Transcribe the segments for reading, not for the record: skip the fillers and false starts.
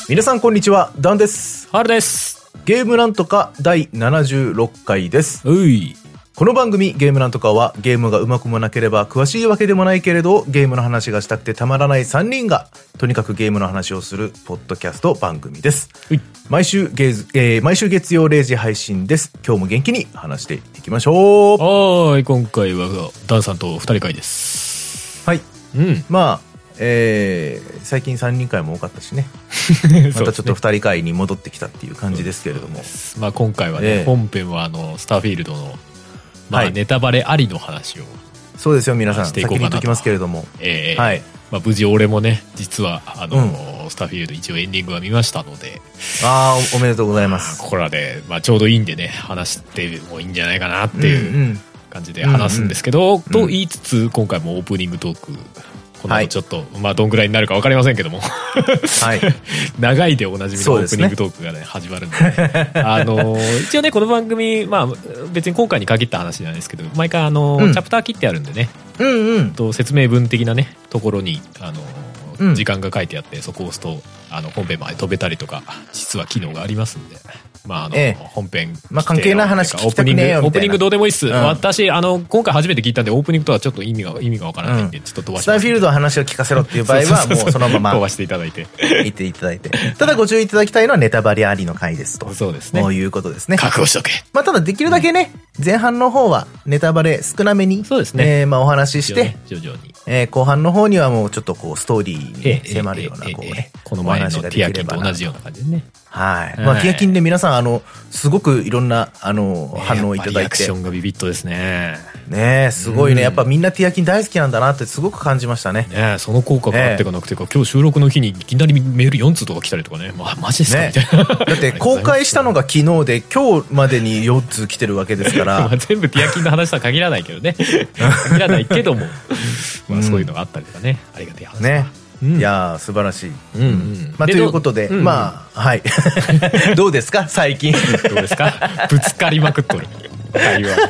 皆さんこんにちは、ダンです。 ハルです。 ゲームなんとか第76回です。 うい。 この番組ゲームなんとかはゲームがうまくもなければ詳しいわけでもないけれどゲームの話がしたくてたまらない3人がとにかくゲームの話をするポッドキャスト番組です。毎週月曜0時配信です。今日も元気に話していきましょう。 はい、今回はダンさんと2人会です。 はい。まあ最近3人会も多かったしねまたちょっと2人会に戻ってきたっていう感じですけれども、 まあ、今回はね、本編はスターフィールドの、まあ、ネタバレありの話をそうですよ皆さん、先に言っておきますけれども、 はい、まあ、無事俺もね実はスターフィールド一応エンディングは見ましたので、 おめでとうございます。 これはね、まあ、ちょうどいいんでね話してもいいんじゃないかなっていう感じで話すんですけど、と言いつつ今回もオープニングトークこの後ちょっと、まあどんぐらいになるか分かりませんけどもはい、長いでおなじみのオープニングトークがね始まるんで、一応ねこの番組、まあ別に今回に限った話なんですけど毎回チャプター切ってあるんでね、説明文的なねところに時間が書いてあって、そこを押すと本編まで飛べたりとか実は機能がありますんで、まあ本編まあ関係ない話聞きたくねえよみたいな。 オープニングどうでもいいっす。私今回初めて聞いたんでオープニングとはちょっと意味がわからないんでちょっと飛ばして、 スターフィールドの話を聞かせろっていう場合はもうそのまま飛ばしていただいて言っていただいて、ただご注意いただきたいのはネタバレありの回ですと。 そうですね、 こういうことですね。 覚悟しとけ。 まあただできるだけね、前半の方はネタバレ少なめにそうですね、 まあお話しして徐々に後半の方にはもうちょっとこうストーリーに迫るようなこうね、 この前のティアキンと同じような感じでね。 はい。まあティアキンで皆さんすごくいろんな反応をいただいて、 リアクションがビビッとですね。 ねえすごいね、やっぱみんなティアキン大好きなんだなってすごく感じましたね。 ねえその効果があってかなくてか、今日収録の日にいきなりメール4通とか来たりとかね、マジですかみたいな。 だって公開したのが昨日で今日までに4通来てるわけですからまあ全部ティアキンの話とは限らないけどね限らないけどもまあそういうのがあったりとかね、ありがたい話ね。 いやー素晴らしい。まあということで、まあはいどうですか最近。 どうですかぶつかりまくっとる会話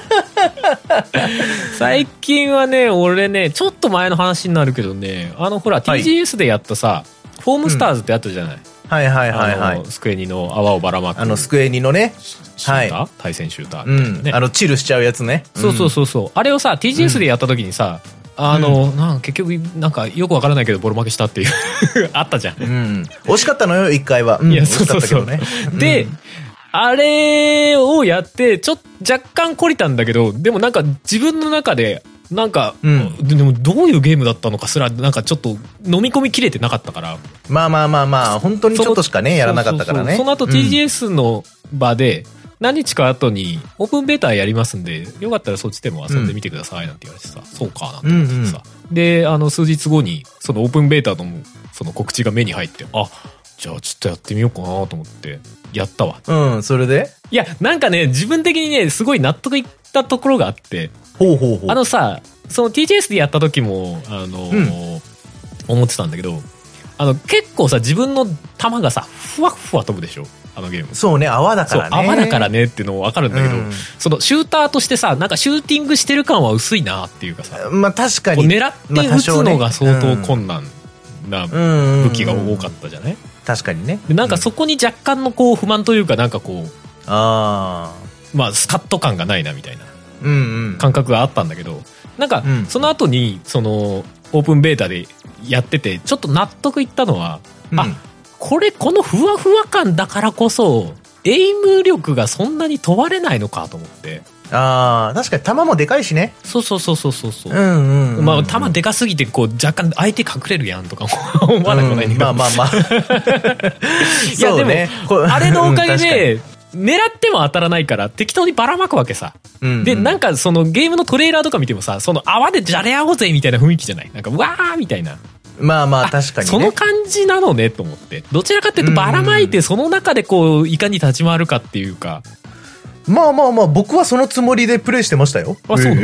最近はね俺ねちょっと前の話になるけどね、ほら TGS でやったさフォームスターズってあったじゃない。はいはいはいはい。スクエニの泡をばらまくスクエニのねシューター、対戦シューターみたいなね、 チルしちゃうやつね。 そうあれをさ TGS でやった時にさ、結局なんかよくわからないけどボロ負けしたっていうあったじゃん。 惜しかったのよ1回は。いやそうであれをやってちょっと若干懲りたんだけど、でもなんか自分の中でなんか、でもどういうゲームだったのかすらなんかちょっと飲み込みきれてなかったから、まあ本当にちょっとしかねやらなかったからね。 その後 TGS の場で何日か後にオープンベータやりますんでよかったらそっちでも遊んでみてくださいなんて言われてさ、そうかなんて思ってさ、で数日後にそのオープンベータのその告知が目に入って、じゃあちょっとやってみようかなと思ってやったわ。 それでいやなんかね自分的にねすごい納得いったところがあって、さその TGS でやった時も思ってたんだけど、結構さ自分の球がさふわふわ飛ぶでしょゲーム。そうね泡だからね。泡だからねっていうの分かるんだけど、そのシューターとしてさなんかシューティングしてる感は薄いなっていうかさ、まあ確かに狙って撃つのが相当困難な武器が多かったじゃない。確かにね。でなんかそこに若干のこう不満というかなんかこうまあスカッと感がないなみたいな感覚があったんだけど、なんかその後にそのオープンベータでやっててちょっと納得いったのは、このふわふわ感だからこそエイム力がそんなに問われないのかと思って。確かに球もでかいしね。そうまあ球でかすぎてこう若干相手隠れるやんとか思わなくないんだけど、まあいやでもあれのおかげで狙っても当たらないから適当にばらまくわけさ。でなんかそのゲームのトレーラーとか見てもさその泡でじゃれ合おうぜみたいな雰囲気じゃない。なんかわーみたいな。まあ確かにね。その感じなのねと思って、どちらかっていうとばらまいてその中でこういかに立ち回るかっていうか。まあ僕はそのつもりでプレイしてましたよ。そうなの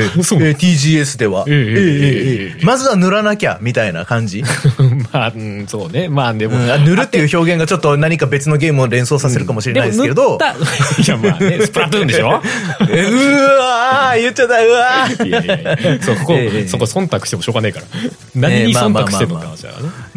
？TGS ではまずは塗らなきゃみたいな感じ。まあそうね。まあでも塗るっていう表現がちょっと何か別のゲームを連想させるかもしれないですけど、いやまあねスプラトゥーンでしょ。うわー言っちゃった。うわーそこ忖度してもしょうがねえから。何に忖度してんのって話だからね。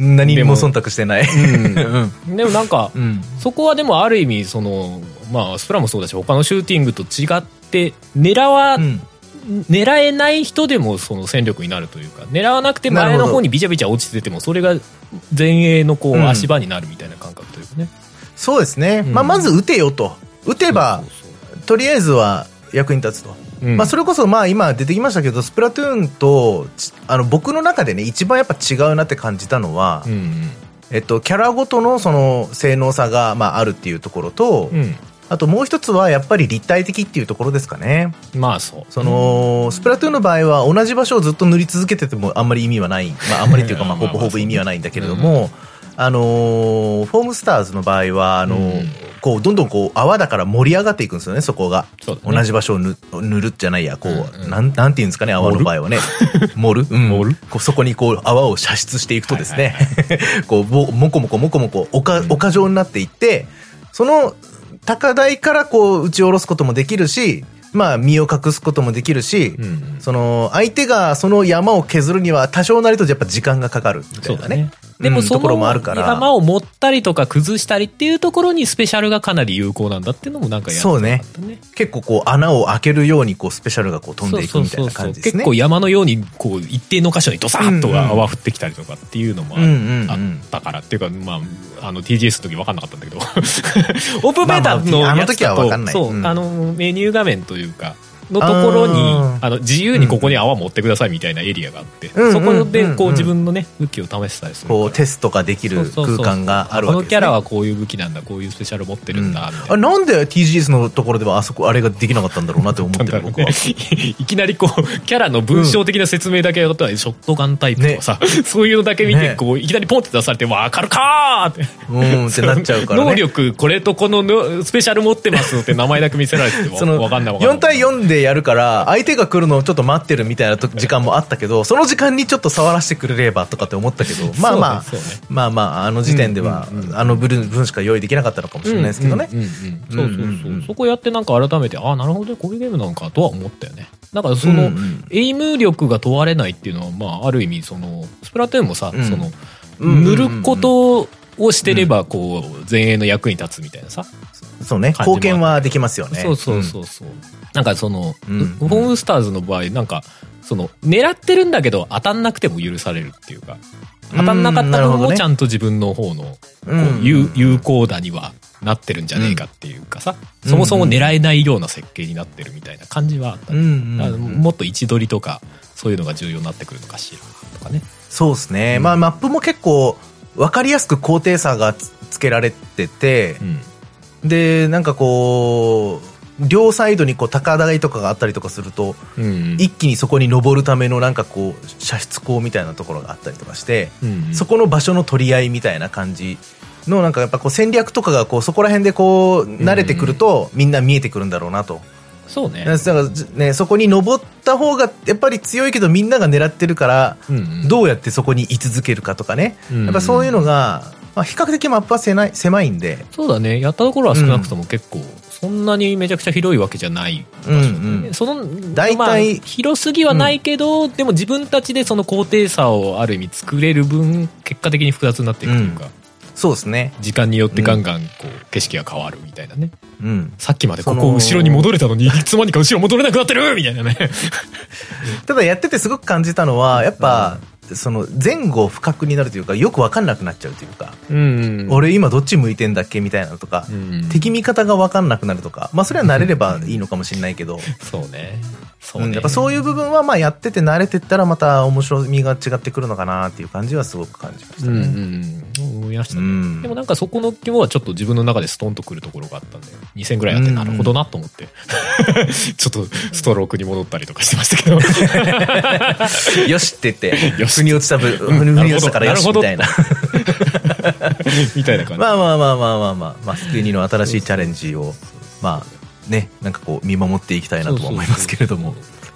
何にも忖度してない。 でもなんか、そこはでもある意味その、まあ、スプラもそうだし他のシューティングと違って狙えない人でもその戦力になるというか、狙わなくて前の方にビチャビチャ落ちててもそれが前衛のこう足場になるみたいな感覚というかね。 そうですね、まず打てよと、打てばとりあえずは役に立つと。それこそ今出てきましたけど、スプラトゥーンと僕の中でね一番やっぱ違うなって感じたのは、キャラごとのその性能差があるっていうところと、あともう一つはやっぱり立体的っていうところですかね。そのスプラトゥーンの場合は同じ場所をずっと塗り続けててもあんまり意味はない、あんまりっていうかほぼほぼ意味はないんだけれども、フォームスターズの場合はこうどんどんこう泡だから盛り上がっていくんですよね、そこが。同じ場所を塗るじゃないや、こうなんていうんですかね、泡の場合はね、盛る、そこにこう泡を射出していくとですね、こうもこもこ丘状になっていって、その高台からこう打ち下ろすこともできるし、身を隠すこともできるし、その相手がその山を削るには多少なりとやっぱ時間がかかるみたいなね。 でもその山を持ったりとか崩したりっていうところにスペシャルがかなり有効なんだっていうのもなんかやってたんだね。 そうね。結構こう穴を開けるようにこうスペシャルがこう飛んでいくみたいな感じですね。 結構山のようにこう一定の箇所にドサッと泡降ってきたりとかっていうのもあったからっていうか、TGS の時分かんなかったんだけどオープンベータのやつだとメニュー画面というかのところに自由にここに泡持ってくださいみたいなエリアがあって、そこでこう自分のね武器を試したりする、 こうテストができる空間があるわけですね。 このキャラはこういう武器なんだ、こういうスペシャル持ってるんだみたいな。 なんで TGS のところではあれができなかったんだろうなって思ってる僕は。 いきなりこうキャラの文章的な説明だけやったらショットガンタイプとかさ、そういうのだけ見てこういきなりポンって出されてわかるかーってってなっちゃうからね。 能力これとこのスペシャル持ってますって名前だけ見せられててわかんない。 4対4でやるから相手が来るのをちょっと待ってるみたいな時間もあったけど、その時間にちょっと触らせてくれればとかって思ったけど、あの時点では分しか用意できなかったのかもしれないですけどね。 そこやってなんか改めてなるほどこういうゲームなのかとは思ったよね。だからそのエイム力が問われないっていうのはある意味そのスプラトゥーンもさ、その塗ることをしてればこう前衛の役に立つみたいなさ、 そうね、貢献はできますよね。 そうなんかそのホームスターズの場合なんかその狙ってるんだけど当たんなくても許されるっていうか、当たんなかった分もちゃんと自分の方のこう有効打にはなってるんじゃねえかっていうかさ、そもそも狙えないような設計になってるみたいな感じはあった、もっと位置取りとかそういうのが重要になってくるのかしらとかね。 そうですね、マップも結構分かりやすく高低差がつけられてて、でなんかこう両サイドにこう高台とかがあったりとかすると、一気にそこに登るためのなんかこう射出口みたいなところがあったりとかして、そこの場所の取り合いみたいな感じのなんかやっぱこう戦略とかがこうそこら辺でこう慣れてくるとみんな見えてくるんだろうなと。 そうね。 だからね、そこに登った方がやっぱり強いけどみんなが狙ってるから、どうやってそこに居続けるかとかね、やっぱそういうのが、比較的マップは狭いんで。 そうだね、やったところは少なくとも結構、そんなにめちゃくちゃ広いわけじゃない場所、その大体、広すぎはないけど、でも自分たちでその高低差をある意味作れる分結果的に複雑になっていくというか、 そうですね、 時間によってガンガンこう景色が変わるみたいなね、さっきまでここ後ろに戻れたのにいつまにか後ろ戻れなくなってるみたいなねただやっててすごく感じたのはやっぱ、その前後不覚になるというか、よく分かんなくなっちゃうというか、俺今どっち向いてんだっけみたいなのとか、敵味方が分かんなくなるとか、それは慣れればいいのかもしれないけどそうね、 やっぱそういう部分はやってて慣れてったらまた面白みが違ってくるのかなっていう感じはすごく感じましたね。 思いましたね。でもなんかそこの肝はちょっと自分の中でストンとくるところがあったんで、2000ぐらいやってなるほどなと思ってちょっとストロークに戻ったりとかしてましたけどよしって言って腑に落ちたからよしみたいなみたいな感じ。 スクエニの新しいチャレンジをね、なんかこう見守っていきたいなとは思いますけれども、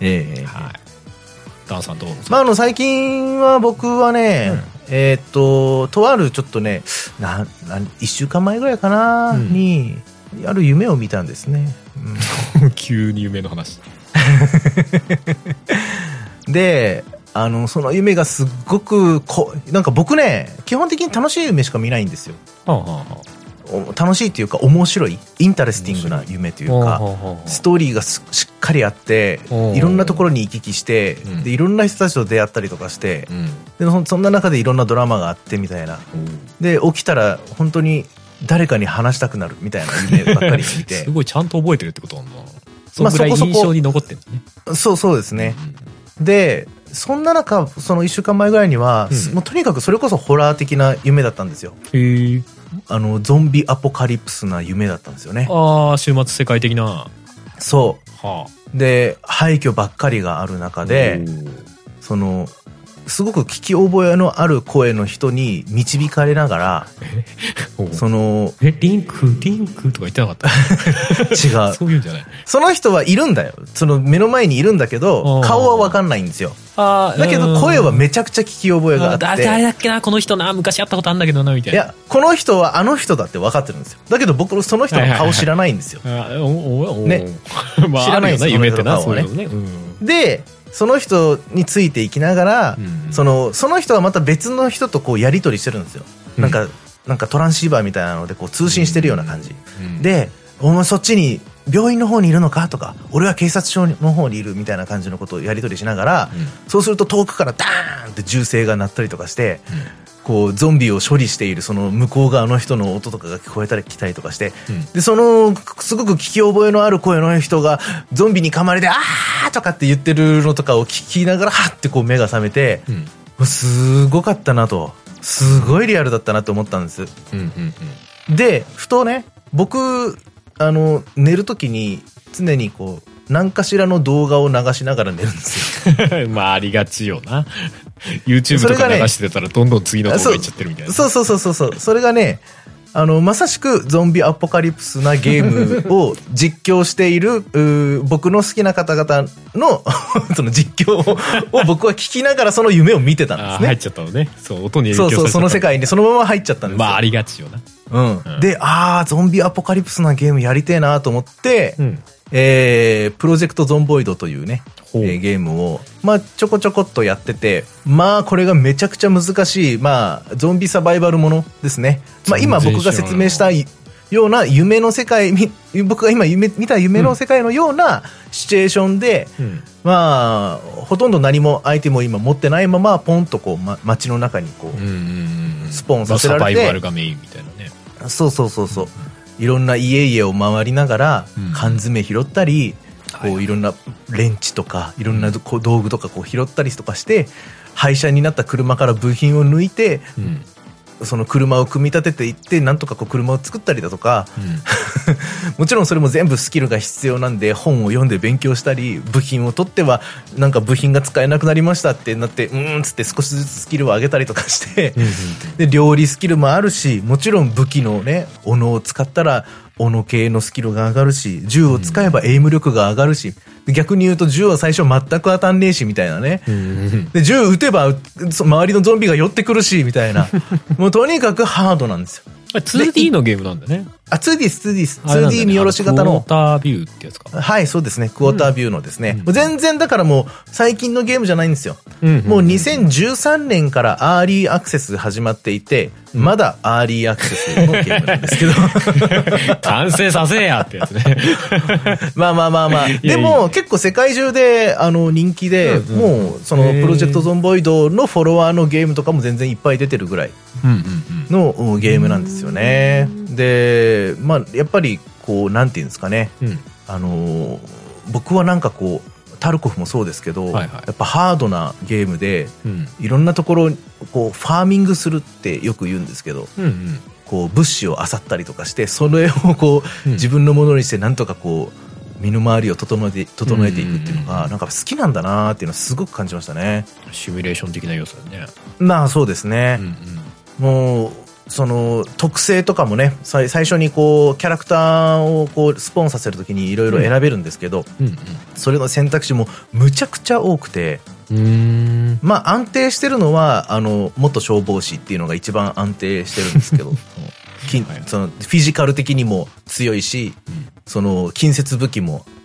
ダンさんどう？ 最近は僕はね、とあるちょっとね1週間前ぐらいかな、にある夢を見たんですね。 急に夢の話でその夢がすっごくなんか僕ね、基本的に楽しい夢しか見ないんですよ。楽しいっていうか面白い、インタレスティングな夢というか、ストーリーがしっかりあって、いろんなところに行き来して、でいろんな人たちと出会ったりとかして、でそんな中でいろんなドラマがあってみたいな、で起きたら本当に誰かに話したくなるみたいな夢ばっかり見てすごいちゃんと覚えてるってことなんだ。そのぐらい印象に残ってるんだね。 そうですね。でそんな中、その1週間前ぐらいには、もうとにかくそれこそホラー的な夢だったんですよ。ゾンビアポカリプスな夢だったんですよね。 週末世界的な。 そう、で廃墟ばっかりがある中で、すごく聞き覚えのある声の人に導かれながら、 リンクとか言ってなかった違う。 そういうんじゃない。 その人はいるんだよ。その目の前にいるんだけど、顔は分かんないんですよ。だけど声はめちゃくちゃ聞き覚えがあって。 誰だっけな、この人な、昔会ったことあるんだけどな、みたいな。 いや、この人はあの人だって分かってるんですよ。だけど僕その人の顔知らないんですよ。ね。知らないんですよ、 夢ってな、 そうね。で、その人についていきながら、その人はまた別の人とこうやり取りしてるんですよ。なんかトランシーバーみたいなのでこう通信してるような感じ。で、お前そっちに病院の方にいるのかとか、俺は警察署の方にいるみたいな感じのことをやり取りしながら、そうすると遠くからダーンって銃声が鳴ったりとかして、こうゾンビを処理しているその向こう側の人の音とかが聞こえたり来たりとかして、ですごく聞き覚えのある声の人がゾンビに噛まれてあーとかって言ってるのとかを聞きながらはってこう目が覚めて、すごかったなと、すごいリアルだったなと思ったんです。でふとね、僕寝るときに常にこう何かしらの動画を流しながら寝るんですよ。 まあありがちよな。YouTube とか流してたらどんどん次の動画いっちゃってるみたいな。 そう。それがね、まさしくゾンビアポカリプスなゲームを実況している僕の好きな方々のその実況を僕は聞きながらその夢を見てたんですね。 入っちゃったのね。そう、音に影響されちゃった。そう、 その世界にそのまま入っちゃったんですよ。 まあありがちよな。 で、ゾンビアポカリプスなゲームやりてえなと思って、プロジェクトゾンボイドというね、ゲームを、ちょこちょこっとやってて、これがめちゃくちゃ難しい、ゾンビサバイバルものですね。今僕が説明したような夢の世界、僕が今見た夢の世界のようなシチュエーションで、ほとんど何もアイテムを今持ってないまま、ポンとこう、街の中にこう、スポンさせられて。 サバイバルがメインみたいなね。 そう。いろんな家々を回りながら缶詰拾ったり、こういろんなレンチとかいろんな道具とかこう拾ったりとかして、廃車になった車から部品を抜いて、その車を組み立てていってなんとかこう車を作ったりだとか、もちろんそれも全部スキルが必要なんで本を読んで勉強したり、部品を取ってはなんか部品が使えなくなりましたってなってつって少しずつスキルを上げたりとかして、で料理スキルもあるし、もちろん武器のね斧を使ったら斧系のスキルが上がるし、銃を使えばエイム力が上がるし、逆に言うと銃は最初全く当たんねえしみたいなね。で銃撃てば周りのゾンビが寄ってくるしみたいな。もうとにかくハードなんですよ。 2D のゲームなんだね。 2D 見下ろし型の。 クォータービューってやつか。 はい、そうですね。クォータービューのですね。全然だからもう最近のゲームじゃないんですよ。もう2013年からアーリーアクセス始まっていて、まだアーリーアクセスのゲームなんですけど。 完成させやってやつね。 でも結構世界中で人気で、もうそのプロジェクトゾンボイドのフォロワーのゲームとかも全然いっぱい出てるぐらいのゲームなんですよね。で、やっぱりこうなんていうんですかね。僕はなんかこうタルコフもそうですけど、やっぱハードなゲームで、いろんなところこうファーミングするってよく言うんですけど、こう物資を漁ったりとかして、それをこう自分のものにしてなんとかこう身の回りを整えていくっていうのがなんか好きなんだなっていうのはすごく感じましたね。 シミュレーション的な要素だね。 そうですね。もうその特性とかもね、最初にこうキャラクターをこうスポーンさせるときにいろいろ選べるんですけど、それの選択肢もむちゃくちゃ多くて、安定してるのは元消防士っていうのが一番安定してるんですけどそのフィジカル的にも強いし、その近接武器も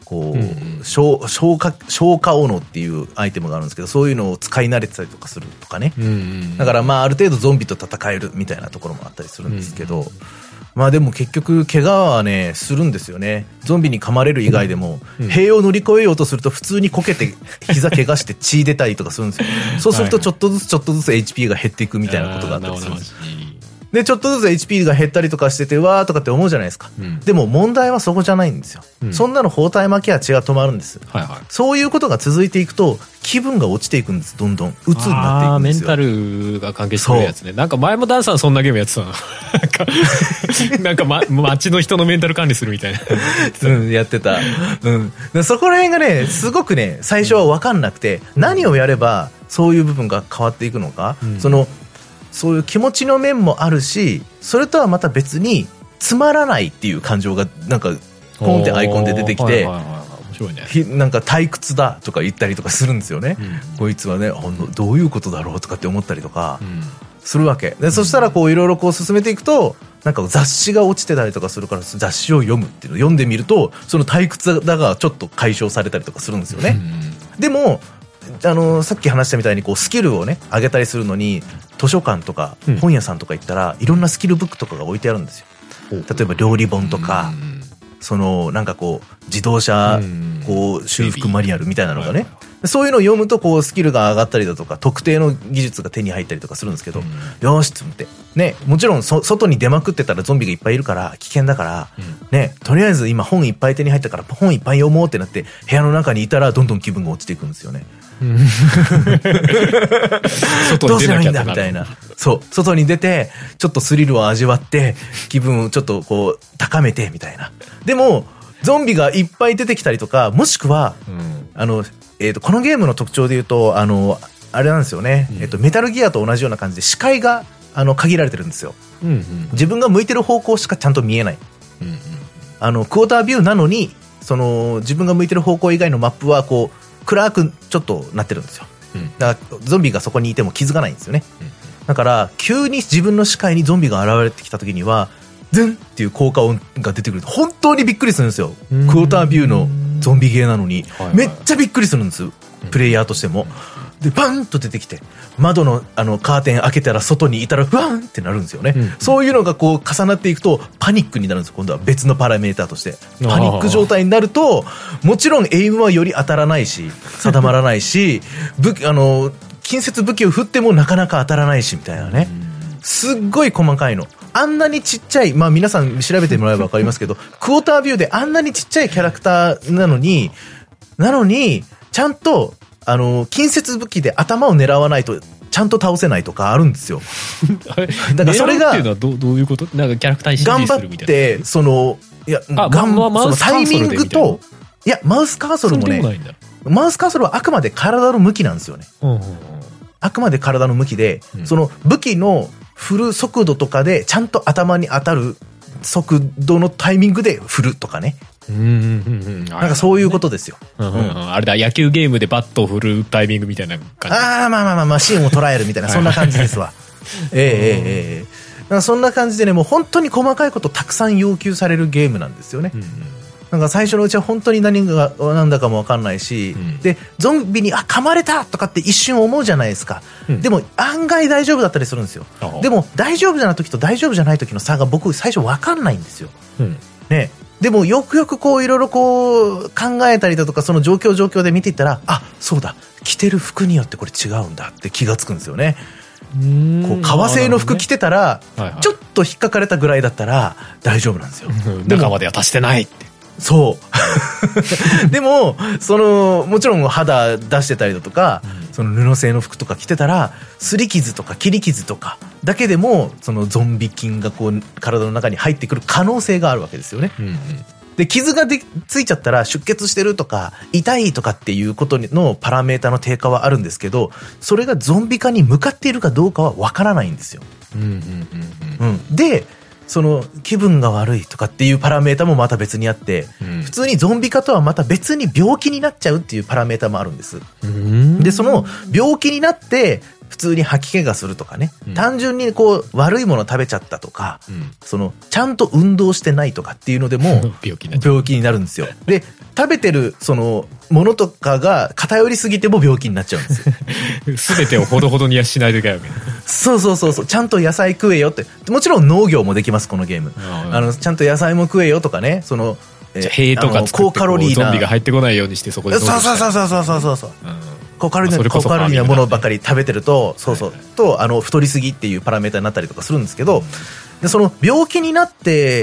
こう、消化斧っていうアイテムがあるんですけど、そういうのを使い慣れてたりとかするとかね。だからまあある程度ゾンビと戦えるみたいなところもあったりするんですけど、まあでも結局怪我はねするんですよね。ゾンビに噛まれる以外でも、塀を乗り越えようとすると普通にこけて膝怪我して血出たりとかするんですよ。そうするとちょっとずつ HP が減っていくみたいなことがあったりするんです。でちょっとずつ HP が減ったりとかしててわーとかって思うじゃないですか、でも問題はそこじゃないんですよ、そんなの包帯巻きは血が止まるんです、そういうことが続いていくと気分が落ちていくんです。どんどん鬱になっていくんですよ。 メンタルが関係してるやつね。なんか前もダンさんそんなゲームやってたななんか、街の人のメンタル管理するみたいなやってた、そこら辺がねすごくね最初は分かんなくて、何をやればそういう部分が変わっていくのか、そういう気持ちの面もあるし、それとはまた別につまらないっていう感情がなんかポンってアイコンで出てきて、なんか退屈だとか言ったりとかするんですよね、こいつはねどういうことだろうとかって思ったりとかするわけで、そしたらこういろいろこう進めていくとなんか雑誌が落ちてたりとかするから、雑誌を読むっていうのを読んでみるとその退屈だがちょっと解消されたりとかするんですよね、でもさっき話したみたいにこうスキルをね上げたりするのに図書館とか本屋さんとか行ったらいろんなスキルブックとかが置いてあるんですよ。例えば料理本とか、なんかこう自動車こう修復マニュアルみたいなのがね、そういうのを読むとこうスキルが上がったりだとか特定の技術が手に入ったりとかするんですけど、よーしと思ってね、もちろん外に出まくってたらゾンビがいっぱいいるから危険だからね、とりあえず今本いっぱい手に入ったから本いっぱい読もうってなって部屋の中にいたらどんどん気分が落ちていくんですよね。どうすればいいんだみたいな。そう外に出てちょっとスリルを味わって気分をちょっとこう高めてみたいな。でもゾンビがいっぱい出てきたりとか、もしくは、このゲームの特徴で言うとあれなんですよね、メタルギアと同じような感じで視界が限られてるんですよ、自分が向いてる方向しかちゃんと見えない、クォータービューなのに自分が向いてる方向以外のマップはこう暗くちょっとなってるんですよ、だからゾンビがそこにいても気づかないんですよね、だから急に自分の視界にゾンビが現れてきた時にはズンっていう効果音が出てくると本当にびっくりするんですよ。クォータービューのゾンビゲーなのにめっちゃびっくりするんです、プレイヤーとしても。でバンと出てきて窓のカーテン開けたら外にいたらワンってなるんですよね、そういうのがこう重なっていくとパニックになるんですよ。今度は別のパラメーターとしてパニック状態になると、もちろんエイムはより当たらないし定まらないし近接武器を振ってもなかなか当たらないしみたいなね、すっごい細かいの。あんなにちっちゃい、皆さん調べてもらえば分かりますけどクォータービューであんなにちっちゃいキャラクターなのにちゃんと近接武器で頭を狙わないとちゃんと倒せないとかあるんですよ。だからそれが狙うっていうのはどういうこと？なんかキャラクターに指示するみたいな。 頑張ってタイミングとマウスカーソルもね、マウスカーソルはあくまで体の向きなんですよね、あくまで体の向きで、その武器の振る速度とかでちゃんと頭に当たる速度のタイミングで振るとかね、なんかそういうことですよ。 あれだ、野球ゲームでバットを振るタイミングみたいな感じ。シーンを捉えるみたいなそんな感じですわ。だからそんな感じでね、もう本当に細かいことたくさん要求されるゲームなんですよね。なんか最初のうちは本当に何が何だかも分かんないし、でゾンビに噛まれたとかって一瞬思うじゃないですか、でも案外大丈夫だったりするんですよ。でも大丈夫じゃない時と大丈夫じゃない時の差が僕最初分かんないんですよ、ね。でもよくよくこういろいろこう考えたりだとか、その状況で見ていったら、そうだ、着てる服によってこれ違うんだって気がつくんですよね。こう革製の服着てたら、ちょっと引っかかれたぐらいだったら大丈夫なんですよ。 中までは達してないって。 そうでももちろん肌出してたりだとか、その布製の服とか着てたら擦り傷とか切り傷とかだけでもそのゾンビ菌がこう体の中に入ってくる可能性があるわけですよね、で傷がついちゃったら出血してるとか痛いとかっていうことのパラメータの低下はあるんですけど、それがゾンビ化に向かっているかどうかは分からないんですよ。でその気分が悪いとかっていうパラメータもまた別にあって、普通にゾンビ化とはまた別に病気になっちゃうっていうパラメータもあるんです。でその病気になって普通に吐き気がするとかね、単純にこう悪いもの食べちゃったとか、ちゃんと運動してないとかっていうのでも病気になるんですよ。で食べてる、その、ものとかが偏りすぎても病気になっちゃうんですよ。 すべてをほどほどにはしないといけないわけね。 そうそうそうそう。ちゃんと野菜食えよって。もちろん農業もできます、このゲーム。ちゃんと野菜も食えよとかね、その、 塀とか作って、ゾンビが入ってこないようにしてそこで。 そうそうそうそうそうそう。高カロリーなものばかり食べてると、そうそう、と、太りすぎっていうパラメータになったりとかするんですけど、でその病気になって、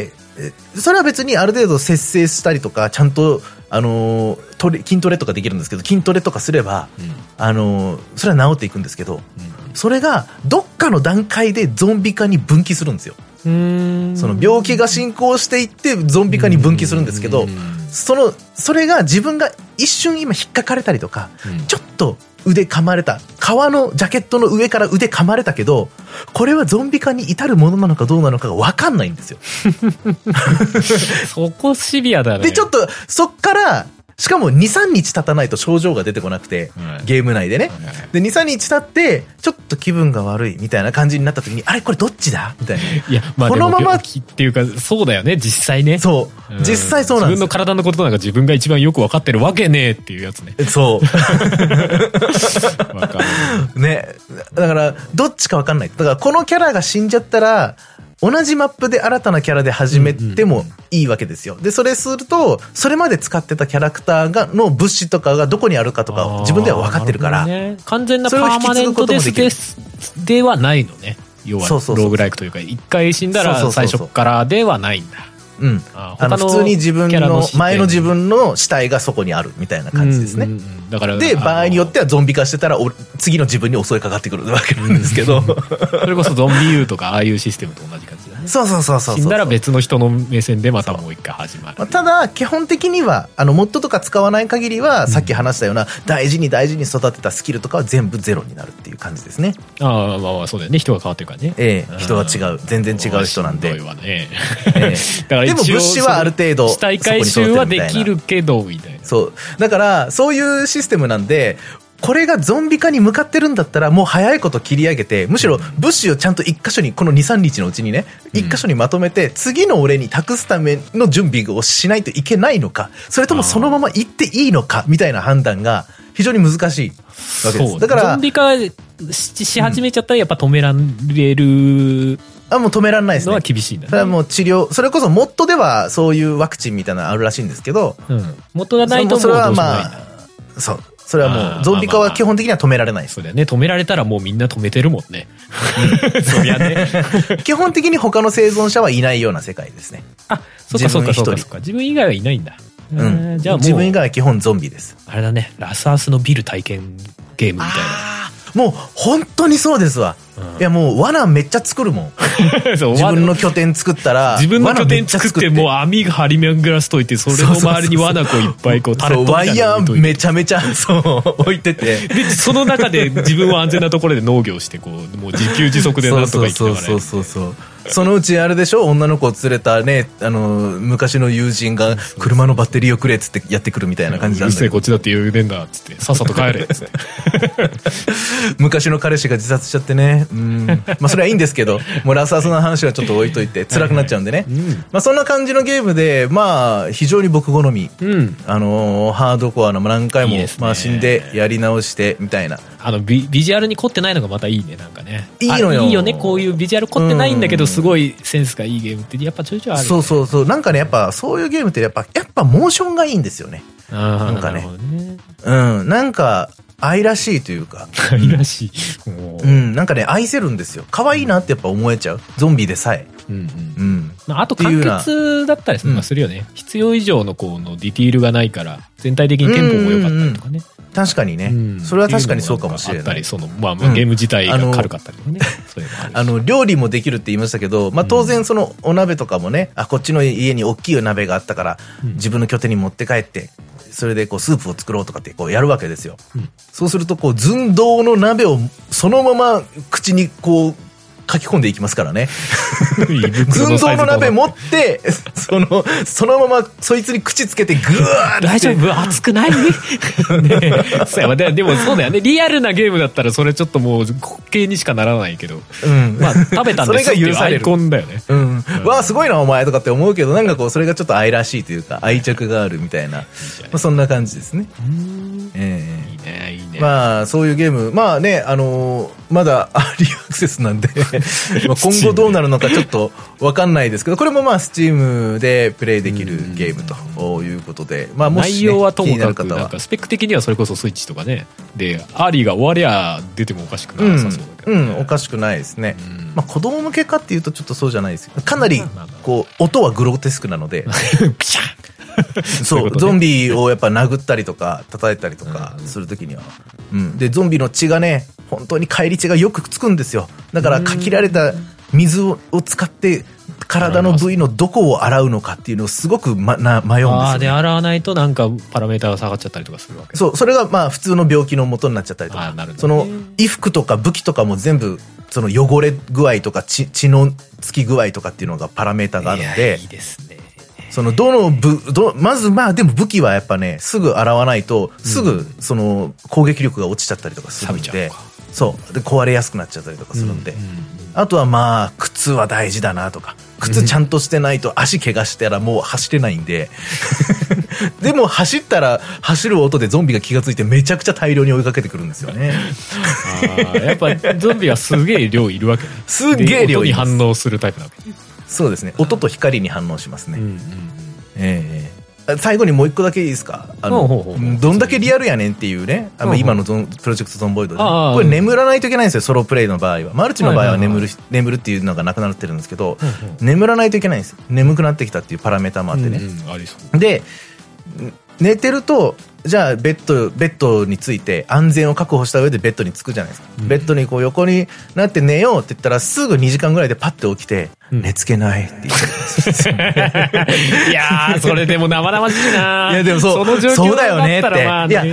それは別にある程度節制したりとか、ちゃんと、筋トレとかできるんですけど、筋トレとかすれば、それは治っていくんですけど、それがどっかの段階でゾンビ化に分岐するんですよ。その病気が進行していってゾンビ化に分岐するんですけど、それが自分が一瞬今引っかかれたりとか、ちょっと腕噛まれた、革のジャケットの上から腕噛まれたけど、これはゾンビ化に至るものなのかどうなのかが分かんないんですよ。 そこシビアだね。 でちょっとそっからしかも 2,3 日経たないと症状が出てこなくて、ゲーム内でね。で、2,3 日経って、ちょっと気分が悪いみたいな感じになった時に、あれこれどっちだみたいな。 いや、まあ、このままっていうか、そうだよね、実際ね。 そう。実際そうなんです。 自分の体のことなんか自分が一番よく分かってるわけねえっていうやつね。 そう。わかる。ね。だから、どっちかわかんない。だから、このキャラが死んじゃったら、同じマップで新たなキャラで始めてもいいわけですよ。で、それすると、それまで使ってたキャラクターの物資とかがどこにあるかとか自分では分かってるから。 ね、完全なパーマネントではないのね。要は、ローグライクというか、一回死んだら最初からではないんだ。 うん。普通に自分の、前の自分の死体がそこにあるみたいな感じですね。 だからで、場合によってはゾンビ化してたら、次の自分に襲いかかってくるわけなんですけど。 それこそゾンビ U とかああいうシステムと同じ感じだね。 そうそうそうそう。 死んだら別の人の目線でまたもう一回始まる。 ただ、基本的には、モッドとか使わない限りは、さっき話したような、大事に大事に育てたスキルとかは全部ゼロになるっていう感じですね。 ああ、まあそうだよね。人が変わってるからね。 人は違う。全然違う人なんで。 しんどいわね。 だからでも物資はある程度死体回収はできるけどみたいな。 そうだからそういうシステムなんで、これがゾンビ化に向かってるんだったらもう早いこと切り上げて、むしろ物資をちゃんと一箇所にこの 2,3 日のうちにね一箇所にまとめて、次の俺に託すための準備をしないといけないのか、それともそのまま行っていいのかみたいな判断が非常に難しいわけです。だからゾンビ化し始めちゃったらやっぱ止められる、 もう止められないですね。 のは厳しいんだね。 それはもう治療、それこそモッドではそういうワクチンみたいなのあるらしいんですけど、 モッドがないともうどうしようもないんだ。 そう。それはもうゾンビ化は基本的には止められないです。 そうだよね。止められたらもうみんな止めてるもんね。そりゃね。 基本的に他の生存者はいないような世界ですね。 あ、そっかそっかそっかそっか。自分以外はいないんだ。 じゃあもう自分以外は基本ゾンビです。 あれだね。ラスアースのビル体験ゲームみたいな。 もう本当にそうですわ。いやもう罠めっちゃ作るもん。自分の拠点作ったら、 自分の拠点作ってもう網が張り巡らすといて、それの周りに罠こういっぱいこうタレットみたいなのワイヤーめちゃめちゃそう置いてて、 でその中で自分は安全なところで農業してこうもう自給自足でなんとか生きながら、 そうそのうちあれでしょ、女の子を連れたね、昔の友人が車のバッテリーをくれっつってやってくるみたいな感じなんだけど、 うるせえこっちだって言うねんだっつってさっさと帰れっつって昔の彼氏が自殺しちゃってね、まあそれはいいんですけど、もうラスアスの話はちょっと置いといて辛くなっちゃうんでね、まあそんな感じのゲームで、まあ非常に僕好み、ハードコアの何回もまあ死んでやり直してみたいな、 ビジュアルに凝ってないのがまたいいね、なんかね、 いいのよ、 いいよね、こういうビジュアル凝ってないんだけどすごいセンスがいいゲームってやっぱちょいちょいある、ね、 そうなんかね、やっぱそういうゲームってやっぱモーションがいいんですよね。なんかね、なんか愛らしいというか、 愛らしい、 なんかね愛せるんですよ。可愛いなってやっぱ思えちゃう、ゾンビでさえ。 あと簡潔だったりするよね。必要以上のこのディティールがないから全体的にテンポも良かったりとかね。 確かにね、それは確かにそうかもしれない。 あったり、まあゲーム自体が軽かったりとかね。そういうの料理もできるって言いましたけど、まあ当然そのお鍋とかもね、こっちの家に大きい鍋があったから自分の拠点に持って帰って、それでこうスープを作ろうとかってこうやるわけですよ。そうするとこう寸胴の鍋をそのまま口にこう書き込んでいきますからね。寸胴の鍋持って、そのままそいつに口つけてグーって。 大丈夫？熱くない？ね、でもそうだよね。リアルなゲームだったらそれちょっともう滑稽にしかならないけど。うん。まあ食べたんですっていうアイコンだよね。 うん。わあすごいなお前とかって思うけど、なんかこうそれがちょっと愛らしいというか愛着があるみたいな、まあ、そんな感じですね。いいねいいね。まあそういうゲーム、まあねまだアーリーアクセスなんでまあ今後どうなるのかちょっと分かんないですけど、これもまあ Steam でプレイできるゲームということで、まあもし、ね、 内容はともかくなんかスペック的にはそれこそスイッチとかねでアーリーが終わりゃ出てもおかしくなさそうだけど、ね、 おかしくないですね。まあ子供向けかっていうとちょっとそうじゃないですよ。かなりこう音はグロテスクなのでピシャッそうゾンビをやっぱ殴ったりとか叩いたりとかするときには、でゾンビの血がね本当に返り血がよくつくんですよ。だからかきられた水を使って体の部位のどこを洗うのかっていうのをすごく、迷うんですよ、ね。 で洗わないとなんかパラメーターが下がっちゃったりとかするわけ。 そう、それがまあ普通の病気の元になっちゃったりとか、その衣服とか武器とかも全部その汚れ具合とか血のつき具合とかっていうのがパラメーターがあるので、 いいですね。 そのまずまあでも武器はやっぱねすぐ洗わないとすぐその攻撃力が落ちちゃったりとかするんで、そうで壊れやすくなっちゃったりとかするんで、あとはまあ靴は大事だなとか、靴ちゃんとしてないと足怪我したらもう走れないんででも走ったら走る音でゾンビが気がついてめちゃくちゃ大量に追いかけてくるんですよね。 やっぱゾンビはすげえ量いるわけね。 すげえ量いる。 音に反応するタイプなわけ。 そうですね。音と光に反応しますね。最後にもう一個だけいいですか。どんだけリアルやねんっていうね、今のプロジェクトゾンボイドで、これ眠らないといけないんですよ、ソロプレイの場合は。マルチの場合は眠るっていうのがなくなってるんですけど、眠らないといけないんですよ。眠くなってきたっていうパラメータもあってね。で寝てるとじゃあベッドについて安全を確保した上でベッドにつくじゃないですか。ベッドにこう横になって寝ようって言ったらすぐ2時間ぐらいでパッて起きて、寝つけないって言っていやーそれでも生々しいな。 いやでもそうだよねって。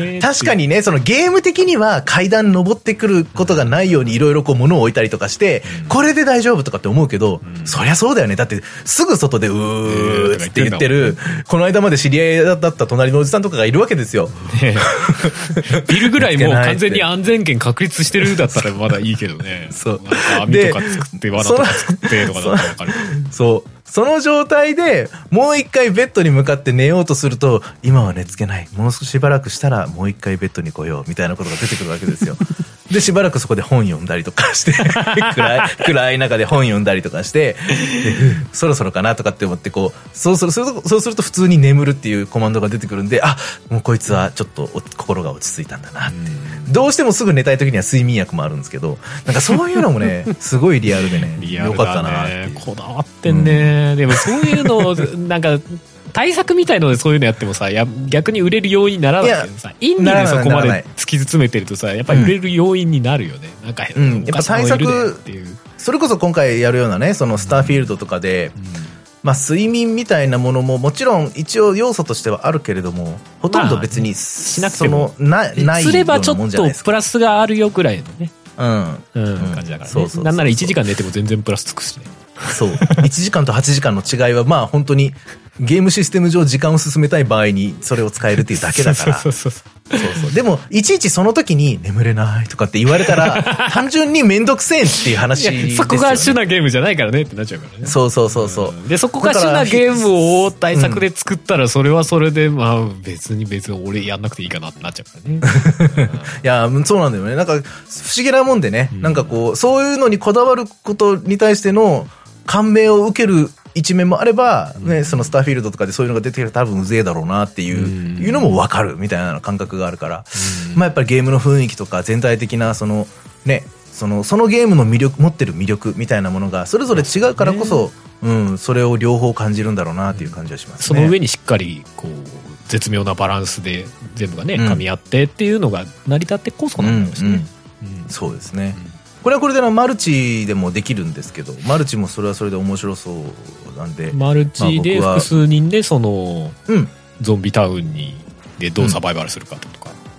いや確かにね、そのゲーム的には階段登ってくることがないようにいろいろこう物を置いたりとかして、これで大丈夫とかって思うけど、そりゃそうだよね。だってすぐ外でうーって言ってるこの間まで知り合いだった隣のおじさんとかがいるわけですよ。 ビルぐらいもう完全に安全圏確立してるだったらまだいいけどね。そうなんか網とか作って罠とか作ってとかだったら分かる。そうその状態でもう一回ベッドに向かって寝ようとすると、今は寝つけない、もうしばらくしたらもう一回ベッドに来ようみたいなことが出てくるわけですよ。でしばらくそこで本読んだりとかして暗い中で本読んだりとかして、そろそろかなとかって思ってこうそうすると普通に眠るっていうコマンドが出てくるんで、あもうこいつはちょっと心が落ち着いたんだなって。どうしてもすぐ寝たい時には睡眠薬もあるんですけど、なんかそういうのもねすごいリアルでねよかったなって。 こだわってんね、でもそういうのをなんか対策みたいのでそういうのやってもさ、逆に売れる要因にならないけどさ、インディでそこまで突き詰めてるとさ、やっぱり売れる要因になるよね。なんかやっぱ対策それこそ今回やるようなね、そのスターフィールドとかで、まあ睡眠みたいなものももちろん一応要素としてはあるけれども、ほとんど別にしなくてもないようなもんじゃないですか。すればちょっとプラスがあるよぐらいのね感じだからね。なんなら1時間寝ても全然プラスつくしね。 そう1時間と8時間の違いはまあ本当にゲームシステム上時間を進めたい場合にそれを使えるっていうだけだから。そうでもいちいちその時に眠れないとかって言われたら単純にめんどくせえっていう話ですよね。 そこが主なゲームじゃないからねってなっちゃうからね。 そうでそこが主なゲームを対策で作ったらそれはそれでまあ別に俺やんなくていいかなってなっちゃうからね。 いやそうなんだよね。なんか不思議なもんでね、なんかこうそういうのにこだわることに対しての感銘を受ける一面もあれば、ね、そのスターフィールドとかでそういうのが出てきたら多分うぜえだろうなっていうのも分かるみたいな感覚があるから、まあやっぱりゲームの雰囲気とか全体的なそのね、そのゲームの魅力、持ってる魅力みたいなものがそれぞれ違うからこそ、それを両方感じるんだろうなっていう感じはしますね。 その上にしっかりこう絶妙なバランスで全部がね噛み合ってっていうのが成り立ってこそなんですね。 そうですね。これはこれでマルチでもできるんですけど、マルチもそれはそれで面白そうなんで、 マルチで複数人でその、ゾンビタウンにでどうサバイバルするかとか、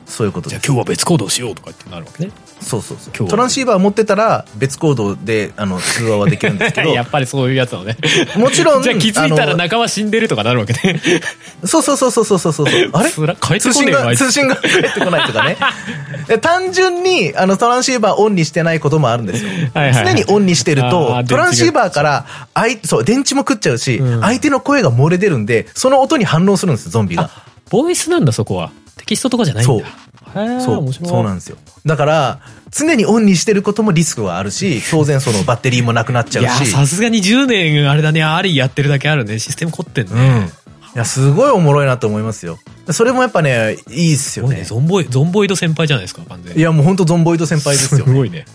そういうことです。 じゃあ今日は別行動しようとかってなるわけね。 そうそうそう。トランシーバー持ってたら別行動で通話はできるんですけど。 やっぱりそういうやつなのね。 もちろん。 じゃあ気づいたら仲間死んでるとかなるわけね。 そう。あれ帰ってこねえわ。 通信が帰ってこないとかね。単純にトランシーバーオンにしてないこともあるんですよ。常にオンにしてると、トランシーバーから電池も食っちゃうし、相手の声が漏れ出るんで、その音に反応するんですよ、ゾンビが。 ボイスなんだ、そこは。テキストとかじゃないんだ。 そうなんですよ。だから、常にオンにしてることもリスクはあるし、当然そのバッテリーもなくなっちゃうし。 いや、さすがに10年あれだね、アリやってるだけあるね。システム凝ってんね。 いや、すごいおもろいなと思いますよ。それもやっぱね、いいっすよね。 ゾンボイド先輩じゃないですか、完全に。 いや、もうほんとゾンボイド先輩ですよ。 すごいね。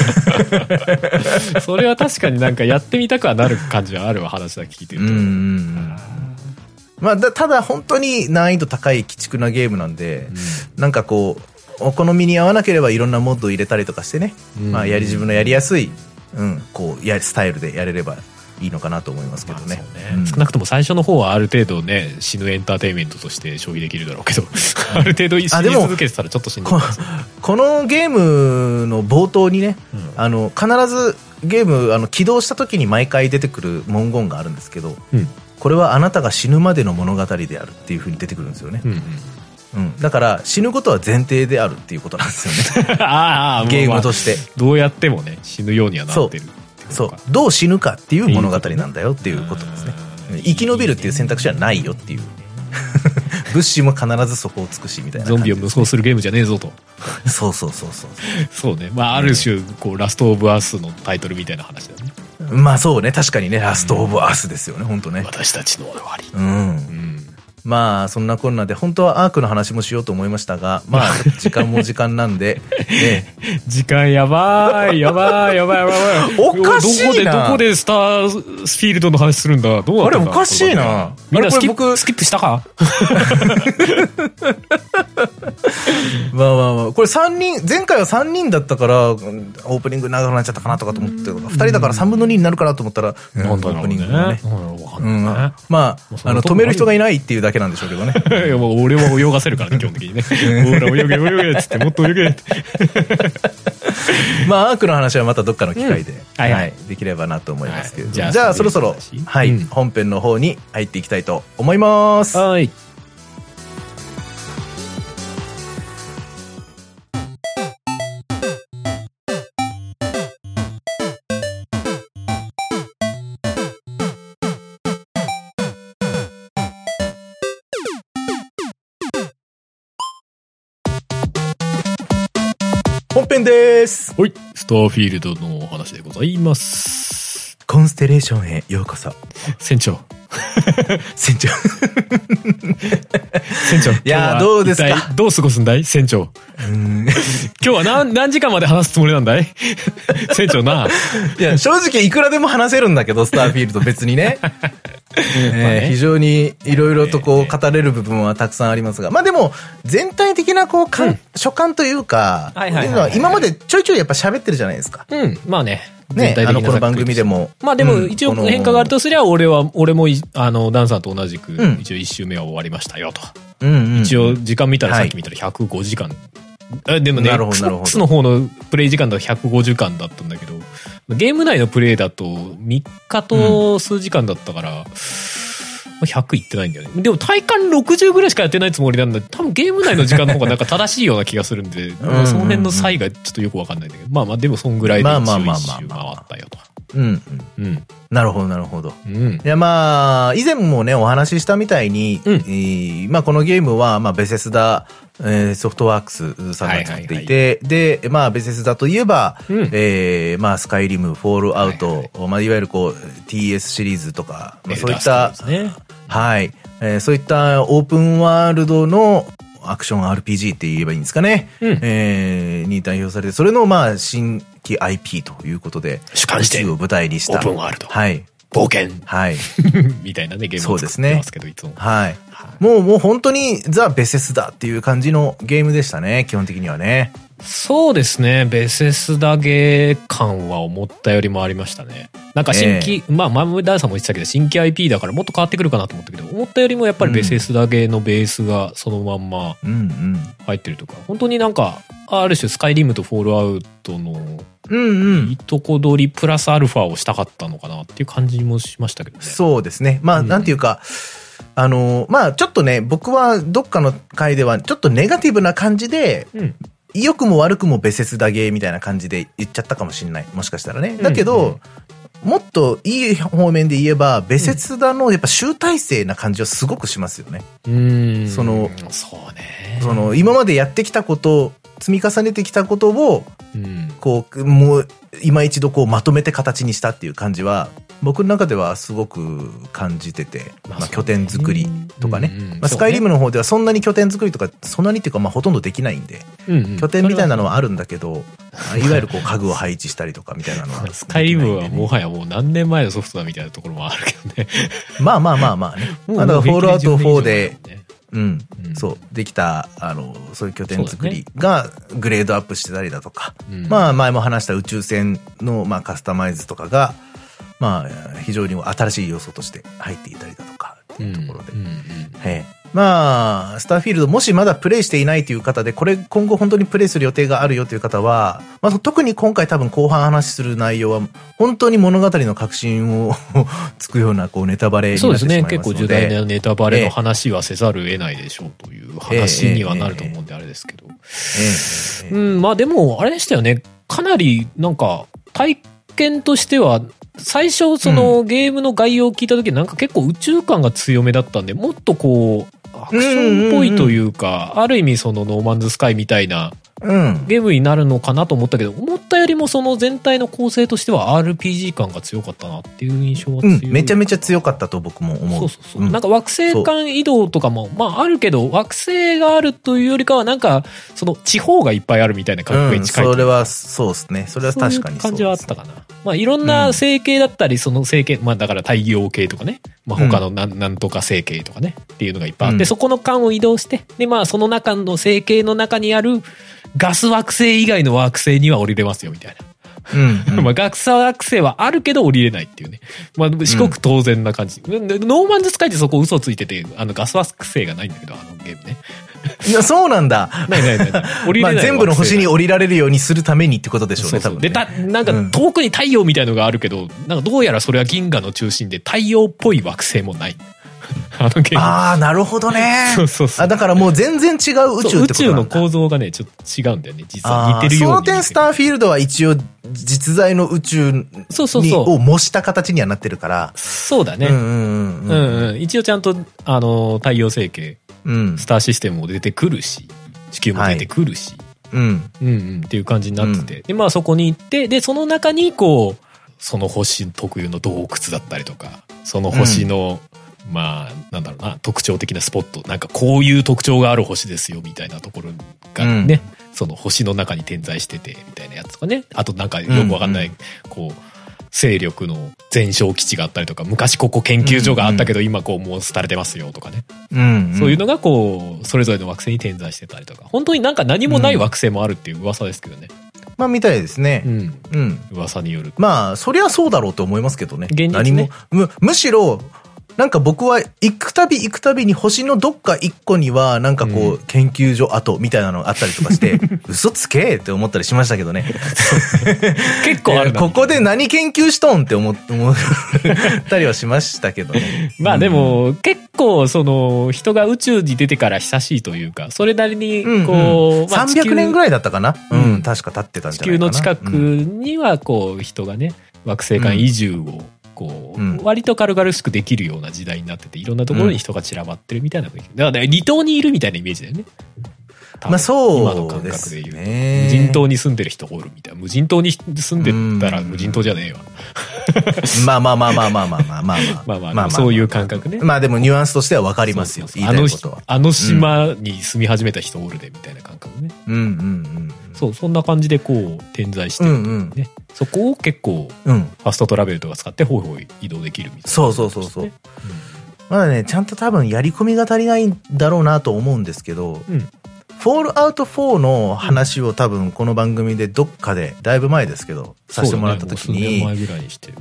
それは確かになんかやってみたくはなる感じはあるわ、話だけ聞いてると。 まあ、ただ本当に難易度高い鬼畜なゲームなんで、なんかこう、お好みに合わなければいろんなモッドを入れたりとかしてね、まあ自分のやりやすい、こう、スタイルでやれればいいのかなと思いますけどね。 少なくとも最初の方はある程度ね、死ぬエンターテインメントとして消費できるだろうけど、ある程度死に続けてたらちょっとしんどいです。 このゲームの冒頭にね、必ずゲーム起動した時に毎回出てくる文言があるんですけど、これはあなたが死ぬまでの物語であるっていう風に出てくるんですよね。だから死ぬことは前提であるっていうことなんですよね。ゲームとして、 どうやってもね死ぬようにはなってる。 そう、どう死ぬかっていう物語なんだよっていうことですね。生き延びるっていう選択肢はないよっていう。物資も必ずそこを尽くしみたいな。 ゾンビを無双するゲームじゃねえぞと。 そう。 そうね。まあある種こうラストオブアースのタイトルみたいな話だね。 まあそうね、確かにね、ラストオブアースですよね、本当ね。 私たちの終わり。 まあそんなこんなで本当はアークの話もしようと思いましたが、まあ時間も時間なんで、 時間やばい。 おかしいな。 どこでスターフィールドの話するんだ。どうなったんだ。 あれおかしいな。 みんなスキップしたか。 まあこれ3人、前回は3人だったからオープニング長くなっちゃったかなとかと思って2人だから3分の2になるかなと思ったら、オープニングがね、まあ止める人がいないっていうだけなんでしょうけどね。 いやもう俺は泳がせるからね、基本的にね。ほら泳げっつってもっと泳げって。 まあアークの話はまたどっかの機会でできればなと思いますけど、じゃあそろそろ本編の方に入っていきたいと思います。はい。本編です。 はい。スターフィールドのお話でございます。 コンステレーションへようこそ。 船長。 船長。 船長。いや、どうですか。 どう過ごすんだい船長。今日は何時間まで話すつもりなんだい船長な。 いや、正直いくらでも話せるんだけど、スターフィールド別にね。非常にいろいろとこう語れる部分はたくさんありますが、まあでも全体的なこう所感というか、今までちょいちょいやっぱ喋ってるじゃないですか。 まあね。 この番組でも。 まあでも一応変化があるとすりゃ、俺もダンさんと同じく一応1周目は終わりましたよと。一応時間見たらさっき見たら105時間。でもね、Xbox の方のプレイ時間だと105時間だったんだけど、ゲーム内のプレイだと3日と数時間だったから、100いってないんだよね。でも体感60ぐらいしかやってないつもりなんだ。多分ゲーム内の時間の方がなんか正しいような気がするんで、その辺の差異がちょっとよくわかんないんだけど、まあでもそんぐらいで一周回ったよと。 なるほど。いやまあ以前もねお話ししたみたいに、まあこのゲームはまあベセスダソフトワークスさんが作っていて、でまあベセスダといえば、まあスカイリム、フォールアウト、まあいわゆるこう TS シリーズとか、そういったそういったオープンワールドのアクション RPG って言えばいいんですかね、に代表されて、それのまあ新規 IP ということで、 主観視点を舞台にしたオープンワールド。 はい。 冒険はい。 みたいなね、ゲームを作ってますけど、いつも。 はい。もう本当にザ・ベセスダっていう感じのゲームでしたね、基本的にはね。 そうですね。ベセスダゲー感は思ったよりもありましたね。なんか新規、まあ、前ダイさんも言ってたけど、新規 IP だからもっと変わってくるかなと思ったけど、思ったよりもやっぱりベセスダゲーのベースがそのまんま入ってるとか、本当になんか、ある種スカイリムとフォールアウトの、いいとこ取りプラスアルファをしたかったのかなっていう感じもしましたけどね。 そうですね。まあ、なんていうか、まあ、ちょっとね、僕はどっかの回では、ちょっとネガティブな感じで、良くも悪くもベセスダゲーみたいな感じで言っちゃったかもしれない。もしかしたらね。だけど、もっといい方面で言えば、ベセスダのやっぱ集大成な感じはすごくしますよね。 そうね。 今までやってきたことを、積み重ねてきたことを、こう、もう、今一度こうまとめて形にしたっていう感じは、僕の中ではすごく感じてて、まあ拠点作りとかね。まあスカイリムの方ではそんなに拠点作りとか、そんなにっていうかまあほとんどできないんで、拠点みたいなのはあるんだけど、いわゆるこう家具を配置したりとかみたいなのは。 スカイリムはもはやもう何年前のソフトだみたいなところもあるけどね。 まあね。だからフォールアウト4で、そう、できた、そういう拠点作りがグレードアップしてたりだとか、まあ前も話した宇宙船のまあカスタマイズとかが、まあ非常に新しい要素として入っていたりだとかっていうところで。まあ、スターフィールドもしまだプレイしていないという方で、これ今後本当にプレイする予定があるよという方は、まあ特に今回多分後半話する内容は、本当に物語の核心をつくようなこうネタバレになってしまいますので。 そうですね。結構重大なネタバレの話はせざるを得ないでしょうという話にはなると思うんであれですけど。まあでも、あれでしたよね。かなりなんか体験としては、最初そのゲームの概要を聞いた時なんか結構宇宙感が強めだったんで、もっとこうアクションっぽいというか、ある意味そのノーマンズスカイみたいなゲームになるのかなと思ったけど、思ったよりもその全体の構成としては RPG 感が強かったなっていう印象は強い。 めちゃめちゃ強かったと僕も思う。 そう。なんか惑星間移動とかもまああるけど、惑星があるというよりかはなんかその地方がいっぱいあるみたいな感覚に近い。 それはそうですね。それは確かにそうですね。 感じはあったかな。まあいろんな星系だったり、その星系、まあだから太陽系とかね、まあ他のなんとか星系とかねっていうのがいっぱいあって、そこの間を移動して、でまあその中の星系の中にあるガス惑星以外の惑星には降りれますよみたいな。まあガス惑星はあるけど降りれないっていうね。まあ至極当然な感じ。ノーマンズスカイってそこ嘘ついてて、ガス惑星がないんだけど、ゲームね。 いや、そうなんだ。 ない。降りれない。 まあ全部の星に降りられるようにするためにってことでしょうね、多分ね。 で、なんか遠くに太陽みたいのがあるけど、なんかどうやらそれは銀河の中心で太陽っぽい惑星もない。 ああ、なるほどね。そうだからもう全然違う宇宙ってことなんだ。 宇宙の構造がね、ちょっと違うんだよね、実は。似てるように。 その点、スターフィールドは一応、実在の宇宙を模した形にはなってるから。 そうだね。一応ちゃんと、太陽星系、スターシステムも出てくるし、地球も出てくるし、っていう感じになってて。で、まあそこに行って、で、その中にこう、その星特有の洞窟だったりとか、その星の、まあ、なんだろうな、特徴的なスポット、なんかこういう特徴がある星ですよ、みたいなところがね、その星の中に点在してて、みたいなやつとかね。あとなんかよくわかんない、こう、勢力の前哨基地があったりとか、昔ここ研究所があったけど、今こうもう廃れてますよ、とかね。そういうのがこう、それぞれの惑星に点在してたりとか、本当になんか何もない惑星もあるっていう噂ですけどね。 まあ、みたいですね。 噂による。 まあ、そりゃそうだろうと思いますけどね。 現実ね。 何も、むしろ、なんか僕は行くたびに星のどっか一個にはなんかこう研究所跡みたいなのがあったりとかして嘘つけって思ったりしましたけどね。 結構あるな。 ここで何研究しとんって思ったりはしましたけどね。 まあでも結構その人が宇宙に出てから久しいというか、それなりにこう、 300年ぐらいだったかな。確か経ってたんじゃないかな。 地球の近くにはこう人がね、惑星間移住をこう、割と軽々しくできるような時代になってて、いろんなところに人が散らばってるみたいな。だから離島にいるみたいなイメージだよね。 まあそう今の感覚で言うと。無人島に住んでる人おるみたいな。無人島に住んでたら無人島じゃねえわ。 まあまあまあまあまあまあまあまあまあまあそういう感覚ね。 まあでもニュアンスとしては分かりますよ。言いたいことは。 あの島に住み始めた人おるでみたいな感覚ね。 うんうんうん。 そう、そんな感じでこう点在してるというね。そこを結構ファストトラベルとか使ってホイホイ移動できるみたいな。 そうそうそうそう。まだね、ちゃんと多分やり込みが足りないんだろうなと思うんですけど、フォールアウト4の話を多分この番組でどっかで、だいぶ前ですけど、させてもらった時に、 数年前ぐらいにしてるか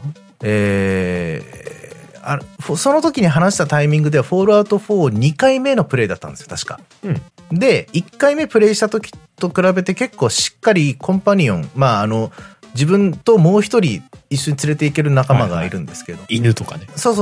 な。その時に話したタイミングでは、フォールアウト42回目のプレイだったんですよ、確か。で、1回目プレイした時と比べて結構しっかりコンパニオン、自分ともう一人一緒に連れて行ける仲間がいるんですけど。 犬とかね。 そう。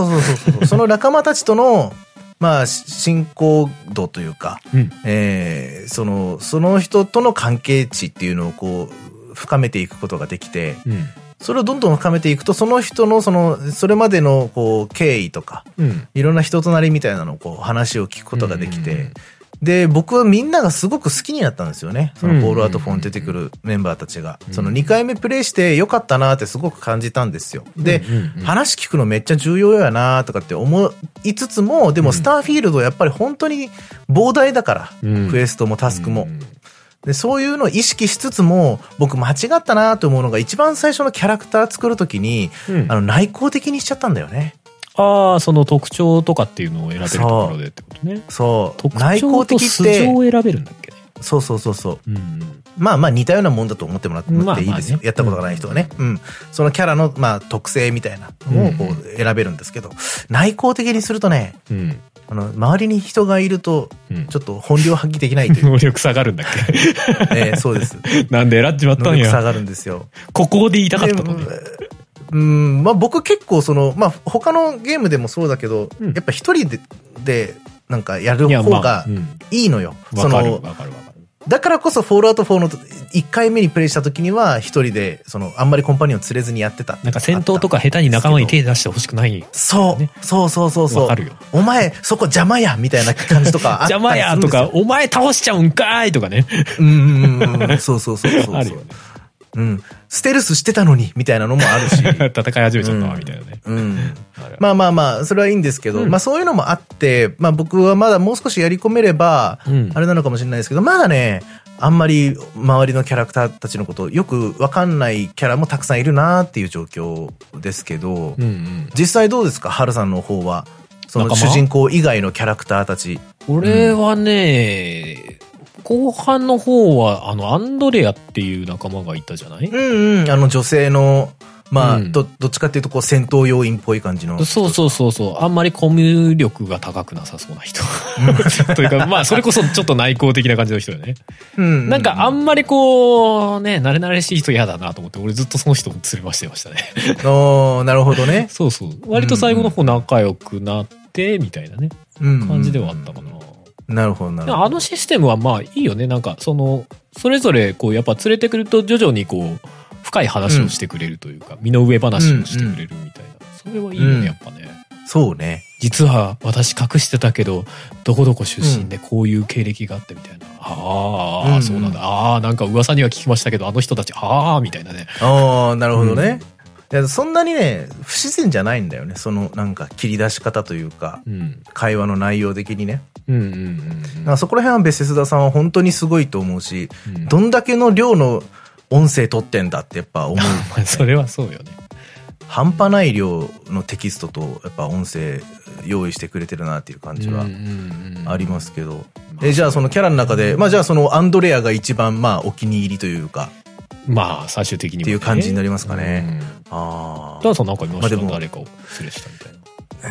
その仲間たちとの、親交度というか、その人との関係値っていうのをこう、深めていくことができて、それをどんどん深めていくと、その人のそれまでのこう、経緯とか、いろんな人となりみたいなのをこう、話を聞くことができて、で、僕はみんながすごく好きになったんですよね。そのフォールアウト4に出てくるメンバーたちが。その2回目プレイしてよかったなってすごく感じたんですよ。で、話聞くのめっちゃ重要やなとかって思いつつも、でもスターフィールドやっぱり本当に膨大だから、クエストもタスクも。で、そういうのを意識しつつも、僕間違ったなと思うのが一番最初のキャラクター作るときに、内向的にしちゃったんだよね。 ああ、その特徴とかっていうのを選べるところでってことね。 そう。 特徴と素性を選べるんだっけね。 そう。まあ似たようなもんだと思ってもらっていいですよ。やったことがない人はね。そのキャラの特性みたいなのをこう選べるんですけど、内向的にするとね、周りに人がいると、ちょっと本領発揮できないという。 能力下がるんだっけそうです。 なんで選っちまったんや。 能力下がるんですよ。 ここで言いたかったのね。 僕結構他のゲームでもそうだけど、やっぱ一人でなんかやる方がいいのよ。 わかる。 だからこそフォールアウト4の1回目にプレイした時には一人で、あんまりコンパニオン連れずにやってた。 なんか戦闘とか下手に仲間に手出してほしくない。 そう。わかるよ。 お前、そこ邪魔やみたいな感じとかあったりするんですよ。 邪魔やとか、お前倒しちゃうんかーいとかね。 そう。 あるよね。 ステルスしてたのに、みたいなのもあるし。 戦い始めちゃったわ、みたいなね。 まあ、それはいいんですけど、そういうのもあって、僕はまだもう少しやり込めれば、あれなのかもしれないですけど、まだね、あんまり周りのキャラクターたちのことよくわかんないキャラもたくさんいるなっていう状況ですけど、実際どうですか、ハルさんの方は。その主人公以外のキャラクターたち。 俺はね、後半の方は、アンドレアっていう仲間がいたじゃない？ 女性の、どっちかっていうと、こう、戦闘要員っぽい感じの。 そう。あんまりコミュ力が高くなさそうな人。というか、それこそちょっと内向的な感じの人よね。なんかあんまりこう、ね、慣れ慣れしい人嫌だなと思って、俺ずっとその人を連れましてましたね。 なるほどね。 そう。割と最後の方仲良くなって、みたいなね、感じではあったかな。 なるほど。 あのシステムはいいよね。なんか、それぞれ、こう、やっぱ連れてくると徐々にこう、深い話をしてくれるというか、身の上話をしてくれるみたいな。それはいいよね、やっぱね。 そうね。 実は私隠してたけど、どこどこ出身でこういう経歴があってみたいな。そうなんだ。なんか噂には聞きましたけど、あの人たち、みたいなね。 なるほどね。そんなにね、不自然じゃないんだよね。なんか切り出し方というか、会話の内容的にね。そこら辺はベセスダさんは本当にすごいと思うし、どんだけの量の音声取ってんだってやっぱ思う。 それはそうよね。 半端ない量のテキストとやっぱ音声用意してくれてるなっていう感じはありますけど。じゃあそのキャラの中で、じゃあそのアンドレアが一番お気に入りというか。 最終的にも、 っていう感じになりますかね。 ダンさんなんかいました？誰かを連れしたみたいな。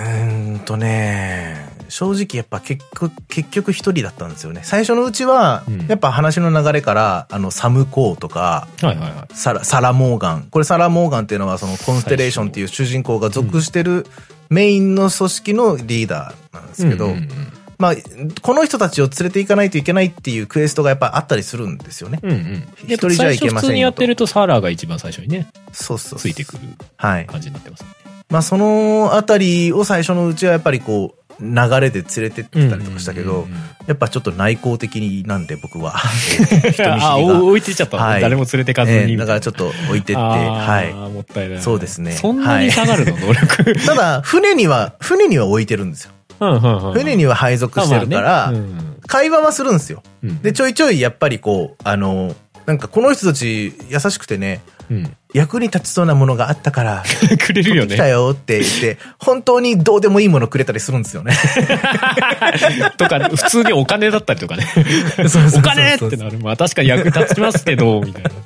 正直やっぱ結局一人だったんですよね。最初のうちは、やっぱ話の流れから、サムコーとか、サラモーガン。これサラモーガンっていうのはそのコンステレーションっていう主人公が属してるメインの組織のリーダーなんですけど、この人たちを連れて行かないといけないっていうクエストがやっぱあったりするんですよね。一人じゃいけませんよと。 普通にやってるとサラが一番最初にね、 ついてくる感じになってます。 そのあたりを最初のうちはやっぱりこう、 流れで連れてってたりとかしたけど、やっぱちょっと内向的なんで僕は。人見知りが置いてっちゃったの、はい、誰も連れてかずに。 だからちょっと置いてって、はい。 もったいない。 そうですね。 そんなに下がるの、能力。 ただ、船には置いてるんですよ。船には配属してるから、会話はするんですよ。で、ちょいちょいやっぱりこう、なんかこの人たち優しくてね、役に立ちそうなものがあったからくれるよね。 来たよって言って本当にどうでもいいものくれたりするんですよね。 とか普通にお金だったりとかね。お金ってなる。まあ確かに役立ちますけどみたいな。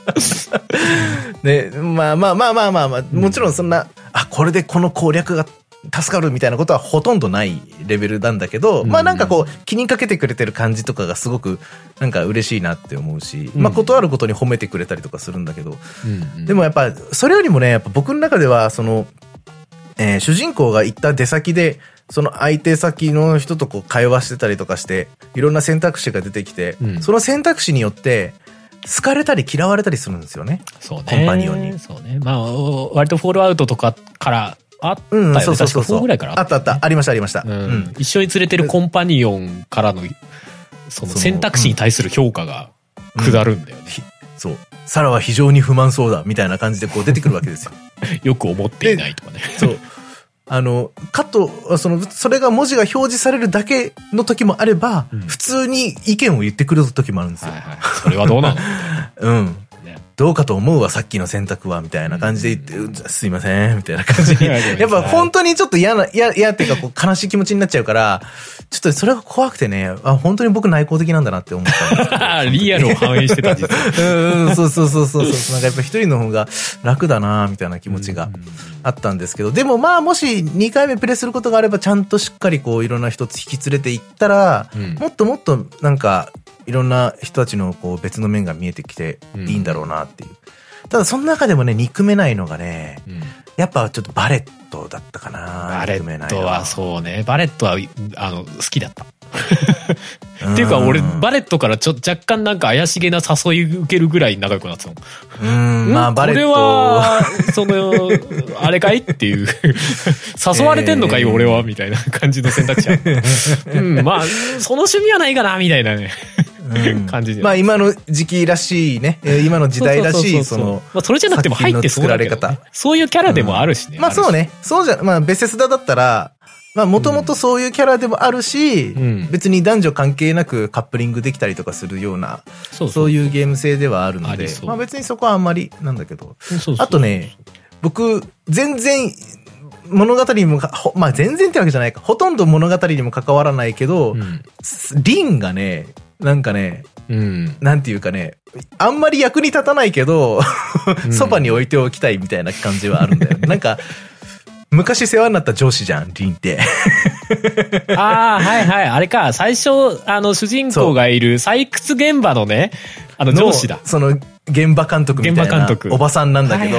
ね、まあもちろんそんなこれでこの攻略が助かるみたいなことはほとんどないレベルなんだけど、まあなんかこう気にかけてくれてる感じとかがすごくなんか嬉しいなって思うし、まあ断ることに褒めてくれたりとかするんだけど、でもやっぱそれよりもね、やっぱ僕の中ではその、主人公が行った出先でその相手先の人とこう会話してたりとかしていろんな選択肢が出てきて、その選択肢によって好かれたり嫌われたりするんですよね。 そうね。 コンパニオンに。 そうね。まあ割とフォールアウトとかからあったよね。そう4ぐらいからあった。ありました。 一緒に連れてるコンパニオンからの、その選択肢に対する評価が下るんだよね。 そう。サラは非常に不満そうだ、みたいな感じでこう出てくるわけですよ。 よく思っていないとかね。 そう。カット、それが文字が表示されるだけの時もあれば、普通に意見を言ってくる時もあるんですよ。 それはどうなのうん。どうかと思うわ、さっきの選択は、みたいな感じで言って、すいません、みたいな感じに。やっぱ本当にちょっと嫌っていうか、こう悲しい気持ちになっちゃうから、ちょっとそれが怖くてね、本当に僕内向的なんだなって思ったんです。 リアルを反映してた、実は。 そう。なんかやっぱ一人の方が楽だな、みたいな気持ちがあったんですけど、でもまあもし2回目プレイすることがあれば、ちゃんとしっかりこういろんな一つ引き連れていったら、もっとなんか、いろんな人たちのこう別の面が見えてきていいんだろうなっていう。ただその中でもね、憎めないのがね、やっぱちょっとバレットだったかな。 バレットはそうね。バレットは、好きだった。っていうか俺、バレットから若干なんか怪しげな誘い受けるぐらい仲良くなってたの。 まあバレット。 これは、あれかいっていう。誘われてんのかい俺はみたいな感じの選択肢ある。まあ、その趣味はないかなみたいなね。感じで。 まあ今の時期らしいね、今の時代らしい、その、 まあそれじゃなくても入ってそうだけどね。そういうキャラでもあるしね。 まあそうね。まあベセスダだったら、まあもともとそういうキャラでもあるし、別に男女関係なくカップリングできたりとかするような、そういうゲーム性ではあるので、まあ別にそこはあんまりなんだけど。あとね、僕、全然、物語にもまあ全然ってわけじゃないか。ほとんど物語にも関わらないけど、リンがね、なんかね、なんていうかね、あんまり役に立たないけど、そばに置いておきたいみたいな感じはあるんだよね。なんか、昔世話になった上司じゃん、リンって。 はい。あれか、最初、主人公がいる採掘現場のね、上司だ。 その、現場監督みたいなおばさんなんだけど、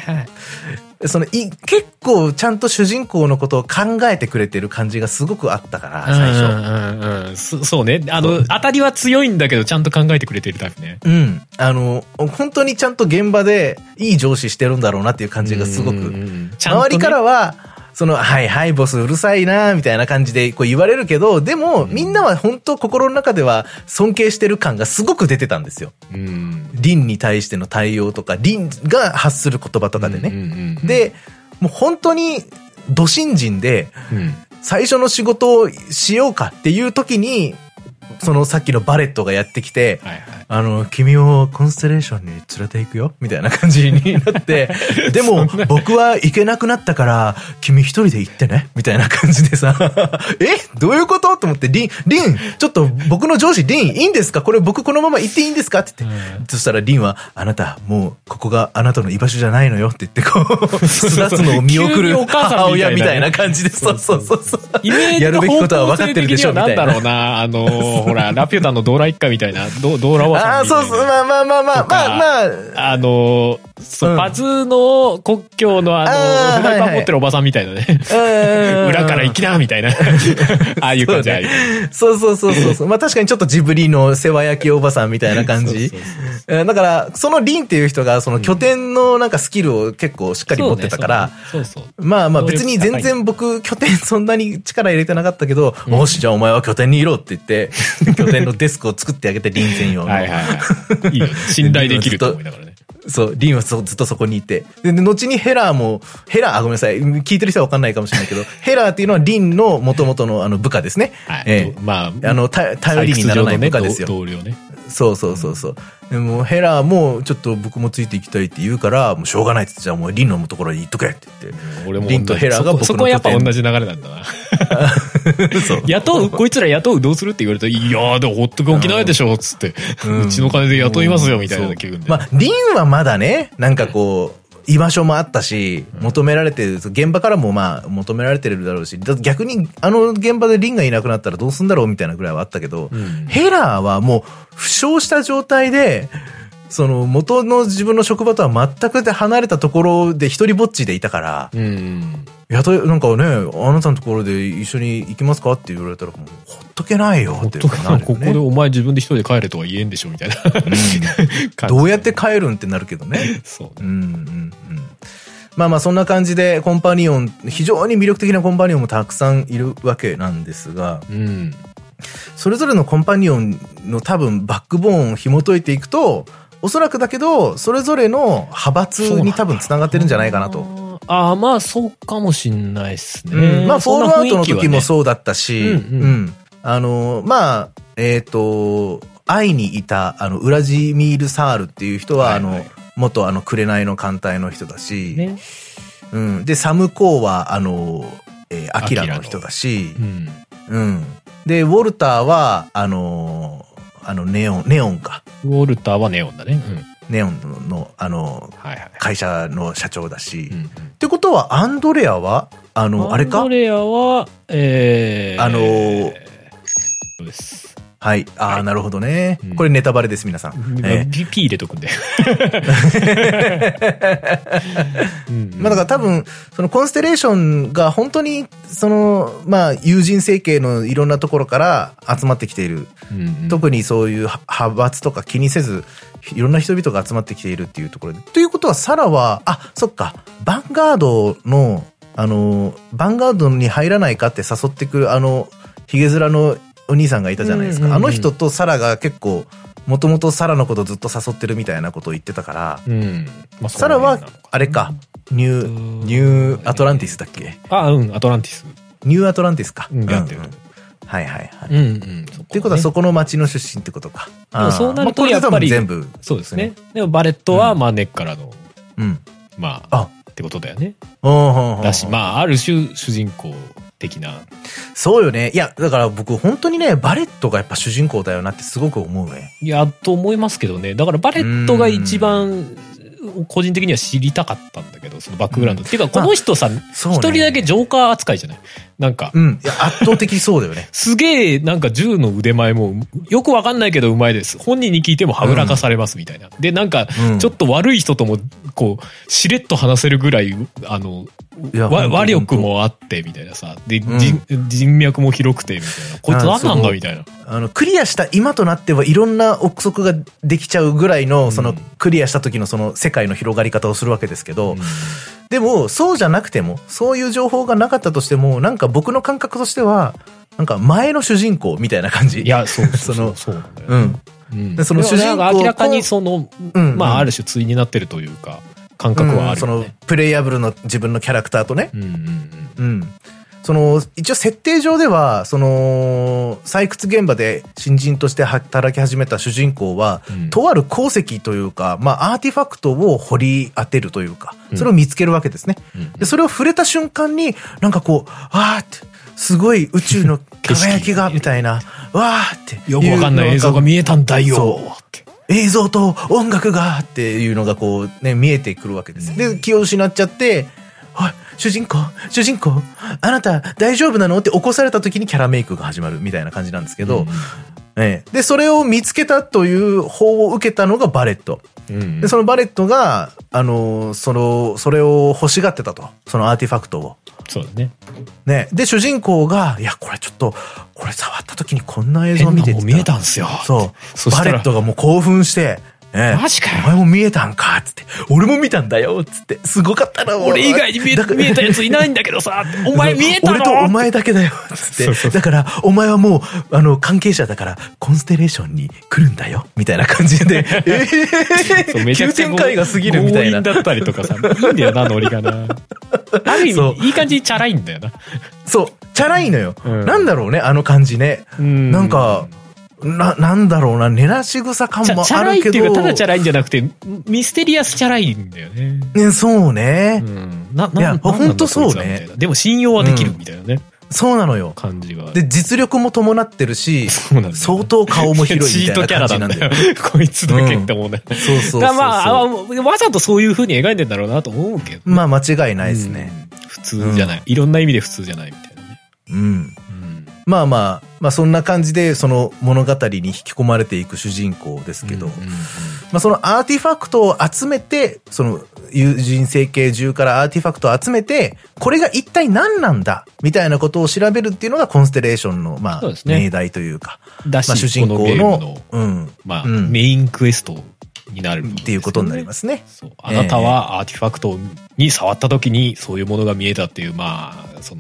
結構ちゃんと主人公のことを考えてくれてる感じがすごくあったから、最初。そうね。当たりは強いんだけど、ちゃんと考えてくれてるタイプね。 本当にちゃんと現場でいい上司してるんだろうなっていう感じがすごく。周りからは、はい、ボスうるさいな、みたいな感じでこう言われるけど、でも、みんなは本当心の中では尊敬してる感がすごく出てたんですよ。リンに対しての対応とか、リンが発する言葉とかでね。で、もう本当に、ド新人で、最初の仕事をしようかっていう時に、さっきのバレットがやってきて、君をコンステレーションに連れて行くよみたいな感じになって、でも僕は行けなくなったから、君一人で行ってねみたいな感じでさ、どういうことと思って、リン、ちょっと僕の上司リン、いいんですかこれ僕このまま行っていいんですかって言って、そしたらリンは、あなた、もうここがあなたの居場所じゃないのよって言って、こう、巣立つのを見送る母親みたいな感じで、そう。やるべきことは分かってるでしょみたいな。 なんだろうな、ほら、ラピュタのドーラ一家みたいな、ドーラはさんみたいな。 そう、まあ。 そう、パズの国境のフライパン持ってるおばさんみたいなね。裏から行きなみたいな。ああいう感じ、 そう。まあ確かにちょっとジブリの世話焼きおばさんみたいな感じ。だから、そのリンっていう人が、その拠点のなんかスキルを結構しっかり持ってたから、まあ別に全然僕拠点そんなに力入れてなかったけど、よし、じゃあお前は拠点にいろって言って、拠点のデスクを作ってあげて、リン専用の。 はい。いいよね。信頼できると思いながらね。 そう、リンはずっとそこにいて。で、後にヘラも、ごめんなさい。聞いてる人は分かんないかもしれないけど、ヘラっていうのはリンの元々の部下ですね。 はい。まあ、 頼りにならない部下ですよ。 同僚ね。 そう。でもヘラもちょっと僕もついていきたいって言うから、もうしょうがないって言って、じゃあもうリンのところに行っとけって言って。 俺もリンとヘラが僕のそこはやっぱ同じ流れなんだな。こいつら雇うどうするって言われたら、いやーでもほっとくおきないでしょ、つって。うちの金で雇いますよ、みたいな気分で。 まあ、リンはまだね、なんかこう、居場所もあったし、求められてる、現場からもまあ求められてるだろうし、逆に現場でリンがいなくなったらどうすんだろうみたいなぐらいはあったけど、ヘラーはもう負傷した状態で、その元の自分の職場とは全く離れたところで一人ぼっちでいたから、なんかね、あなたのところで一緒に行きますかって言われたら、もうほっとけないよっていうか、 ここでお前自分で一人で帰れとは言えんでしょみたいな、 どうやって帰るんってなるけどね。 そう。 まあそんな感じでコンパニオン、非常に魅力的なコンパニオンもたくさんいるわけなんですが、それぞれのコンパニオンの多分バックボーンを紐解いていくと、おそらくだけど、それぞれの派閥に多分つながってるんじゃないかなと。 まあそうかもしんないっすね。 まあフォールアウトの時もそうだったし、まあ、愛にいた、ウラジミール・サールっていう人は、元紅の艦隊の人だし、で、サム・コーは、アキラの人だし、で、ウォルターは、ネオンか。 ウォルターはネオンだね。 ネオンの、会社の社長だし。ってことは、アンドレアは、あれか？ アンドレアは、そうです。 はい。なるほどね。これネタバレです、皆さん。 P 入れとくんで。 まあだから多分、そのコンステレーションが本当に、まあ、友人生計のいろんなところから集まってきている。特にそういう派閥とか気にせず、いろんな人々が集まってきているっていうところで。ということは、サラは、そっか、ヴァンガードに入らないかって誘ってくる、ヒゲ面のお兄さんがいたじゃないですか。あの人とサラが結構、もともとサラのことずっと誘ってるみたいなことを言ってたから、サラは、あれか、ニューアトランティスだっけ？ アトランティス。 ニューアトランティスか。はい。っていうことはそこの町の出身ってことか。 そうなるとやっぱり、 全部。 そうですね。でもバレットは、まあ根っからの、まあ、ってことだよね。だし、まあ、ある種主人公的な。 そうよね。いや、だから僕本当にね、バレットがやっぱ主人公だよなってすごく思うね。 いや、と思いますけどね。だからバレットが一番、個人的には知りたかったんだけど、そのバックグラウンド。っていうか、この人さ、一人だけジョーカー扱いじゃない？なんか。いや、圧倒的そうだよね。 すげえ、なんか銃の腕前も、よくわかんないけどうまいです。本人に聞いてもはぐらかされますみたいな。で、なんか、ちょっと悪い人とも、こう、しれっと話せるぐらい、話力もあって、みたいなさ。で、人脈も広くて、みたいな。こいつ何なんだみたいな。 クリアした今となってはいろんな憶測ができちゃうぐらいの、クリアした時のその世界の広がり方をするわけですけど、でも、そうじゃなくても、そういう情報がなかったとしても、なんか僕の感覚としては、なんか前の主人公みたいな感じ。 いや、そうで、その主人公明らかにまあ、ある種対になってるというか、感覚はあるよね。 その、プレイヤブルの自分のキャラクターとね。一応設定上では、採掘現場で新人として働き始めた主人公は、とある鉱石というか、まあ、アーティファクトを掘り当てるというか、それを見つけるわけですね。で、それを触れた瞬間に、なんかこう、って、すごい宇宙の輝きが、みたいな、わーって。 よくわかんない映像が見えたんだよって。 映像と音楽がっていうのがこうね、見えてくるわけです。で、気を失っちゃって、主人公、あなた大丈夫なのって起こされた時にキャラメイクが始まるみたいな感じなんですけど、 で、それを見つけたという方を受けたのがバレット。で、そのバレットが、それを欲しがってたと。そのアーティファクトを。 そうだね。 ね。で、主人公が、いや、これちょっと、これ触った時にこんな映像見てて。 見えたんすよ。 そう。バレットがもう興奮して、 マジかよ。 お前も見えたんかつって。俺も見たんだよつって。すごかったな、 俺以外に見えたやついないんだけどさ。お前見えたの？ 俺とお前だけだよつって。だから、お前はもう、関係者だから、コンステレーションに来るんだよみたいな感じで。急展開が過ぎるみたいな。 強引だったりとかさ。いいんだよな、ノリがな。ある意味、いい感じにチャラいんだよな。 そう。チャラいのよ。なんだろうね、あの感じね。なんか、なんだろうな、寝なし草感もあるけど。チャラいっていうか、 ただチャラいんじゃなくて、ミステリアスチャラいんだよね。 ね、そうね。いや、ほんとそうね。 でも信用はできるみたいなね。 そうなのよ。 感じは。 で、実力も伴ってるし、相当顔も広いみたいな感じなんだよ。 こいつだけって思うね。 そうそう。 まあ、わざとそういう風に描いてんだろうなと思うけど。 まあ、間違いないですね。 普通じゃない。いろんな意味で普通じゃないみたいなね。 まあそんな感じでその物語に引き込まれていく主人公ですけど、そのアーティファクトを集めて、その友人生系中からアーティファクトを集めて、これが一体何なんだみたいなことを調べるっていうのがコンステレーションの命題というか、主人公のメインクエストになるっていうことになりますね。 そう。あなたはアーティファクトに触った時にそういうものが見えたっていう、その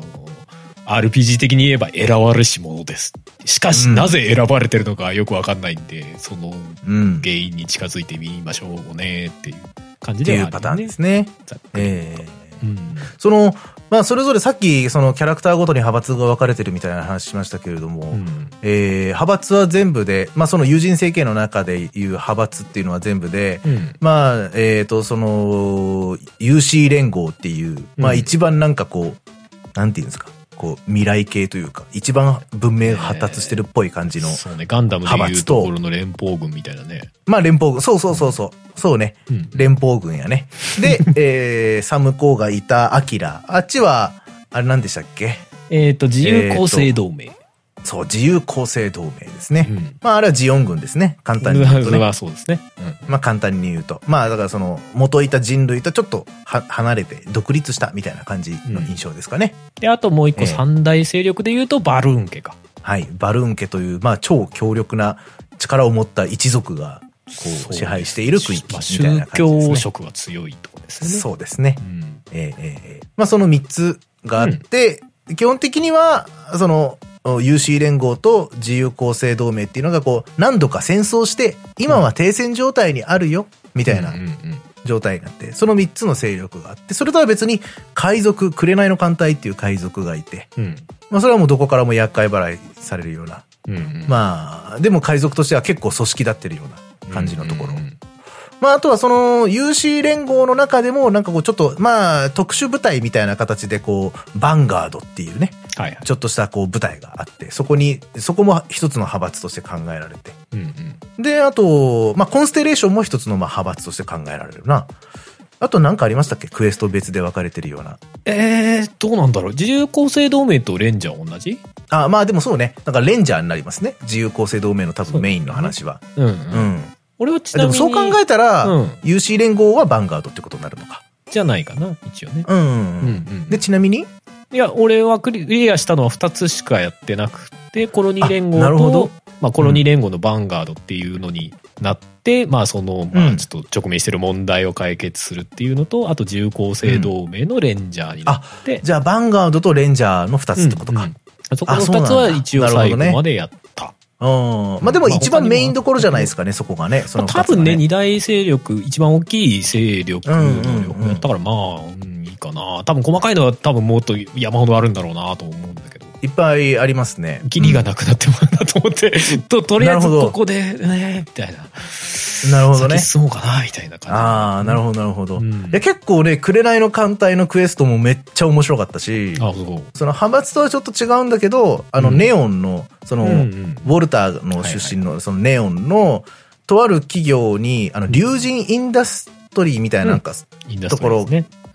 RPG 的に言えば選ばれし者です。しかし、なぜ選ばれてるのかよくわかんないんで、その原因に近づいてみましょうねっていう感じではある、ね。っていうパターンですね。その、それぞれさっき、そのキャラクターごとに派閥が分かれてるみたいな話しましたけれども、派閥は全部で、その友人生系の中でいう派閥っていうのは全部で、その、UC 連合っていう、一番なんかこう、なんていうんですか。こう未来系というか一番文明が発達してるっぽい感じのそうね、ガンダムでいうところの連邦軍みたいなね。 連邦軍、そうね、連邦軍やね。で、サムコーがいたアキラ、あっちはあれ何でしたっけ？ 自由公正同盟。 そう、自由公正同盟ですね。あれはジオン軍ですね。簡単に言うとね。 そうですね。 簡単に言うと。だからその、元いた人類とちょっと離れて独立したみたいな感じの印象ですかね。 で、あともう一個三大勢力で言うとバルーン家か。 はい。バルーン家という、超強力な力を持った一族が、こう、支配している区域みたいな感じですね。 宗教色が強いところですね。 そうですね。その3つがあって、基本的には、その、UC 連合と自由公正同盟っていうのがこう何度か戦争して今は停戦状態にあるよみたいな状態になって、その3つの勢力があって、それとは別に海賊、紅の艦隊っていう海賊がいて、それはもうどこからも厄介払いされるような、でも海賊としては結構組織立ってるような感じのところ。あとはその UC 連合の中でもなんかこうちょっと特殊部隊みたいな形でこうバンガードっていうね、ちょっとしたこう部隊があって、そこも一つの派閥として考えられて、であとコンステレーションも一つの派閥として考えられるな。あと何かありましたっけ？クエスト別で分かれてるような。 どうなんだろう。自由公正同盟とレンジャー同じ？ でもそうね。なんかレンジャーになりますね。自由公正同盟の多分メインの話は。俺はちなみに。でもそう考えたら、UC 連合はバンガードってことになるのか。 じゃないかな、一応ね。 で、ちなみに？ いや、俺はクリアしたのは2つしかやってなくて、コロニー連合と、コロニー連合のバンガードっていうのになって、ちょっと直面してる問題を解決するっていうのと、あと自由公正同盟のレンジャーになって。 じゃあ、バンガードとレンジャーの2つってことか。 そこの2つは一応最後までやった。 でも一番メインどころじゃないですかね、そこがね。 多分ね、二大勢力、一番大きい勢力の両方やったから、いいかな。多分細かいのは多分もっと山ほどあるんだろうなと思うんだけど。 いっぱいありますね。 キリがなくなってもらうなと思って、とりあえずここで、みたいな。 なるほどね。 先進もうかな、みたいな感じ。なるほど、なるほど。いや、結構ね、紅の艦隊のクエストもめっちゃ面白かったし、その派閥とはちょっと違うんだけど、ネオンの、その、ウォルターの出身の、そのネオンの、とある企業に、龍神インダストリーみたいななんか、ところ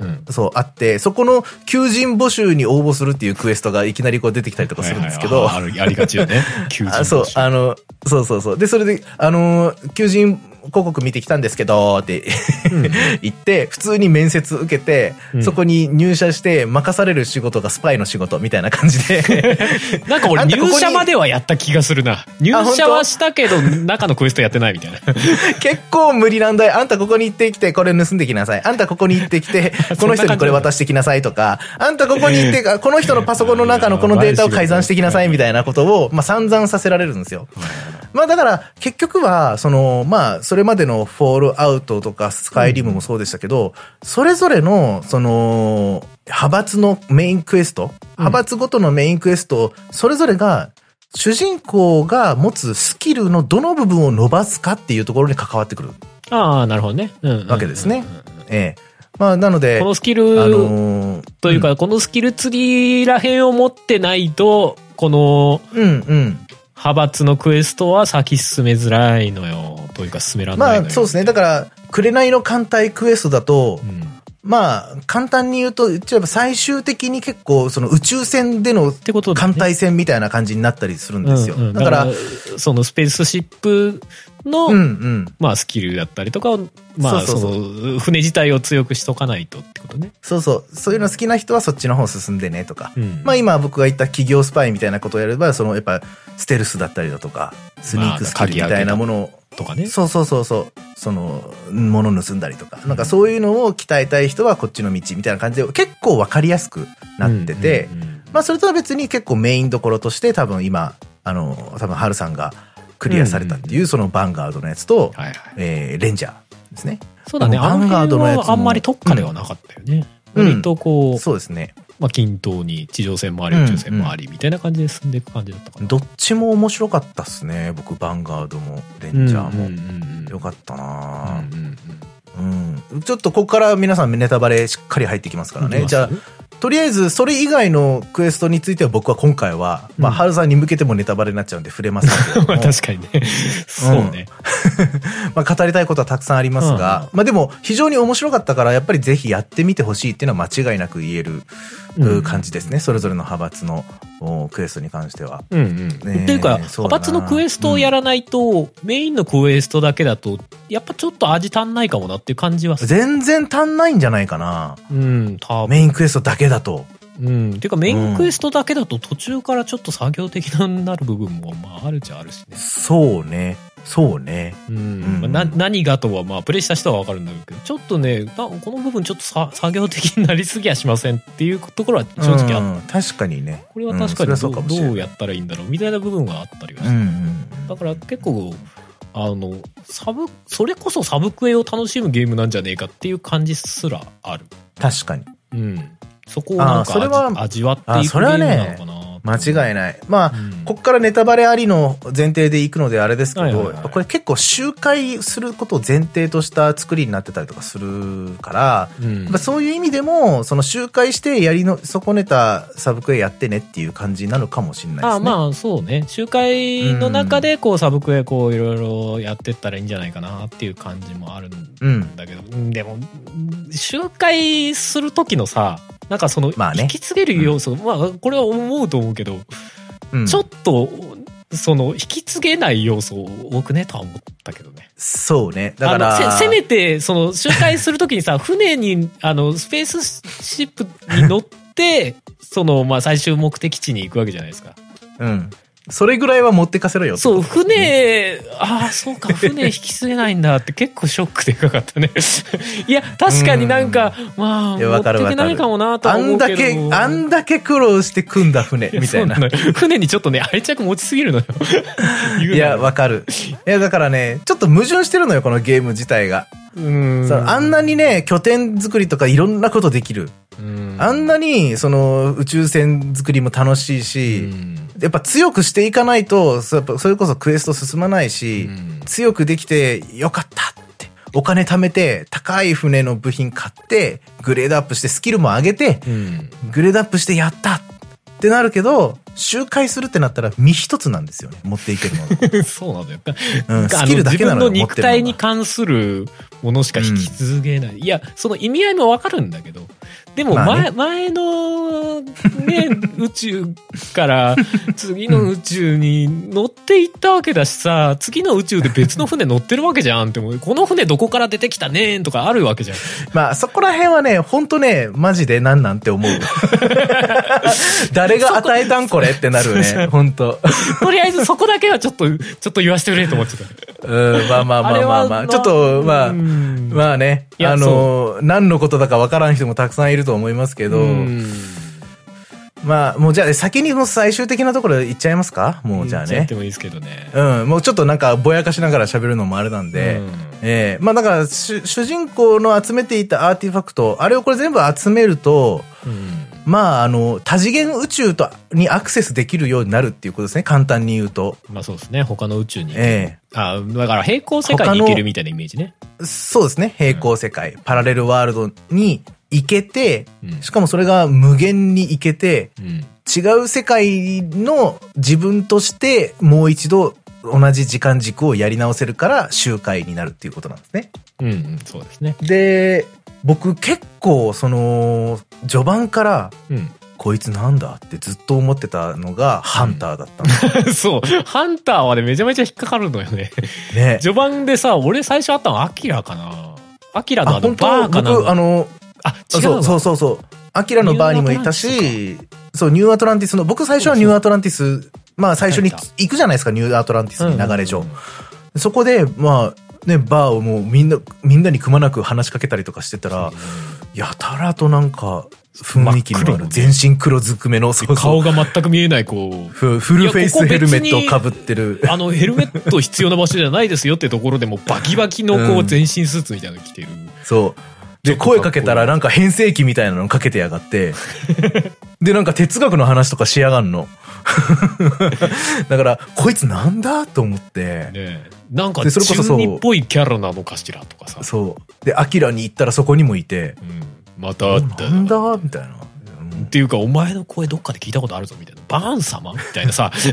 そう、あって、そこの求人募集に応募するっていうクエストがいきなりこう出てきたりとかするんですけど。 ありがちよね。求人募集。 そう、そう。で、それで、求人広告見てきたんですけど、って言って、普通に面接受けて、そこに入社して任される仕事がスパイの仕事みたいな感じで。 なんか俺入社まではやった気がするな。入社はしたけど、中のクエストやってないみたいな。 結構無理なんだよ。あんたここに行ってきて、これ盗んできなさい。あんたここに行ってきて、この人にこれ渡してきなさいとか、あんたここに行って、この人のパソコンの中のこのデータを改ざんしてきなさいみたいなことを、散々させられるんですよ。だから、結局は、それまでのフォールアウトとかスカイリムもそうでしたけど、それぞれの、派閥のメインクエスト、派閥ごとのメインクエスト、それぞれが、主人公が持つスキルのどの部分を伸ばすかっていうところに関わってくる。 ああ、なるほどね。 わけですね。なので、 このスキル、というか、このスキルツリーらへんを持ってないと、この、派閥のクエストは先進めづらいのよ。というか進められないのよ。 そうですね。だから、紅の艦隊クエストだと、簡単に言うと、最終的に結構、宇宙船での艦隊戦みたいな感じになったりするんですよ。だから、 そのスペースシップの、スキルだったりとかを、船自体を強くしとかないとってことね。 そういうの好きな人はそっちの方進んでねとか。今僕が言った企業スパイみたいなことをやれば、やっぱ、ステルスだったりだとか、スニークスキルみたいなものを、 とかね。 物盗んだりとか。なんかそういうのを鍛えたい人はこっちの道みたいな感じで結構わかりやすくなってて、それとは別に結構メインどころとして多分今、多分ハルさんがクリアされたっていうそのヴァンガードのやつと、レンジャーですね。 そうだね。ヴァンガードのやつもあんまり特化ではなかったよね。割とこう、 そうですね。 均等に地上戦もあり宇宙戦もありみたいな感じで進んでいく感じだったかな。 どっちも面白かったっすね。僕ヴァンガードもレンジャーもよかったな。ちょっとここから皆さんネタバレしっかり入ってきますからね。じゃあとりあえずそれ以外のクエストについては僕は今回はハルさんに向けてもネタバレになっちゃうんで触れませんけども。 確かにね。そうね。 語りたいことはたくさんありますが、でも非常に面白かったからやっぱりぜひやってみてほしいっていうのは間違いなく言える感じですね。それぞれの派閥のクエストに関しては。っていうか、派閥のクエストをやらないと、メインのクエストだけだと、やっぱちょっと味足んないかもなっていう感じはする。 全然足んないんじゃないかな。メインクエストだけだと。 ていうかメインクエストだけだと途中からちょっと作業的になる部分もあるっちゃあるしね。 そうね。 何がとはプレイした人はわかるんだけど、ちょっとね、この部分ちょっと作業的になりすぎやしませんっていうところは正直あった。 確かにね。 これは確かにどうやったらいいんだろうみたいな部分はあったりはして。だから結構、それこそサブクエを楽しむゲームなんじゃねえかっていう感じすらある。 確かに。 そこをなんか味わっていくゲームなのかな。 間違いない。こっからネタバレありの前提でいくのであれですけど、これ結構周回することを前提とした作りになってたりとかするから、そういう意味でも、その周回してやりの損ねたサブクエやってねっていう感じなのかもしれないですね。 そうね。周回の中でサブクエいろいろやってったらいいんじゃないかなっていう感じもあるんだけど、でも、周回する時のさ、なんか引き継げる要素、これは思うと思うけど、ちょっと、引き継げない要素多くねとは思ったけどね。 そうね。だから。 せめて、周回するときにさ、船に、スペースシップに乗って、最終目的地に行くわけじゃないですか。 それぐらいは持ってかせろよ。 そう、船、そうか、船引き継げないんだって結構ショックでかかったね。いや、確かになんか、持ってけないかもなとは思うけど。 あんだけ苦労して組んだ船、みたいな。 船にちょっとね、愛着持ちすぎるのよ。 いや、わかる。いや、だからね、ちょっと矛盾してるのよ、このゲーム自体が。あんなにね、拠点作りとかいろんなことできる。あんなに、宇宙船作りも楽しいし、やっぱ強くしていかないと、それこそクエスト進まないし、強くできてよかったって、お金貯めて、高い船の部品買って、グレードアップしてスキルも上げて、グレードアップしてやったってなるけど、 周回するってなったら身一つなんですよね、持っていけるのが。 そうなんだよ。 スキルだけなのよ、 自分の肉体に関するものしか引き続けない。いや、その意味合いもわかるんだけど、でも前のね、宇宙から次の宇宙に乗っていったわけだしさ、次の宇宙で別の船乗ってるわけじゃんって思う。この船どこから出てきたねんとかあるわけじゃん。 まあそこら辺はね、ほんとね、マジでなんなんて思う。誰が与えたんこれってなるね、ほんと。 とりあえずそこだけはちょっと言わせてくれと思ってた。 まあ、ちょっと、まあね、何のことだかわからん人もたくさんいると思いますけど、まあ、もうじゃあ先にもう最終的なところ行っちゃいますか？もうじゃあね。 やってもいいですけどね。 もうちょっとなんかぼやかしながら喋るのもあれなんで、まあだから主人公の集めていたアーティファクト、あれをこれ全部集めると、まあ多次元宇宙にアクセスできるようになるっていうことですね、簡単に言うと。 まあそうですね、他の宇宙に。だから平行世界に行けるみたいなイメージね。 そうですね、平行世界、パラレルワールドに行けて、しかもそれが無限に行けて、違う世界の自分としてもう一度同じ時間軸をやり直せるから周回になるっていうことなんですね。 そうですね。 で、僕結構序盤から、こいつなんだってずっと思ってたのがハンターだったの。 そう。ハンターはね、めちゃめちゃ引っかかるのよね。ね。序盤でさ、俺最初あったのアキラかな。アキラのバーかな。 僕、違う。そう。アキラのバーにもいたし、そう、ニューアトランティスの、僕最初はニューアトランティス、まあ最初に行くじゃないですか、ニューアトランティスに流れ上。そこで、まあ、ね、バーをもうみんなにくまなく話しかけたりとかしてたら、やたらとなんか、雰囲気のある、全身黒ずくめの、 顔が全く見えない、こう。 フルフェイスヘルメットを被ってる。 ヘルメット必要な場所じゃないですよってところでもバキバキのこう、全身スーツみたいなの着てる。 そう。で、声かけたらなんか変声機みたいなのかけてやがって、で、なんか哲学の話とかしやがんの。だから、こいつなんだと思って。 ね、なんか、中二っぽいキャラなのかしらとかさ。 そう。で、アキラに行ったらそこにもいて、 また、 なんだみたいな。 っていうか、お前の声どっかで聞いたことあるぞみたいな。バーン様みたいなさ。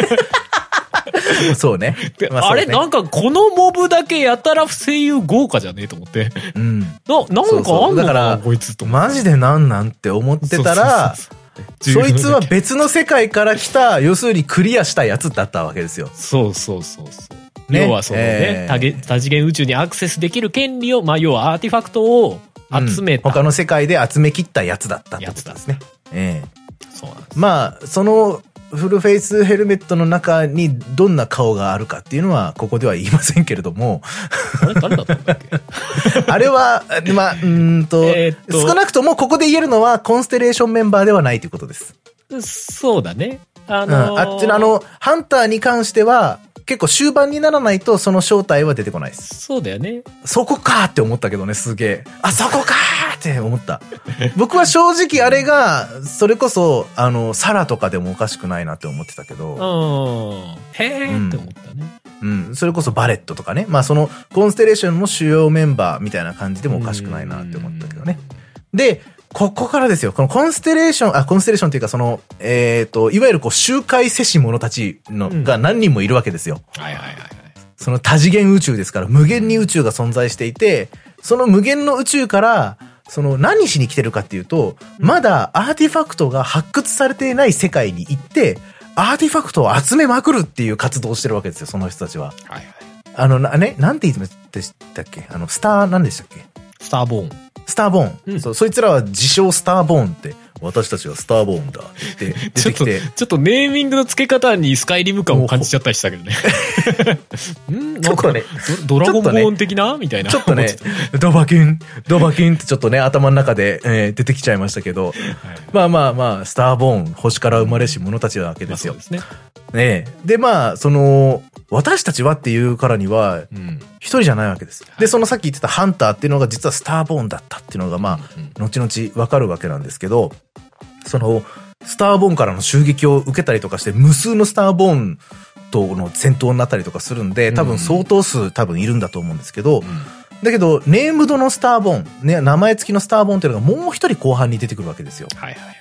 そうね。 あれなんかこのモブだけやたら声優豪華じゃねえと思って。なんかあんのかなこいつと。 マジでなんって思ってたら、そいつは別の世界から来た、要するにクリアしたやつだったわけですよ。 そう。要はそのね、多次元宇宙にアクセスできる権利を、まあ要はアーティファクトを集めた。 他の世界で集め切ったやつだったってことですね。 そうなんです。 まあ、その、フルフェイスヘルメットの中にどんな顔があるかっていうのはここでは言いませんけれども。 誰だったんだっけ？ あれは、まあ、少なくともここで言えるのはコンステレーションメンバーではないということです。 そうだね。 あっちのハンターに関しては、結構終盤にならないとその正体は出てこないです。 そうだよね。 そこかーって思ったけどね、すげえ。そこかーって思った。僕は正直あれが、それこそ、サラとかでもおかしくないなって思ってたけど。 へーって思ったね。 それこそバレットとかね。まあその、コンステレーションの主要メンバーみたいな感じでもおかしくないなって思ったけどね。で、ここからですよ。このコンステレーションっていうかその、いわゆるこう、周回せし者たちが何人もいるわけですよ。その多次元宇宙ですから、無限に宇宙が存在していて、その無限の宇宙から、その何しに来てるかっていうと、まだアーティファクトが発掘されていない世界に行って、アーティファクトを集めまくるっていう活動をしてるわけですよ、その人たちは。なんて言ってたっけ？スター、何でしたっけ？ スターボーン。 スターボーン。そいつらは自称スターボーンって、私たちはスターボーンだって言って出てきて。 ちょっとネーミングの付け方にスカイリム感を感じちゃったりしたけどね。 ちょっとね、 ドラゴンボーン的なみたいな。 ちょっとね、ドバキンってちょっとね、頭の中で、出てきちゃいましたけど、まあ、スターボーン、星から生まれし者たちなわけですよ。 そうですね。 で、まあ、私たちはっていうからには、一人じゃないわけです。で、そのさっき言ってたハンターっていうのが実はスターボーンだったっていうのが、まあ、後々わかるわけなんですけど、スターボーンからの襲撃を受けたりとかして、無数のスターボーンとの戦闘になったりとかするんで、多分相当数いるんだと思うんですけど、だけど、ネームドのスターボーン、ね、名前付きのスターボーンっていうのがもう一人後半に出てくるわけですよ。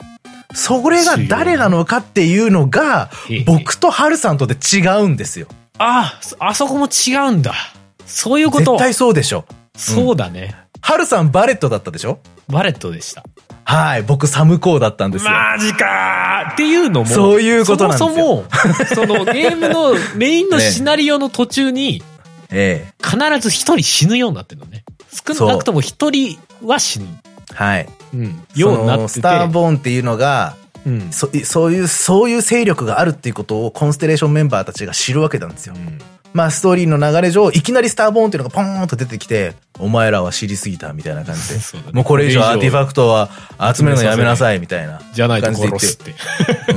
それが誰なのかっていうのが、僕とハルさんとで違うんですよ。 あそこも違うんだ。そういうこと。 絶対そうでしょ。 そうだね。 ハルさんバレットだったでしょ？ バレットでした。 はい。僕サムコーだったんですよ。 マジかーっていうのも。 そういうことなんですよ。 そもそも、そのゲームのメインのシナリオの途中に、必ず一人死ぬようになってるのね。少なくとも一人は死ぬ。 はい。 ようになってて。 スターボーンっていうのが、そういう勢力があるっていうことをコンステレーションメンバーたちが知るわけなんですよ。まあストーリーの流れ上、いきなりスターボーンっていうのがポーンと出てきて、お前らは知りすぎたみたいな感じで、もうこれ以上アーティファクトは集めるのやめなさいみたいな。 じゃないと殺すって。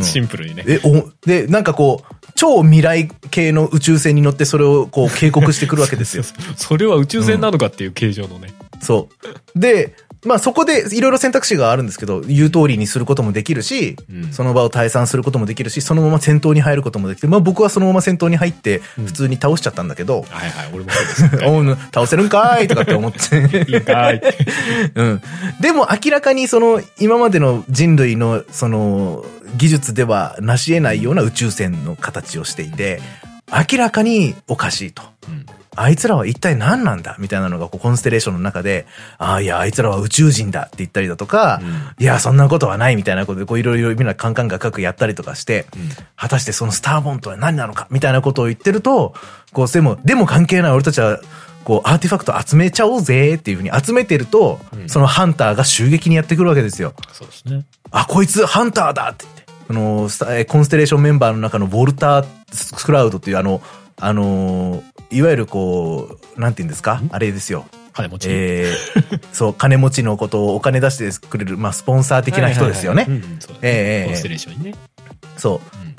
シンプルにね。 で、なんかこう、超未来系の宇宙船に乗ってそれをこう警告してくるわけですよ。 それは宇宙船なのかっていう形状のね。 そう。で、まあそこでいろいろ選択肢があるんですけど、言う通りにすることもできるし、その場を退散することもできるし、そのまま戦闘に入ることもできて、まあ僕はそのまま戦闘に入って普通に倒しちゃったんだけど、 はいはい、俺もそうですね。 倒せるんかーいとかって思って。 いいかーいって。 でも明らかにその今までの人類のその技術では成し得ないような宇宙船の形をしていて、明らかにおかしいと。あいつらは一体何なんだみたいなのがこうコンステレーションの中で、いや、あいつらは宇宙人だって言ったりだとか、いや、そんなことはないみたいなことで、こういろいろみんなカンカンが各やったりとかして、果たしてそのスターボーンとは何なのかみたいなことを言ってると、こう、でも関係ない俺たちは、こう、アーティファクト集めちゃおうぜっていうふうに集めてると、そのハンターが襲撃にやってくるわけですよ。 そうですね。 こいつハンターだって言って、コンステレーションメンバーの中のウォルター・スクラウドっていういわゆるこう、なんて言うんですか？あれですよ。 金持ち。 そう、金持ちのことをお金出してくれる、まあ、スポンサー的な人ですよね。コンステレーションにね。 そう。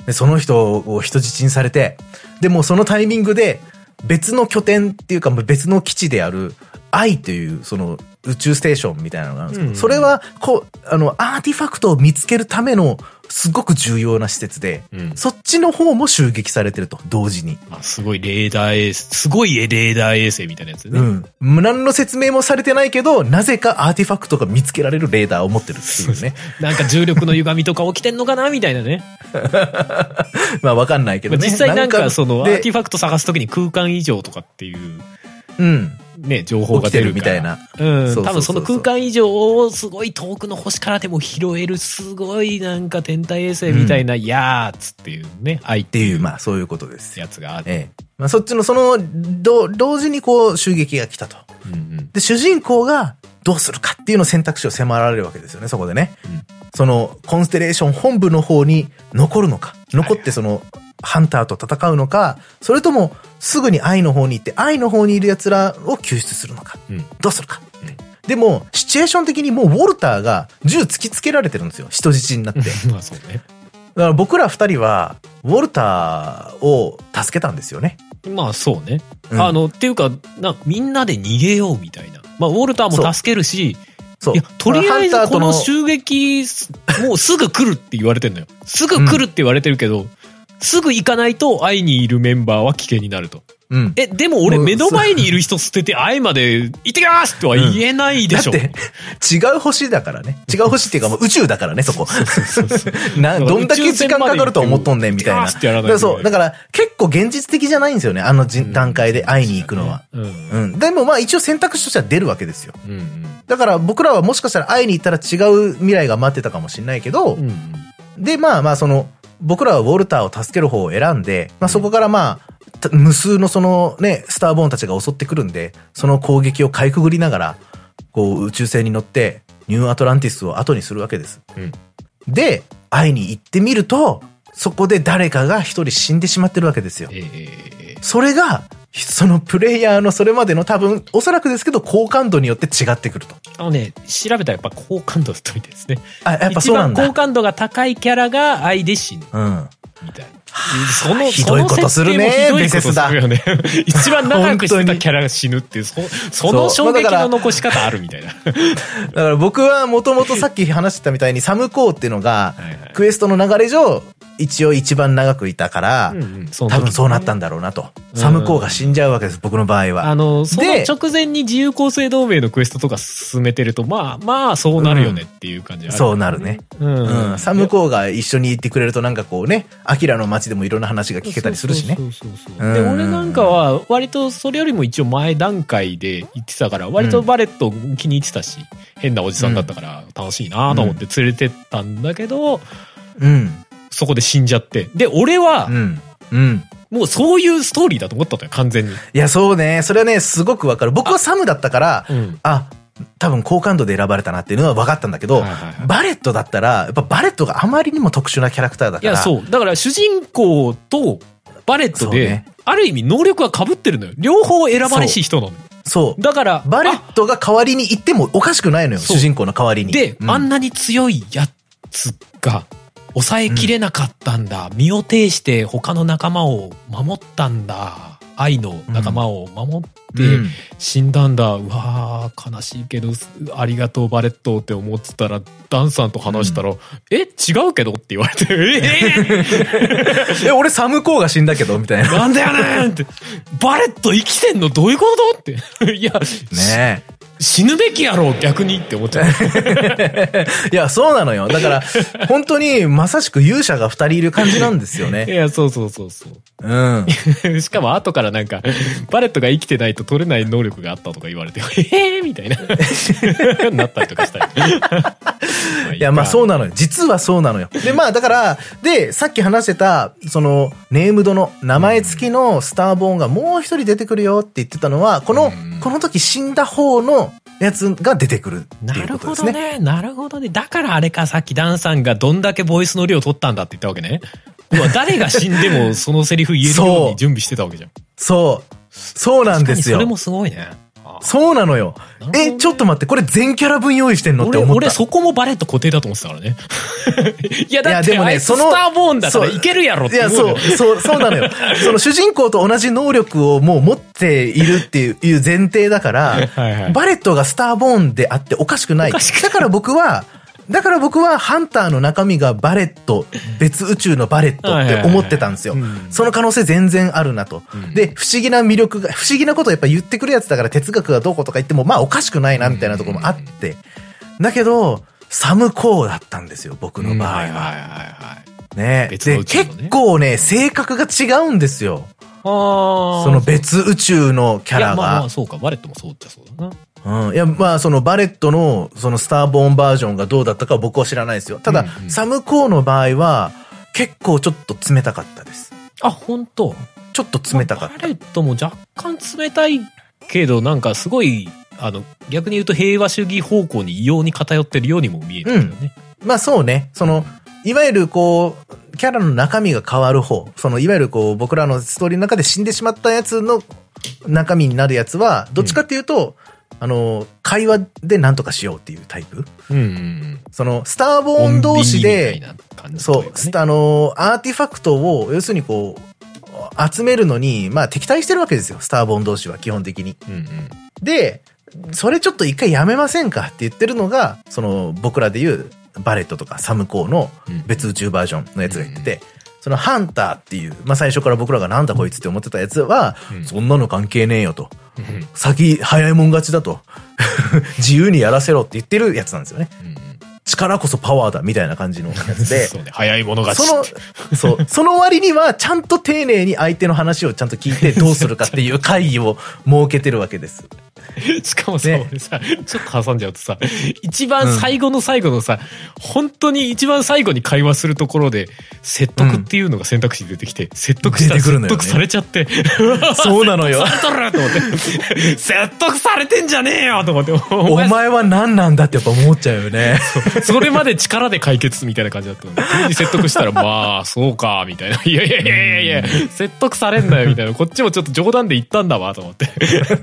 で、その人を人質にされて、でもそのタイミングで、別の拠点っていうか、別の基地である、愛という、その、宇宙ステーションみたいなのがあるんですけど、それは、こう、アーティファクトを見つけるための、すごく重要な施設で、そっちの方も襲撃されてると、同時に。 すごいレーダー衛星、すごいレーダー衛星みたいなやつね。 何の説明もされてないけど、なぜかアーティファクトが見つけられるレーダーを持ってるっていうね。 なんか重力の歪みとか起きてんのかなみたいなね。 まあわかんないけどね。 実際なんかそのアーティファクト探すときに空間異常とかっていう。ね、情報が出るみたいな。多分その空間異常をすごい遠くの星からでも拾える、すごいなんか天体衛星みたいな、やーつっていうね、愛っていう、 まあそういうことです。 やつがある。 まあそっちの同時にこう襲撃が来たと。で、主人公がどうするかっていうの選択肢を迫られるわけですよね、そこでね。そのコンステレーション本部の方に残るのか、残ってその、ハンターと戦うのか、それともすぐに愛の方に行って愛の方にいる奴らを救出するのか、どうするかって。でもシチュエーション的にもうウォルターが銃突きつけられてるんですよ、人質になって。 まあそうね。 だから僕ら二人はウォルターを助けたんですよね。 まあそうね。っていうかみんなで逃げようみたいな。まあウォルターも助けるし。いや、とりあえずこの襲撃もうすぐ来るって言われてんのよ。すぐ来るって言われてるけど。すぐ行かないと会いにいるメンバーは危険になると。でも俺目の前にいる人捨てて会いまで行ってきますとは言えないでしょ。 だって違う星だからね。違う星っていうかもう宇宙だからね、そこ。どんだけ時間かかると思っとんねんみたいな。そう。だから結構現実的じゃないんですよね、段階で会いに行くのは。でもまあ一応選択肢としては出るわけですよ。だから僕らはもしかしたら会いに行ったら違う未来が待ってたかもしれないけど、でまあその、僕らはウォルターを助ける方を選んで、まあ、そこからまあ、無数のそのね、スターボーンたちが襲ってくるんで、その攻撃をかいくぐりながら、こう宇宙船に乗って、ニューアトランティスを後にするわけです。で、会いに行ってみると、そこで誰かが一人死んでしまってるわけですよ。それが、そのプレイヤーのそれまでの多分、おそらくですけど、好感度によって違ってくると。 調べたらやっぱ好感度だったみたいですね。 やっぱそうなんだ。 一番好感度が高いキャラが愛で死ぬ。みたいな。 ひどいことするね、ベセスだ。 一番長くしてたキャラが死ぬっていう、その衝撃の残し方あるみたいな。だから僕はもともとさっき話してたみたいにサムコーっていうのが、クエストの流れ上、 一応一番長くいたから、多分そうなったんだろうなと。サムコーが死んじゃうわけです、僕の場合は。 その直前に自由構成同盟のクエストとか進めてると、まあ、そうなるよねっていう感じ、 そうなるね。サムコーが一緒に行ってくれるとなんかこうね、アキラの街でもいろんな話が聞けたりするしね。 で、俺なんかは割とそれよりも一応前段階で行ってたから、割とバレット気に入ってたし、変なおじさんだったから楽しいなと思って連れてったんだけど、そこで死んじゃって。で、俺は、もうそういうストーリーだと思ったのよ、完全に。 いや、そうね。それはね、すごくわかる。僕はサムだったから、多分好感度で選ばれたなっていうのは分かったんだけど、バレットだったら、やっぱバレットがあまりにも特殊なキャラクターだから。 いや、そう。だから主人公とバレットで、ある意味能力が被ってるのよ。両方選ばれし人なの。 そう。 だから、 バレットが代わりに行ってもおかしくないのよ、主人公の代わりに。 で、あんなに強いやつが、抑えきれなかったんだ。身を挺して他の仲間を守ったんだ。愛の仲間を守って死んだんだ。うわー、悲しいけど、ありがとうバレットって思ってたら、ダンさんと話したら、違うけどって言われて、 俺サムコーが死んだけどみたいな。 なんだよねって。バレット生きてんのどういうことって。いや、 ねえ。 死ぬべきやろう逆にって思っちゃう。 いや、そうなのよ。だから、本当にまさしく勇者が2人いる感じなんですよね。 いや、そう。しかも後からなんか、バレットが生きてないと取れない能力があったとか言われて、みたいな。なったりとかしたり。 いや、まあそうなのよ。実はそうなのよ。で、まあだから、で、さっき話してた、その、ネームドの名前付きのスターボーンがもう一人出てくるよって言ってたのは、この時死んだ方のやつが出てくるっていうことですね。 なるほどね。だからあれか、さっきダンさんがどんだけボイスの量取ったんだって言ったわけね。誰が死んでもそのセリフ言えるように準備してたわけじゃん。 そうなんですよ。 それもすごいね。 そうなのよ。ちょっと待って、これ全キャラ分用意してんのって思った。 俺そこもバレット固定だと思ってたからね。いや、だってあいつスターボーンだからいけるやろって思う。 いや、そうなのよ。その主人公と同じ能力をもう持っているっていう前提だから、バレットがスターボーンであっておかしくない。だから僕はハンターの中身がバレット、別宇宙のバレットって思ってたんですよ。その可能性全然あるなと。で、不思議なことをやっぱ言ってくるやつだから哲学がどうこうとか言ってもまあおかしくないなみたいなところもあって。だけど、サムコーだったんですよ、僕の場合は。ね。で、結構ね、性格が違うんですよ。その別宇宙のキャラが。 まあそうか、バレットもそうっちゃそうだな。 いや、まあ、そのバレットの、そのスターボーンバージョンがどうだったかは僕は知らないですよ。ただ、サムコーの場合は、結構ちょっと冷たかったです。 あ、本当？ ちょっと冷たかった。 バレットも若干冷たいけど、なんかすごい、逆に言うと平和主義方向に異様に偏ってるようにも見えてるよね。 まあそうね。いわゆるこう、キャラの中身が変わる方、いわゆるこう、僕らのストーリーの中で死んでしまったやつの中身になるやつは、どっちかっていうと、会話で何とかしようっていうタイプ。スターボーン同士で、そう、アーティファクトを、要するにこう、集めるのに、まあ敵対してるわけですよ、スターボーン同士は基本的に。で、それちょっと一回やめませんかって言ってるのが、僕らで言う、バレットとかサムコーの別宇宙バージョンのやつが言ってて、そのハンターっていう、まあ最初から僕らがなんだこいつって思ってたやつは、そんなの関係ねえよと。早いもん勝ちだと。自由にやらせろって言ってるやつなんですよね。力こそパワーだみたいな感じのやつで。 そうね、早いもの勝ち。 その割にはちゃんと丁寧に相手の話をちゃんと聞いてどうするかっていう会議を設けてるわけです。 しかもさ、俺さ、ちょっと挟んじゃうとさ、一番最後の最後のさ、本当に一番最後に会話するところで、説得っていうのが選択肢に出てきて、説得したら説得されちゃって、 そうなのよ。 説得されとると思って、説得されてんじゃねえよと思って、 お前は何なんだってやっぱ思っちゃうよね。 それまで力で解決みたいな感じだったので、急に説得したら、まあ、そうか、みたいな。いや、説得されんなよ、みたいな。こっちもちょっと冗談で言ったんだわ、と思って。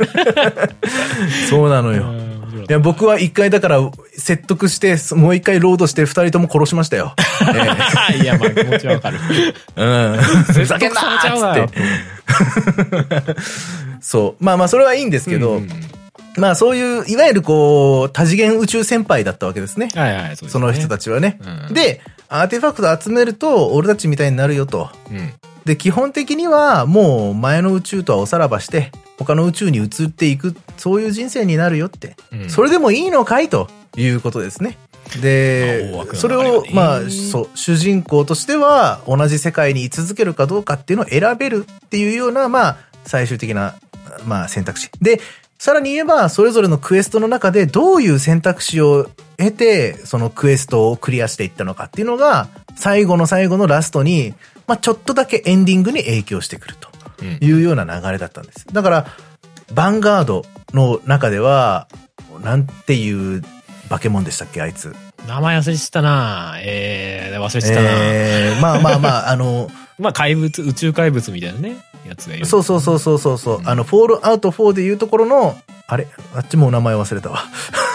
そうなのよ。いや、僕は一回だから説得して、もう一回ロードして二人とも殺しましたよ。 いや、まあ気持ちはわかる。 ふざけんなーっつって。そう。まあまあ、それはいいんですけど、 まあそういう、いわゆるこう、多次元宇宙先輩だったわけですね。 はいはい、そうですね。 その人たちはね。 うん、 で、アーティファクト集めると、俺たちみたいになるよと。 うん、 で、基本的にはもう前の宇宙とはおさらばして、他の宇宙に移っていく、そういう人生になるよって。うん、それでもいいのかいということですね。で、それを、まあ、そう、主人公としては同じ世界に居続けるかどうかっていうのを選べるっていうような、まあ、最終的な、まあ、選択肢。で、さらに言えば、それぞれのクエストの中でどういう選択肢を得て、そのクエストをクリアしていったのかっていうのが、最後の最後のラストに、まあ、ちょっとだけエンディングに影響してくるというような流れだったんです。だから、ヴァンガードの中では、なんていう化け物でしたっけ、あいつ。 名前忘れてたな忘れてたなまあまあまあ、 まあ怪物、宇宙怪物みたいなね、やつがいる。 そうそうそうそうそう。フォールアウト4でいうところの、あれあっちもお名前忘れたわ。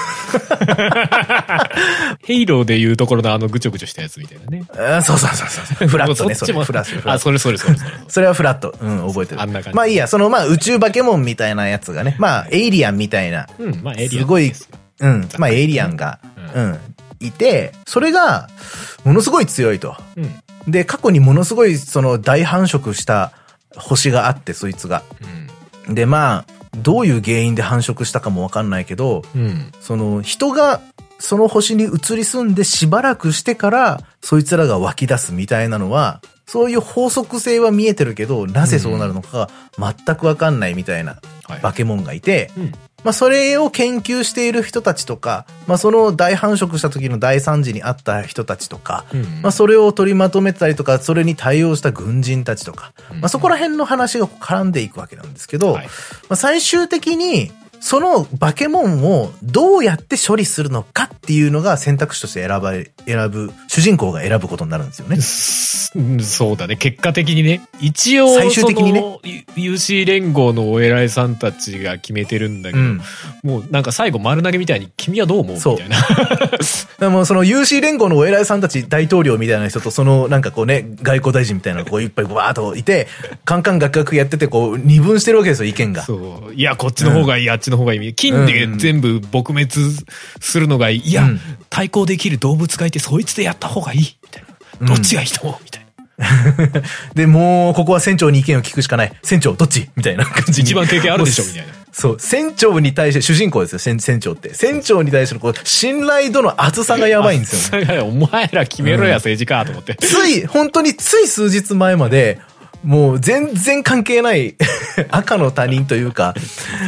ヘイローでいうところのぐちょぐちょしたやつみたいなね。 そうそうそうそう。フラットね、それ。フラット。 あ、それ。 それはフラット。うん、覚えてる。 あんな感じ。 まあいいや、まあ宇宙化け物みたいなやつがね、まあエイリアンみたいな。 うん、まあエイリアン。 すごい、うん、まあエイリアンが、いて、それが、ものすごい強いと。で、過去にものすごい、大繁殖した星があって、そいつが。で、まあ、どういう原因で繁殖したかもわかんないけど、人が、その星に移り住んでしばらくしてから、そいつらが湧き出すみたいなのは、そういう法則性は見えてるけど、なぜそうなるのか全くわかんないみたいな化け物がいて、まあそれを研究している人たちとか、まあその大繁殖した時の大惨事にあった人たちとか、まあそれを取りまとめたりとか、それに対応した軍人たちとか、まあそこら辺の話が絡んでいくわけなんですけど、まあ最終的に、その化け物をどうやって処理するのかっていうのが選択肢として選ぶ、主人公が選ぶことになるんですよね。 そうだね。結果的にね。一応、 最終的にね。 UC 連合のお偉いさんたちが決めてるんだけど、もうなんか最後丸投げみたいに、君はどう思うみたいな。 でもその UC 連合のお偉いさんたち、大統領みたいな人と、なんかこうね、外交大臣みたいなのがこういっぱいバーっといて、カンカンガクガクやってて、こう、二分してるわけですよ、意見が。 そう。いや、こっちの方がいい、あっちの方がいい。金で全部撲滅するのがいい。いや、対抗できる動物がいて、そいつでやった方がいい。みたいな。どっちがいいと思うみたいな。 で、もう、ここは船長に意見を聞くしかない。船長、どっちみたいな感じに。 一番経験あるでしょみたいな。 そう。船長に対して、主人公ですよ、船長って。船長に対しての、こう、信頼度の厚さがやばいんですよね。 お前ら決めろや、政治家と思って。 本当につい数日前まで、もう全然関係ない赤の他人というか、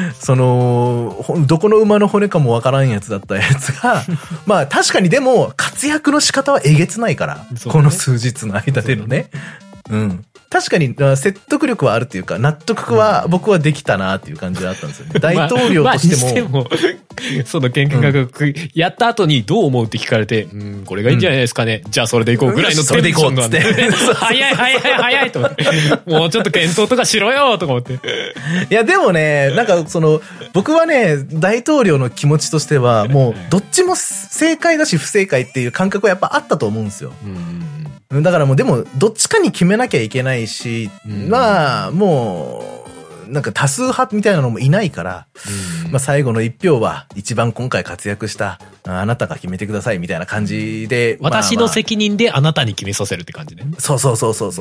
どこの馬の骨かもわからんやつだったやつが、まあ確かにでも活躍の仕方はえげつないから、この数日の間でのね。確かに説得力はあるっていうか、納得は僕はできたなっていう感じだったんですよね。大統領としても。 その研究学やった後にどう思うって聞かれて、これがいいんじゃないですかね。じゃあそれでいこうぐらいのテンションなんで。早いと思って。もうちょっと検討とかしろよとか思って。 いやでもね、なんか僕はね、大統領の気持ちとしては、もうどっちも正解だし不正解っていう感覚はやっぱあったと思うんですよ。だからもうでもどっちかに決めなきゃいけないし、まあもうなんか多数派みたいなのもいないから、まあ最後の一票は一番今回活躍したあなたが決めてくださいみたいな感じで、 私の責任であなたに決めさせるって感じね。 そう。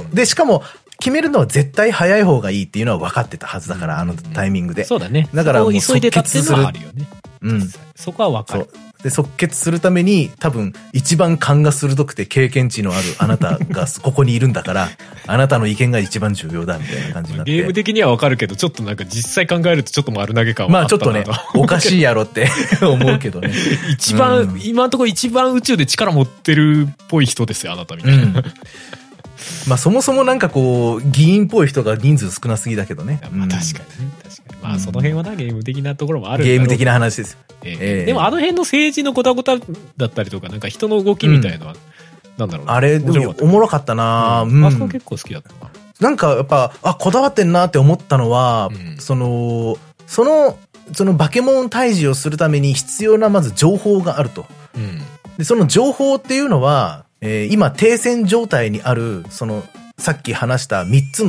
でしかも決めるのは絶対早い方がいいっていうのは分かってたはずだから、あのタイミングで。 そうだね。 だからもう急いでたっていうのはあるよね。そこは分かる。 で、即決するために多分一番勘が鋭くて経験値のあるあなたがここにいるんだから、あなたの意見が一番重要だみたいな感じになって。 ゲーム的にはわかるけど、ちょっとなんか実際考えるとちょっと丸投げ感はあったなと。まあちょっとね、おかしいやろって思うけどね。 今のところ一番宇宙で力持ってるっぽい人ですよ、あなたみたいな。 まあそもそもなんかこう、議員っぽい人が人数少なすぎだけどね。 まあ確かにね。まあその辺はな、ゲーム的なところもある。 ゲーム的な話です。 でもあの辺の政治のごたごただったりとか、なんか人の動きみたいのは、なんだろうな。 あれ、おもろかったな。 あそこ結構好きだったな。 なんかやっぱ、こだわってんなって思ったのは、その化け物退治をするために必要なまず情報があると。で、その情報っていうのは、今停戦状態にある、さっき話した3つの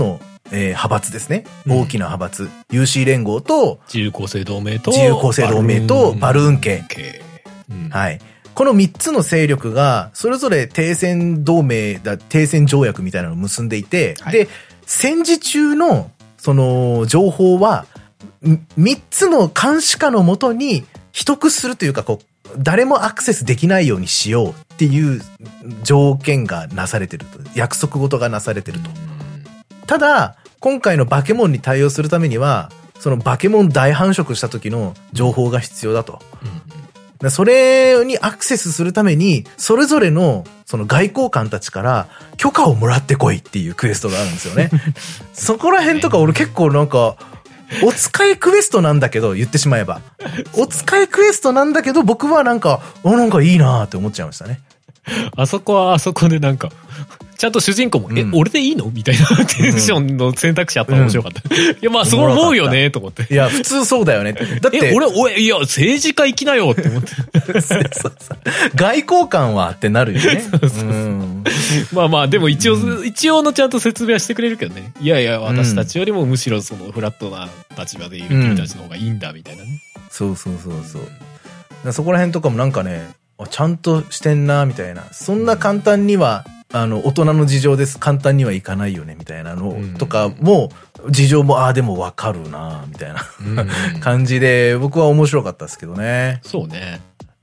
派閥ですね。大きな派閥。UC 連合と、 自由公正同盟と、 バルーン系。はい。この3つの勢力が、それぞれ停戦条約みたいなのを結んでいて、はい、で、戦時中の、その、情報は、3つの監視下のもとに、秘匿するというか、こう、誰もアクセスできないようにしようっていう条件がなされてると。約束事がなされてると。ただ、今回のバケモンに対応するためには、そのバケモン大繁殖した時の情報が必要だと。それにアクセスするために、それぞれのその外交官たちから許可をもらってこいっていうクエストがあるんですよね。そこら辺とか俺結構なんか、お使いクエストなんだけど、言ってしまえば。お使いクエストなんだけど、僕はなんかいいなーって思っちゃいましたね。 あそこはあそこでなんか、ちゃんと主人公も、俺でいいのみたいなテンションの選択肢あったら面白かった。いや、まあそう思うよね、と思って。 いや、普通そうだよね。だって。 いや、政治家行きなよって思って。 外交官はってなるよね。 まあまあ、でも一応のちゃんと説明はしてくれるけどね。いやいや、私たちよりもむしろそのフラットな立場でいる君たちの方がいいんだ、みたいなね。 そう。そこら辺とかもなんかね、ちゃんとしてんな、みたいな。そんな簡単には、大人の事情です。簡単にはいかないよね、みたいなのとかも、事情も、でもわかるな、みたいな感じで、僕は面白かったですけどね。 そうね。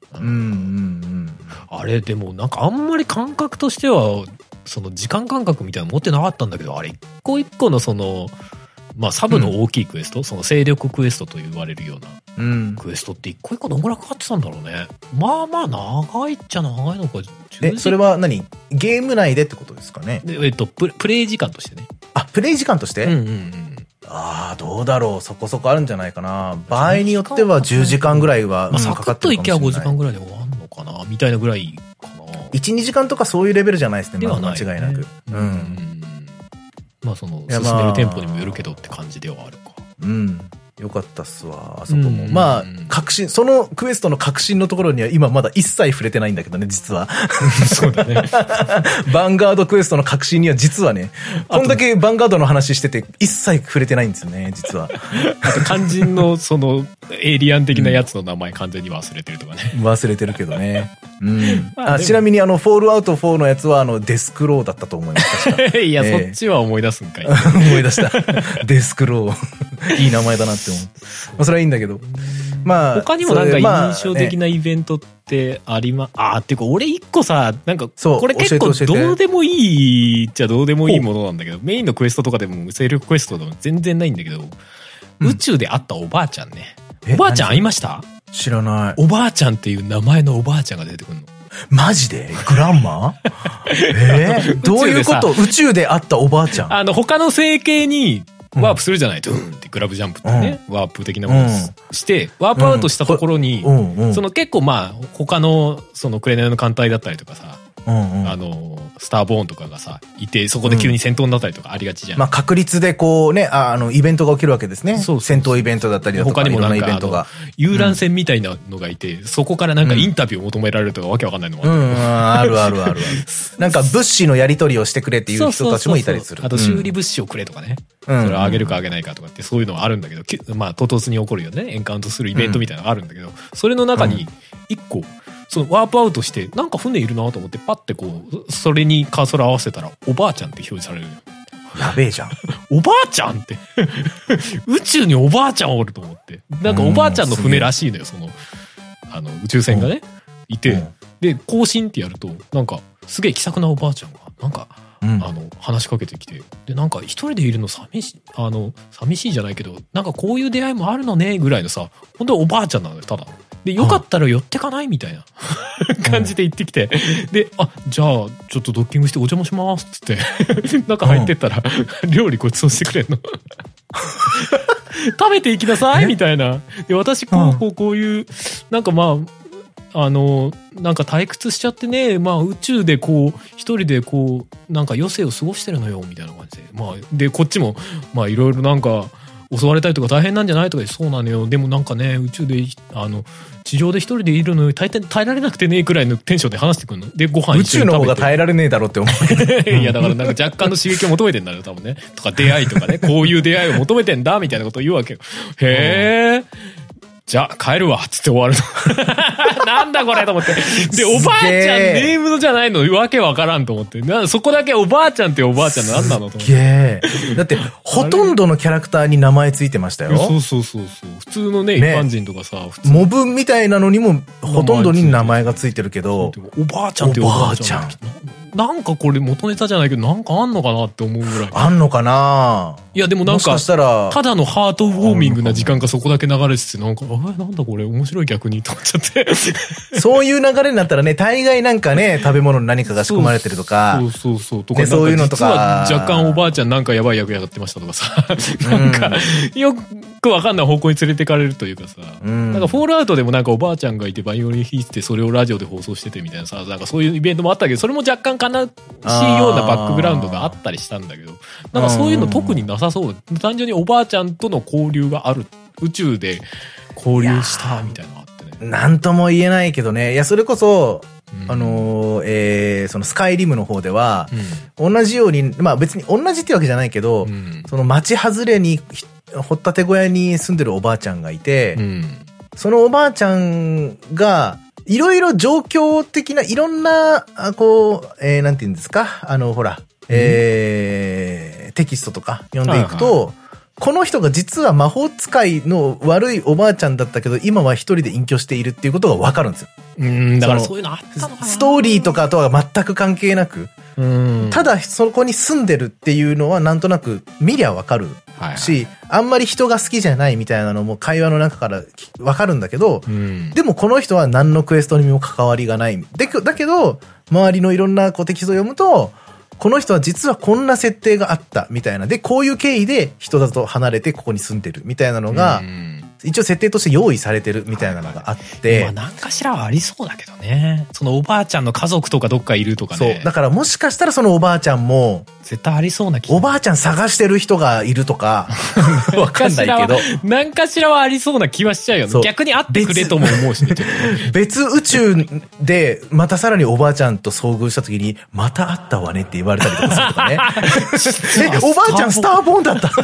あれ、でもなんかあんまり感覚としては、その時間感覚みたいなの持ってなかったんだけど、あれ一個一個のその、まあサブの大きいクエスト、その勢力クエストと言われるようなクエストって一個一個どんぐらいかかってたんだろうね。まあまあ長いっちゃ長いのか。 それは何？ゲーム内でってことですかね？ プレイ時間としてね。 プレイ時間として？どうだろう。そこそこあるんじゃないかな。場合によっては10時間ぐらいはかかってるかもしれない。サクッといけば5時間ぐらいで終わんのかなみたいなぐらいかな。1、2時間とかそういうレベルじゃないですね。間違いなく。 まあその進めるテンポにもよるけどって感じではあるか。 よかったっすわ、あそこも。まあ、そのクエストの革新のところには今まだ一切触れてないんだけどね、実は。 そうだね。 ヴァンガードクエストの革新には実はね、こんだけヴァンガードの話してて一切触れてないんですよね、実は。 あと肝心のそのエイリアン的なやつの名前完全に忘れてるとかね。 忘れてるけどね。ちなみにフォールアウト4のやつはデスクローだったと思います。 いや、そっちは思い出すんかい。 思い出した。デスクロー。いい名前だなって思う。それはいいんだけど。まあ。 他にもなんか印象的なイベントってありっていうか俺一個さ、なんか、これ結構どうでもいいっちゃどうでもいいものなんだけど、メインのクエストとかでも勢力クエストでも全然ないんだけど、宇宙で会ったおばあちゃんね。おばあちゃん会いました？ 知らない。 おばあちゃんっていう名前のおばあちゃんが出てくるの。 マジで？グランマ？どういうこと？宇宙で会ったおばあちゃん。 他の星系にワープするじゃない、ドゥーンってグラブジャンプってね、ワープ的なものをして、ワープアウトしたところに、その結構まあ、他のそのクレネの艦隊だったりとかさ、スターボーンとかがさ、いて、そこで急に戦闘になったりとかありがちじゃん。 まあ確率でこうね、イベントが起きるわけですね。そう。戦闘イベントだったりだとか、 他にもなんかイベントが。 遊覧船みたいなのがいて、そこからなんかインタビューを求められるとかわけわかんないのもある。なんか物資のやり取りをしてくれっていう人たちもいたりする。 あと修理物資をくれとかね。それをあげるかあげないかとかってそういうのはあるんだけど、まあ唐突に起こるよね。エンカウントするイベントみたいなのがあるんだけど、それの中に一個、そのワープアウトして、なんか船いるなと思ってパッてこう、それにカーソル合わせたら、おばあちゃんって表示される。 やべえじゃん。 おばあちゃんって。宇宙におばあちゃんおると思って。なんかおばあちゃんの船らしいのよ、その、宇宙船がね、いて、で、更新ってやると、なんか、すげえ気さくなおばあちゃんが、なんか、話しかけてきて、で、なんか一人でいるの寂しいじゃないけど、なんかこういう出会いもあるのね、ぐらいのさ、本当におばあちゃんなのよ、ただ。で、よかったら寄ってかないみたいな感じで言ってきて、で、じゃあ、ちょっとドッキングしてお邪魔しますっつって、中入ってったら、料理ごちそうしてくれんの。食べていきなさいみたいな。で、私、こういう、なんかまあ、なんか退屈しちゃってね、まあ宇宙でこう、一人でこう、なんか余生を過ごしてるのよ、みたいな感じで。まあ、で、こっちも、まあいろいろなんか、 襲われたりとか大変なんじゃないとか、そうなのよ。でもなんかね、宇宙で、地上で一人でいるのに耐えられなくてね、くらいのテンションで話してくるの。で、ご飯一緒に食べて。 宇宙の方が耐えられねえだろって思う。 いや、だからなんか若干の刺激を求めてんだよ、多分ね。とか出会いとかね、こういう出会いを求めてんだ、みたいなことを言うわけよ。へー。じゃあ帰るわつって終わるの。なんだこれと思って。で、おばあちゃんネームのじゃないのわけわからんと思って。そこだけおばあちゃんっておばあちゃんなんなのと思って。 だって、ほとんどのキャラクターに名前ついてましたよ。 そう。普通のね、一般人とかさ、 モブみたいなのにもほとんどに名前がついてるけど。 おばあちゃんっておばあちゃん。なんかこれ元ネタじゃないけど、なんかあんのかなって思うぐらい。 あんのかないやでもなんか、ただのハートウォーミングな時間がそこだけ流れてて、なんか、なんだこれ面白い逆にと思っちゃって。 そういう流れになったらね、大概なんかね、食べ物に何かが仕込まれてるとか。 そう。とか、 そういうのとか。 若干おばあちゃんなんかやばい役やってましたとかさ。なんか、よくわかんない方向に連れてかれるというかさ。なんかフォールアウトでもなんかおばあちゃんがいてバイオリン弾いてそれをラジオで放送しててみたいなさ、なんかそういうイベントもあったけど、それも若干悲しいようなバックグラウンドがあったりしたんだけど、なんかそういうの特になさそう。単純におばあちゃんとの交流がある。宇宙で交流したみたいなのがあってね。 なんとも言えないけどね。いや、それこそ、そのスカイリムの方では、同じように、まあ別に同じってわけじゃないけど、その町外れに、掘ったて小屋に住んでるおばあちゃんがいて、そのおばあちゃんが、いろいろ状況的ないろんな、こう、なんて言うんですか、ほら、テキストとか読んでいくと、この人が実は魔法使いの悪いおばあちゃんだったけど、今は一人で隠居しているっていうことがわかるんですよ。 だからそういうのあったのかな。 ストーリーとかとは全く関係なく、ただそこに住んでるっていうのはなんとなく見りゃわかるし、あんまり人が好きじゃないみたいなのも会話の中からわかるんだけど、でもこの人は何のクエストにも関わりがない。だけど、周りのいろんなテキストを読むと、この人は実はこんな設定があったみたいな。で、こういう経緯で人だと離れてここに住んでるみたいなのが、一応設定として用意されてるみたいなのがあって。 まあ何かしらはありそうだけどね。そのおばあちゃんの家族とかどっかいるとかね。 そう。だからもしかしたらそのおばあちゃんも、 絶対ありそうな気が。 おばあちゃん探してる人がいるとか、わかんないけど。 何かしらはありそうな気はしちゃうよね。逆に会ってくれとも思うしね。 別宇宙で、またさらにおばあちゃんと遭遇した時に、また会ったわねって言われたりとかするとかね。おばあちゃんスターボーンだった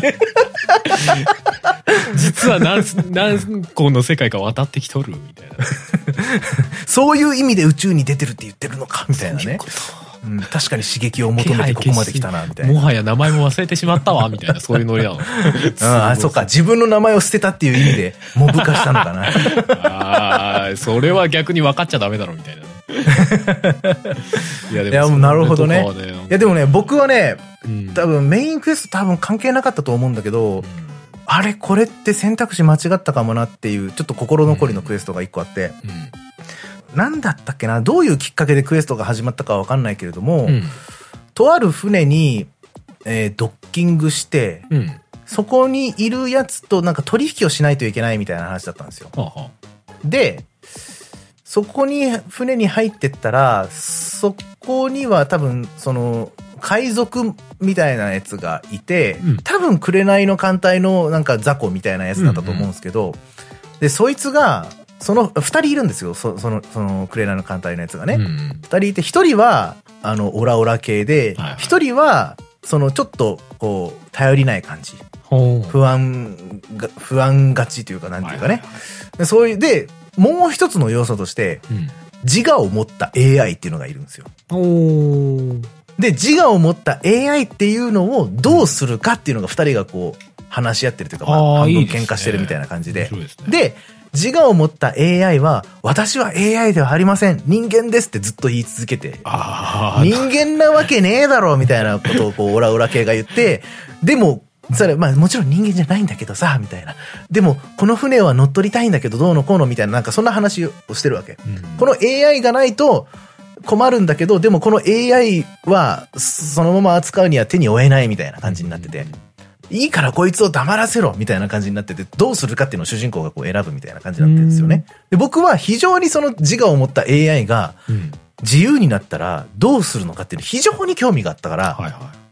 実は何個の世界か渡ってきとるみたいな。 そういう意味で宇宙に出てるって言ってるのかみたいなね。確かに刺激を求めてここまで来たな、みたいな。 もはや名前も忘れてしまったわ、みたいな、そういうノリなの。 そうか。自分の名前を捨てたっていう意味で、モブ化したのかな。 ああ、それは逆に分かっちゃダメだろ、みたいなね。 いや、なるほどね。いや、でもね、僕はね、多分メインクエスト多分関係なかったと思うんだけど、あれ、これって選択肢間違ったかもなっていう、ちょっと心残りのクエストが一個あって、なんだったっけな、どういうきっかけでクエストが始まったかはわかんないけれども、とある船に、ドッキングして、そこにいるやつとなんか取引をしないといけないみたいな話だったんですよ。で、そこに船に入ってったら、そこには多分その海賊みたいなやつがいて、多分紅の艦隊のなんか雑魚みたいなやつだったと思うんですけど、で、そいつが、その二人いるんですよ。その紅の艦隊のやつがね。二人いて、一人は、オラオラ系で、一人は、ちょっと、こう、頼りない感じ。不安がちというか、なんていうかね。そういう、で、もう一つの要素として、自我を持った AI っていうのがいるんですよ。で、自我を持った AI っていうのをどうするかっていうのが二人がこう、話し合ってるというか、半分喧嘩してるみたいな感じで。で、自我を持った AI は、私は AI ではありません。人間ですってずっと言い続けて。人間なわけねえだろみたいなことをこう、オラオラ系が言って、でも、それ、まあもちろん人間じゃないんだけどさ、みたいな。でも、この船は乗っ取りたいんだけど、どうのこうのみたいな、なんかそんな話をしてるわけ。この AI がないと困るんだけど、でもこの AI は、そのまま扱うには手に負えないみたいな感じになってて。いいからこいつを黙らせろみたいな感じになってて、どうするかっていうのを主人公がこう選ぶみたいな感じになってるんですよね。で、僕は非常にその自我を持った AI が自由になったらどうするのかっていうの非常に興味があったから、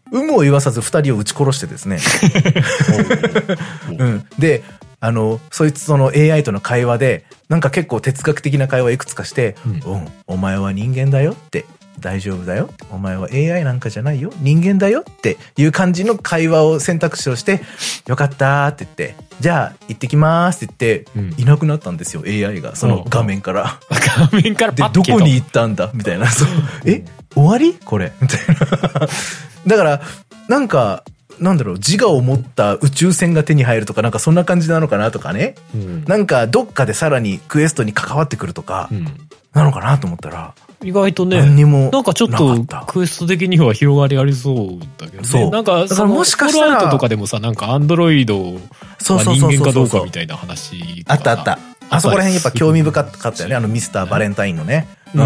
有無を言わさず二人を撃ち殺してですね。うん。で、そいつその AI との会話で、なんか結構哲学的な会話いくつかして、お前は人間だよって、大丈夫だよ。お前は AI なんかじゃないよ。人間だよっていう感じの会話を選択肢として、よかったーって言って、じゃあ行ってきまーすって言って、いなくなったんですよ、AI が。その画面から。 画面からパッて。で、どこに行ったんだみたいな。そう。終わりこれみたいな。だから、なんか、なんだろう、自我を持った宇宙船が手に入るとか、なんかそんな感じなのかなとかね。なんか、どっかでさらにクエストに関わってくるとか、なのかなと思ったら、 意外とね、なんかちょっとクエスト的には広がりありそうだけどね。そう。なんか、そのもしかしたら、フォールアウトとかでもさ、なんかアンドロイドは人間かどうかみたいな話あったあった。あそこら辺やっぱ興味深かったよね、ミスターバレンタインのね。うん。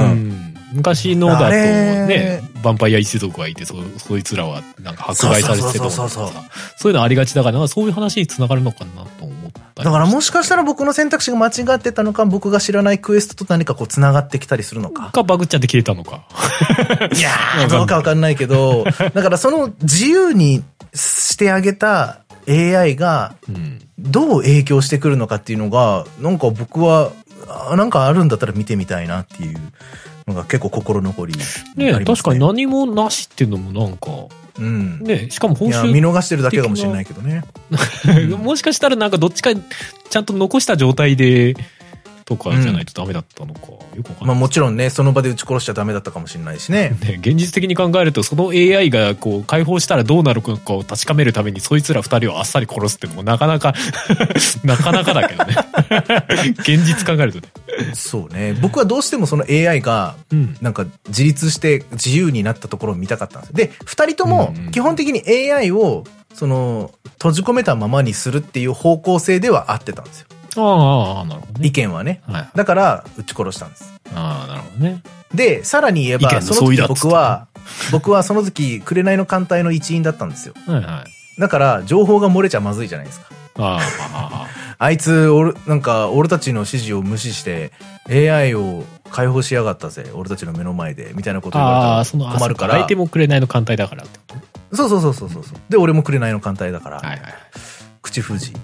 昔のだとね、ヴァンパイア一族がいて、そいつらはなんか迫害されてたとかさ、そういうのありがちだから、そういう話に繋がるのかなと思った。 だからもしかしたら僕の選択肢が間違ってたのか、僕が知らないクエストと何かこう繋がってきたりするのか。 バグっちゃって消えたのか。 いやー、どうかわかんないけど、だからその自由にしてあげた AI が、どう影響してくるのかっていうのが、なんか僕は、なんかあるんだったら見てみたいなっていうのが結構心残りありますね。 ね、確かに何もなしっていうのもなんか、ね、しかも報酬見逃してるだけかもしれないけどね。 もしかしたらなんかどっちかちゃんと残した状態でとかじゃないとダメだったのか、よくわかんない。 まあもちろんね、その場で撃ち殺しちゃダメだったかもしれないしね。 ね、現実的に考えると、その AI がこう解放したらどうなるかを確かめるために、そいつら二人をあっさり殺すってのもなかなかなかなかだけどね。現実考えるとね。 そうね。僕はどうしてもその AI が、なんか自立して自由になったところを見たかったんですよ。で、二人とも基本的に AI を、閉じ込めたままにするっていう方向性では合ってたんですよ。 ああ、なるほどね。 意見はね。だから、撃ち殺したんです。 ああ、なるほどね。 で、さらに言えば、その時僕はその時、紅の艦隊の一員だったんですよ。だから、情報が漏れちゃまずいじゃないですか。あいつ、なんか、俺たちの指示を無視して、AI を解放しやがったぜ、俺たちの目の前で、みたいなこと言われたら困るから。 相手も紅の艦隊だからってこと？ そう。で、俺も紅の艦隊だから。口封じ。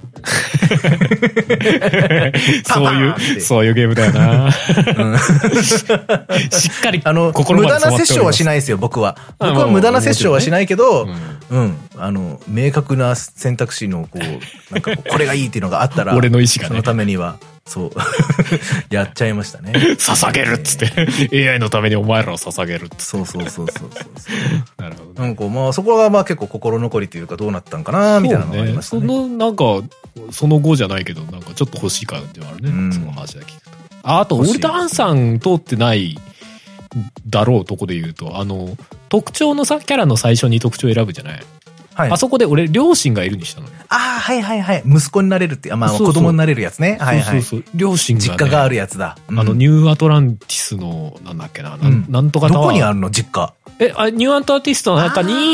そういうゲームだよな。しっかり心無駄な殺生はしないですよ、僕は。僕は無駄な殺生はしないけど、明確な選択肢の、なんかこれがいいっていうのがあったら、 俺の意思がね。 そのためには、そう。やっちゃいましたね。 捧げるっつって。AI のためにお前らを捧げるっつって。 そう。 なるほど。 なんかまあそこがまあ結構心残りというかどうなったんかなみたいなのがありましたね。 なんか、その後じゃないけど、なんかちょっと欲しい感じはあるね。その話だけ聞くと。あと、オルタアンさん通ってないだろうとこで言うと、特徴のキャラの最初に特徴を選ぶじゃない？はい、あそこで俺、両親がいるにしたのよ。 はい。息子になれるって、まあ子供になれるやつね。 そう。両親が、ね。 実家があるやつだ。 ニューアトランティスの、なんだっけな、なんとかタワー。 どこにあるの実家。 ニューアトランティスの中に、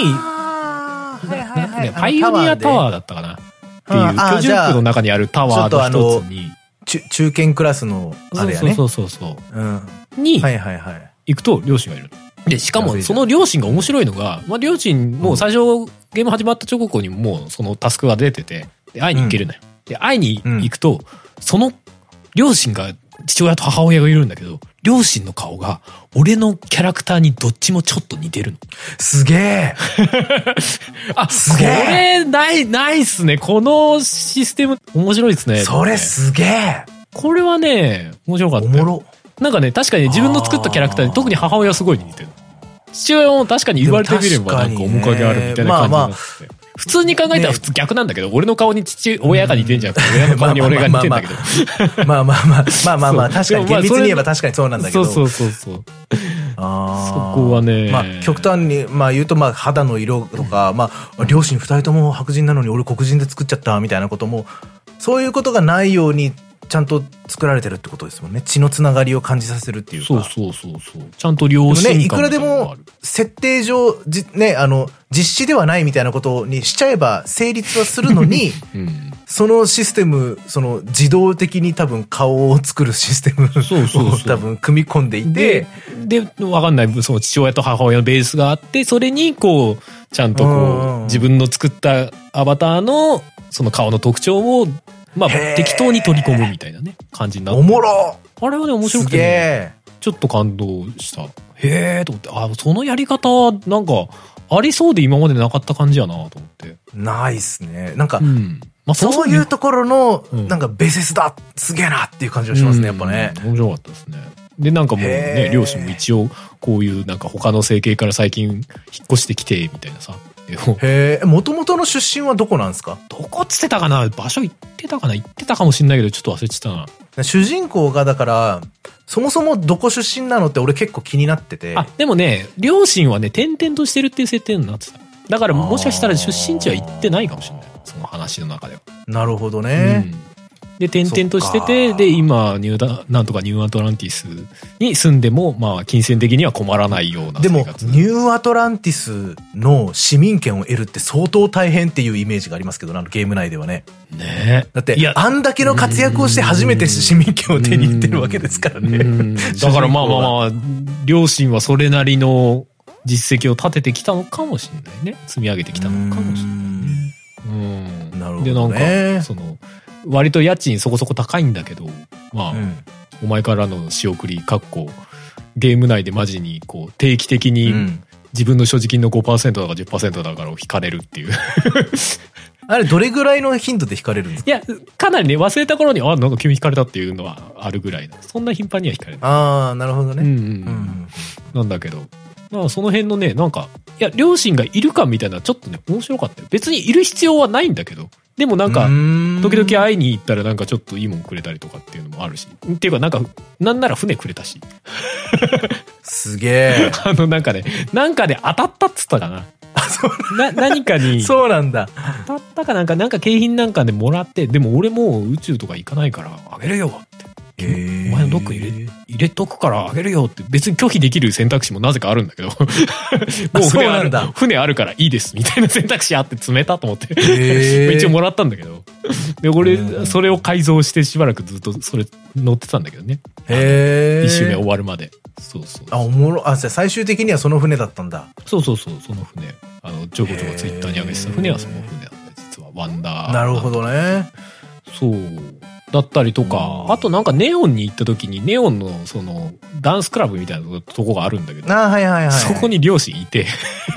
パイオニアタワーだったかな。っていう、居住区の中にあるタワーの一つに。 中堅クラスの、あれやね。 そう。に、行くと両親がいる。で、しかもその両親が面白いのが、まあ両親も最初ゲーム始まった直後にもうそのタスクが出てて、で会いに行けるのよ。で、会いに行くと、その両親が、父親と母親がいるんだけど、両親の顔が俺のキャラクターにどっちもちょっと似てるの。 すげえすげえこれないっすね。このシステム面白いですね。 それすげえこれはね、面白かった。おもろ。なんかね、確かに自分の作ったキャラクターに特に母親はすごい似てる。父親も確かに言われてみればなんか面影あるみたいな感じになってて。普通に考えたら普通逆なんだけど、俺の顔に父親が似てんじゃん。親の顔に俺が似てんだけど。 まあ、確かに厳密に言えば確かにそうなんだけど。 そう。そこはね。 まあ、極端に、まあ言うと、まあ肌の色とか、まあ、両親二人とも白人なのに俺黒人で作っちゃったみたいなことも、そういうことがないようにちゃんと作られてるってことですもんね。血のつながりを感じさせるっていうか。 そう。ちゃんと良心感ね、いくらでも、設定上、実施ではないみたいなことにしちゃえば成立はするのに、そのシステム、自動的に多分顔を作るシステムを多分組み込んでいて。 で、わかんない、その父親と母親のベースがあって、それにこう、ちゃんとこう、自分の作ったアバターの、その顔の特徴を、まあ、適当に取り込むみたいなね、感じになって。 おもろ！ あれはね、面白くて、ね、ちょっと感動した。へーと思って、そのやり方、なんか、ありそうで今までなかった感じやなと思って。 ないっすね。なんか、まあ、そういうところの、なんか、ベセスだすげえなっていう感じがしますね、やっぱね。 面白かったですね。で、なんかもうね、両親も一応、こういうなんか他の整形から最近引っ越してきて、みたいなさ。 へえ、元々の出身はどこなんですか？ どこっつってたかな？場所行ってたかな？行ってたかもしんないけど、ちょっと忘れてたな。 主人公がだから、そもそもどこ出身なのって俺結構気になってて。 でもね、両親はね、転々としてるっていう設定になってた。だからもしかしたら出身地は行ってないかもしれない。その話の中では。 なるほどね。 で、転々としてて、で、今、なんとかニューアトランティスに住んでも、まあ、金銭的には困らないような生活。 でも、ニューアトランティスの市民権を得るって相当大変っていうイメージがありますけど、ゲーム内ではね。 ねえ。 だって、あんだけの活躍をして初めて市民権を手に入ってるわけですからね。 だからまあ、両親はそれなりの実績を立ててきたのかもしれないね。積み上げてきたのかもしれないね。 なるほどね。 で、なんか、割と家賃そこそこ高いんだけど、まあ、お前からの仕送り、ゲーム内でマジに、こう、定期的に自分の所持金の 5% だか 10% だからを引かれるっていう。 あれ、どれぐらいの頻度で引かれるんですか？ いや、かなりね、忘れた頃に、なんか急に引かれたっていうのはあるぐらいだ。そんな頻繁には引かれない。 ああ、なるほどね。 なんだけど、まあその辺のね、なんか、いや、両親がいるかみたいな、ちょっとね、面白かったよ。別にいる必要はないんだけど、でもなんか、時々会いに行ったらなんかちょっといいもんくれたりとかっていうのもあるし。っていうかなんか、なんなら船くれたし。 すげえ。 なんかね、当たったっつったかな。何かに。 そうなんだ。 当たったかなんか景品なんかでもらって、でも俺もう宇宙とか行かないからあげるよって。お前のドック入れとくからあげるよって別に拒否できる選択肢もなぜかあるんだけどもう船あるからいいですみたいな選択肢あって冷たと思って一応もらったんだけどで俺それを改造してしばらくずっとそれ乗ってたんだけどね。一周目終わるまで。そう。 おもろ。最終的にはその船だったんだ。 そうその船ちょこちょこツイッターに上げてた船はその船なんだ実はワンダー。 なるほどね。 そうだったりとか、あとなんかネオンに行った時にネオンのそのダンスクラブみたいなとこがあるんだけど、そこに両親いて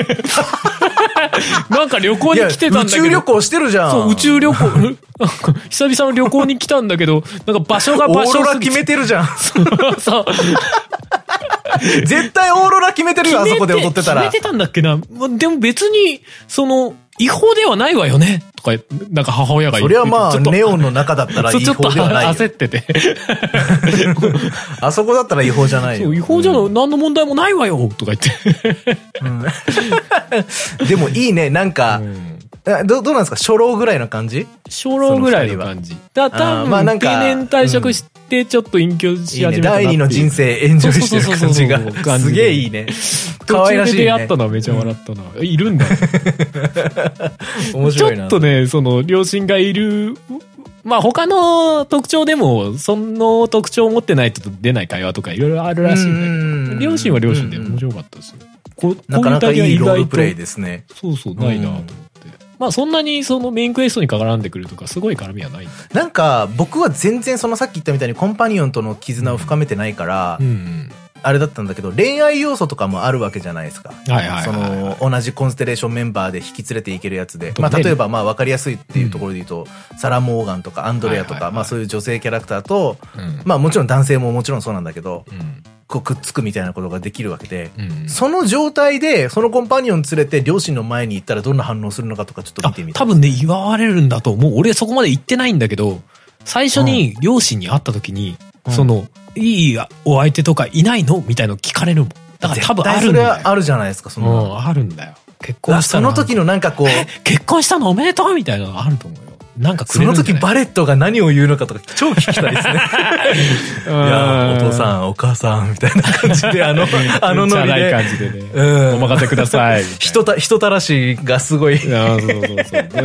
なんか旅行に来てたんだけど、 宇宙旅行してるじゃん。 そう宇宙旅行久々の旅行に来たんだけど、なんか場所がオーロラ決めてるじゃん。そう絶対オーロラ決めてるよ、あそこで踊ってたら。 決めてたんだっけな。でも別に違法ではないわよねとか、なんか母親が言って。 それはまあ、ネオンの中だったら違法ではない。 ちょっと焦ってて。 あそこだったら違法じゃないよ。 そう、違法じゃ何の問題もないわよとか言って。 でもいいね、なんか、どうなんですか？初老ぐらいの感じ？ 初老ぐらいの感じ。多分、定年退職してちょっと隠居し始めたなっていう。 第二の人生エンジョイしてる感じが。すげえいいね。可愛らしいね。 途中で出会ったのはめちゃ笑ったな。いるんだ。 面白いな。 ちょっとね、両親がいる、まあ他の特徴でも、その特徴を持ってないと出ない会話とかいろいろあるらしいんだけど、両親は両親で面白かったですよ。 なかなかいいロールプレイですね。 そう、ないなと思って。まあそんなにメインクエストに絡んでくるとかすごい絡みはない。 なんか僕は全然さっき言ったみたいにコンパニオンとの絆を深めてないから、あれだったんだけど、恋愛要素とかもあるわけじゃないですか。同じコンステレーションメンバーで引き連れていけるやつで。まあ例えば分かりやすいっていうところで言うと、サラ・モーガンとかアンドレアとか、まあそういう女性キャラクターと、まあもちろん男性ももちろんそうなんだけど、こうくっつくみたいなことができるわけで、その状態でそのコンパニオン連れて両親の前に行ったらどんな反応するのかとかちょっと見てみたい。 多分ね、言われるんだと思う。俺そこまで行ってないんだけど、最初に両親に会った時に、いいお相手とかいないのみたいの聞かれるもん。だから多分あるんだよ。 それはあるじゃないですか、その。 あるんだよ。結婚したの。その時のなんかこう。 結婚したのおめでとうみたいなのあると思うよ。 なんかくれるんじゃない？ その時バレットが何を言うのかとか超聞きたいですね。いや、お父さん、お母さん、みたいな感じで、ノリで。 チャラい感じでね。お任せください。 人たらしがすごい。 そう。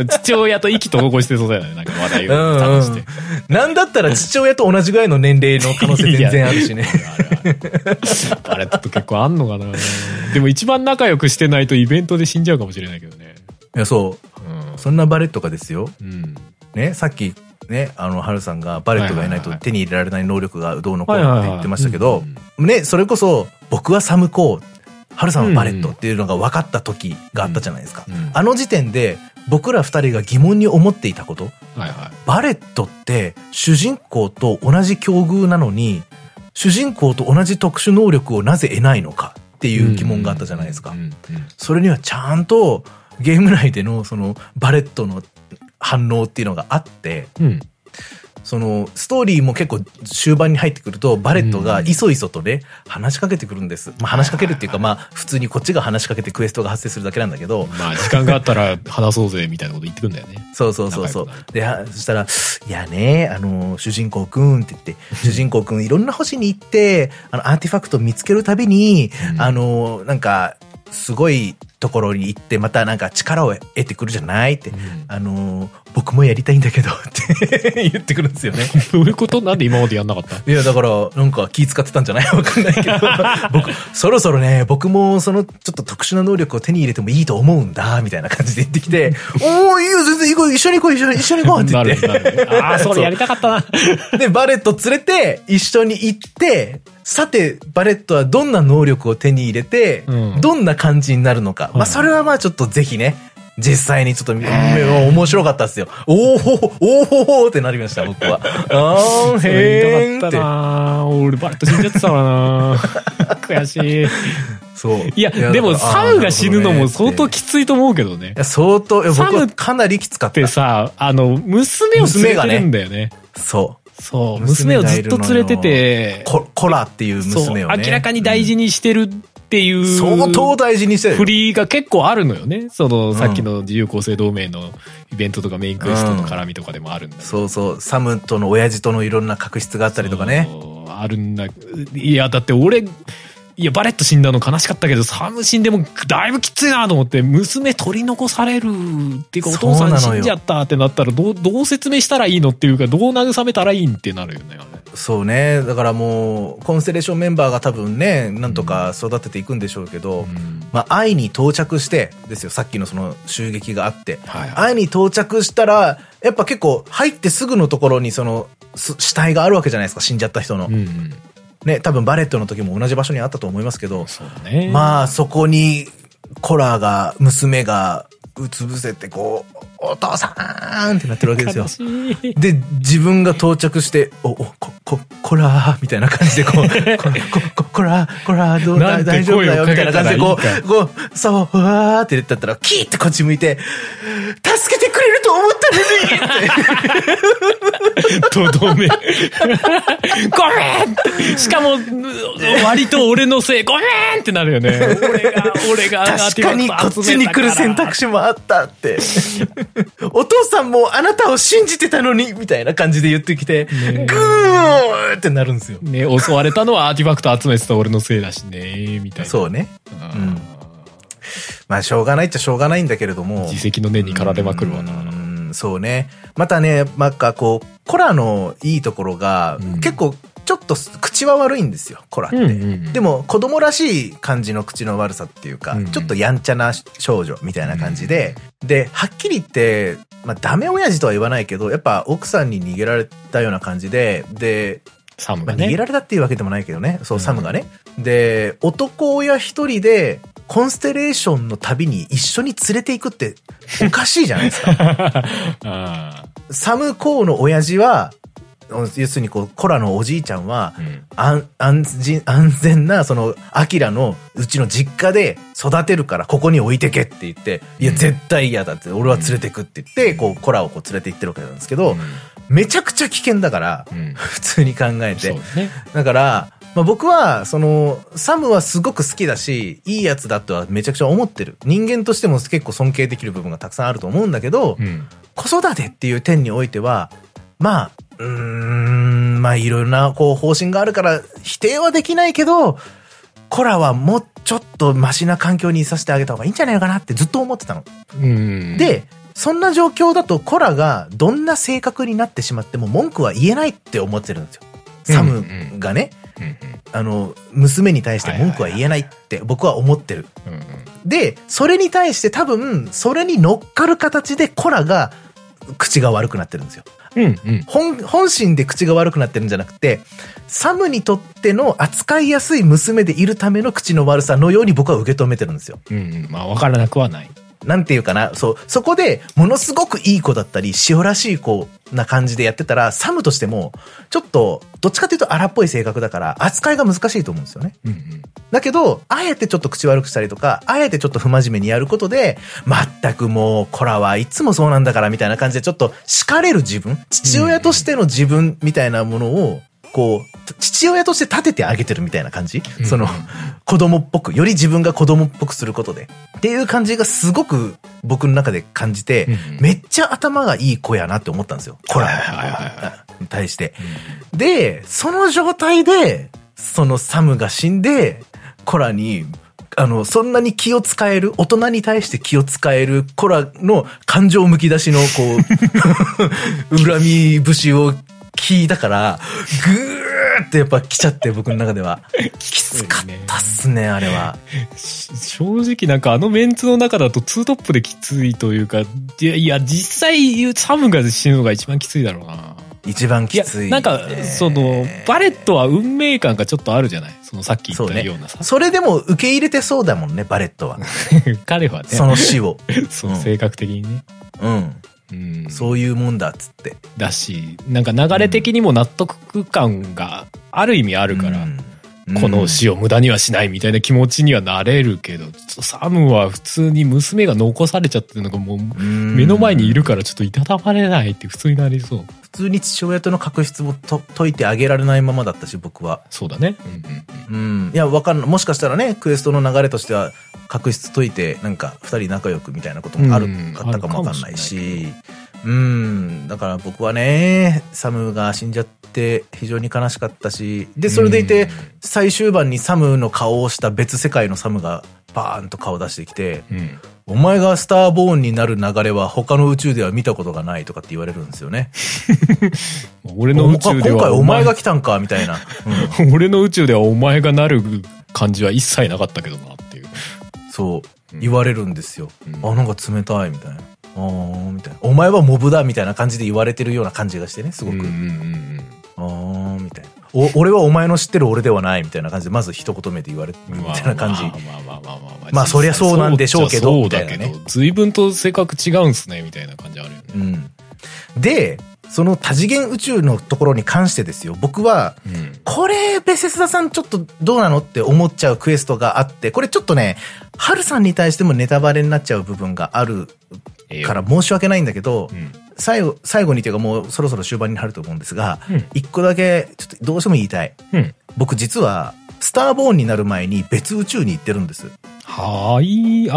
父親と意気投合してそうだよね。なんか話題を楽して。 なんだったら父親と同じぐらいの年齢の可能性全然あるしね。 あれと結構あんのかな。でも一番仲良くしてないとイベントで死んじゃうかもしれないけどね。 いや、そう。そんなバレットがですよ。ね、さっきね、ハルさんがバレットがいないと手に入れられない能力がどうのこうのって言ってましたけど、ね、それこそ僕はサムコー、ハルさんはバレットっていうのが分かった時があったじゃないですか。あの時点で僕ら二人が疑問に思っていたこと、バレットって主人公と同じ境遇なのに、主人公と同じ特殊能力をなぜ得ないのかっていう疑問があったじゃないですか。それにはちゃんとゲーム内でのそのバレットの反応っていうのがあって、そのストーリーも結構終盤に入ってくるとバレットがいそいそとね話しかけてくるんです。まあ話しかけるっていうか、まあ普通にこっちが話しかけてクエストが発生するだけなんだけど、 まあ時間があったら話そうぜみたいなこと言ってくんだよね。 そう。で、そしたら、いやね、主人公くんって言って、主人公くんいろんな星に行って、アーティファクト見つけるたびに、なんか、すごいところに行ってまたなんか力を得てくるじゃないって、僕もやりたいんだけどって言ってくるんですよね。 どういうこと？なんで今までやんなかった？ いやだからなんか気使ってたんじゃない？わかんないけどそろそろね僕もそのちょっと特殊な能力を手に入れてもいいと思うんだみたいな感じで言ってきておーいいよ全然行こう一緒に行こう一緒に行こうって言ってああそれやりたかったなでバレット連れて一緒に行ってさてバレットはどんな能力を手に入れて、どんな感じになるのか、まあそれはまあちょっとぜひね実際にちょっと面白かったですよ。おーってなりました僕は。 へーって。俺バレット死んじゃってたからな悔しい。 そう。 いやでもサムが死ぬのも相当きついと思うけどね。 相当僕はかなりきつかった。 でさ娘を連れてるんだよね。そう娘をずっと連れててコラっていう娘をね明らかに大事にしてるっていう相当大事にしてる振りが結構あるのよね。そのさっきの自由構成同盟のイベントとかメインクエストの絡みとかでもあるんだ、ね、 そうサムとの親父とのいろんな確執があったりとかねあるんだ。いやだっていやバレット死んだの悲しかったけどサム死んでもだいぶきついなと思って娘取り残されるっていうかお父さん死んじゃったってなったらどう説明したらいいのっていうかどう慰めたらいいんってなるよね。 そうねだからもうコンステレーションメンバーが多分ねなんとか育てていくんでしょうけど、まあ愛に到着してですよさっきのその襲撃があって、愛に到着したらやっぱ結構入ってすぐのところにその死体があるわけじゃないですか死んじゃった人の。ね、多分バレットの時も同じ場所にあったと思いますけど、まあそこにコラが娘がうつ伏せてこうお父さんってなってるわけですよ。で自分が到着してコラみたいな感じでこうコラ大丈夫だよみたいな感じでこうそううわーって言ったらキーってこっち向いて助けてくれると思ったのにとどめごめんしかも割と俺のせいごめんってなるよね。俺が確かにこっちに来る選択肢もあったってお父さんもあなたを信じてたのにみたいな感じで言ってきてグーってなるんですよね。襲われたのはアーティファクト集めてた俺のせいだしねみたいな。 そうねまあしょうがないっちゃしょうがないんだけれども自責の念にかられまくるわな。 そうね。またねなんかこうコラのいいところが、結構ちょっと口は悪いんですよコラって、でも子供らしい感じの口の悪さっていうか、ちょっとやんちゃな少女みたいな感じで、はっきり言ってまあダメ親父とは言わないけどやっぱ奥さんに逃げられたような感じでサムがね、 逃げられたっていうわけでもないけどね、サムがね。で男親一人でコンステレーションの旅に一緒に連れていくっておかしいじゃないですか。サムコーの親父は要するにこうコラのおじいちゃんは、安全なそのアキラのうちの実家で育てるからここに置いてけって言って、いや絶対嫌だって俺は連れてくって言ってこうコラをこう連れて行ってるわけなんですけど、めちゃくちゃ危険だから、普通に考えて、だからまあ、僕はそのサムはすごく好きだしいいやつだとはめちゃくちゃ思ってる。人間としても結構尊敬できる部分がたくさんあると思うんだけど、 子育てっていう点においては、まあ、まあいろいろなこう方針があるから否定はできないけど、コラはもうちょっとマシな環境にいさせてあげた方がいいんじゃないのかなってずっと思ってたの。で、そんな状況だとコラがどんな性格になってしまっても文句は言えないって思ってるんですよ。サムがね、娘に対して文句は言えないって僕は思ってる。で、それに対して多分、それに乗っかる形でコラが口が悪くなってるんですよ。本心で口が悪くなってるんじゃなくて、サムにとっての扱いやすい娘でいるための口の悪さのように僕は受け止めてるんですよ。 まあ分からなくはない。 なんていうかな、そこでものすごくいい子だったり、塩らしい子な感じでやってたら、サムとしても、ちょっと、どっちかというと荒っぽい性格だから、扱いが難しいと思うんですよね。だけど、あえてちょっと口悪くしたりとか、あえてちょっと不真面目にやることで、全くもう、コラはいつもそうなんだからみたいな感じで、ちょっと叱れる自分、父親としての自分みたいなものを、こう、父親として立ててあげてるみたいな感じ、子供っぽく、より自分が子供っぽくすることで。っていう感じがすごく僕の中で感じて、めっちゃ頭がいい子やなって思ったんですよ。コラに対して。で、その状態で、そのサムが死んで、コラに、そんなに気を使える、大人に対して気を使えるコラの感情むき出しの、こう、恨み節を聞いたから、ぐーってやっぱ来ちゃって、僕の中では。きつかったっすね、あれは。 正直なんかメンツの中だとツートップできついというか、いや、実際サムが死ぬのが一番きついだろうな。 一番きつい。 なんか、バレットは運命感がちょっとあるじゃない、さっき言ったようなさ。 それでも受け入れてそうだもんね、バレットは。 彼はね。 その死を。 そう、性格的にね。 そういうもんだっつって。 だし、なんか流れ的にも納得感がある意味あるから、この死を無駄にはしないみたいな気持ちにはなれるけど、サムは普通に娘が残されちゃってるのがもう目の前にいるからちょっといたたまれないって普通になりそう。 普通に父親との確執も解いてあげられないままだったし、僕は。 そうだね。 いや、わかんない。もしかしたらね、クエストの流れとしては、確執解いて、なんか、二人仲良くみたいなこともあったかもわかんないし、だから僕はね、サムが死んじゃって非常に悲しかったし、で、それでいて、最終盤にサムの顔をした別世界のサムが、バーンと顔出してきて、お前がスターボーンになる流れは他の宇宙では見たことがないとかって言われるんですよね。 俺の宇宙では今回お前が来たんかみたいな。 俺の宇宙ではお前がなる感じは一切なかったけどなっていう。 そう、言われるんですよ。なんか冷たいみたいな。みたいな。お前はモブだみたいな感じで言われてるような感じがしてね、すごく。みたいな。俺はお前の知ってる俺ではないみたいな感じで、まず一言目で言われるみたいな感じ。まあそりゃそうなんでしょうけど、みたいなね。 随分と性格違うんすね、みたいな感じあるよね。 で、その多次元宇宙のところに関してですよ、僕は、これ、ベセスダさんちょっとどうなのって思っちゃうクエストがあって、これちょっとね、ハルさんに対してもネタバレになっちゃう部分があるから申し訳ないんだけど、最後にというかもうそろそろ終盤になると思うんですが、一個だけちょっとどうしても言いたい。僕実は、スターボーンになる前に別宇宙に行ってるんです。 はーい、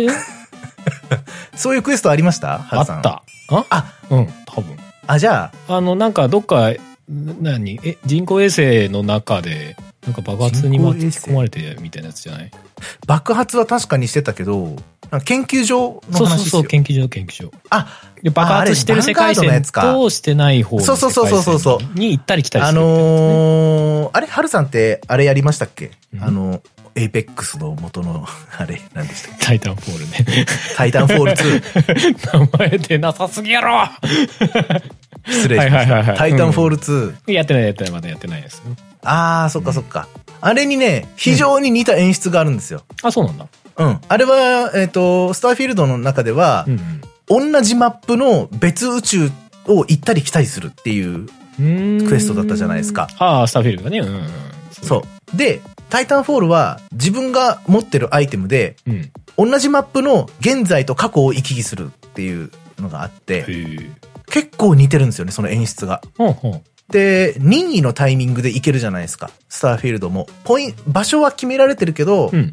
そういうクエストありました？ハルさん。 あった。多分。 じゃあ。 なんかどっか、人工衛星の中で、なんか爆発に巻き込まれてみたいなやつじゃない？ 爆発は確かにしてたけど、研究所の話ですよ。 そう、研究所。爆発してる世界線としてない方の世界線に行ったり来たりする。 あれハルさんって、あれやりましたっけ？エイペックスの元の、あれ、何でしたっけ？ タイタンフォールね。 タイタンフォール2。 名前出なさすぎやろ。 失礼しました。タイタンフォール2。 やってない、まだやってないですね。 そっかそっか。あれにね、非常に似た演出があるんですよ。 そうなんだ。 あれは、スターフィールドの中では、同じマップの別宇宙を行ったり来たりするっていうクエストだったじゃないですか。 スターフィールドがね。 そう。で、タイタンフォールは自分が持ってるアイテムで、同じマップの現在と過去を行き来するっていうのがあって、結構似てるんですよね、その演出が。で、任意のタイミングで行けるじゃないですか、スターフィールドも。場所は決められてるけど、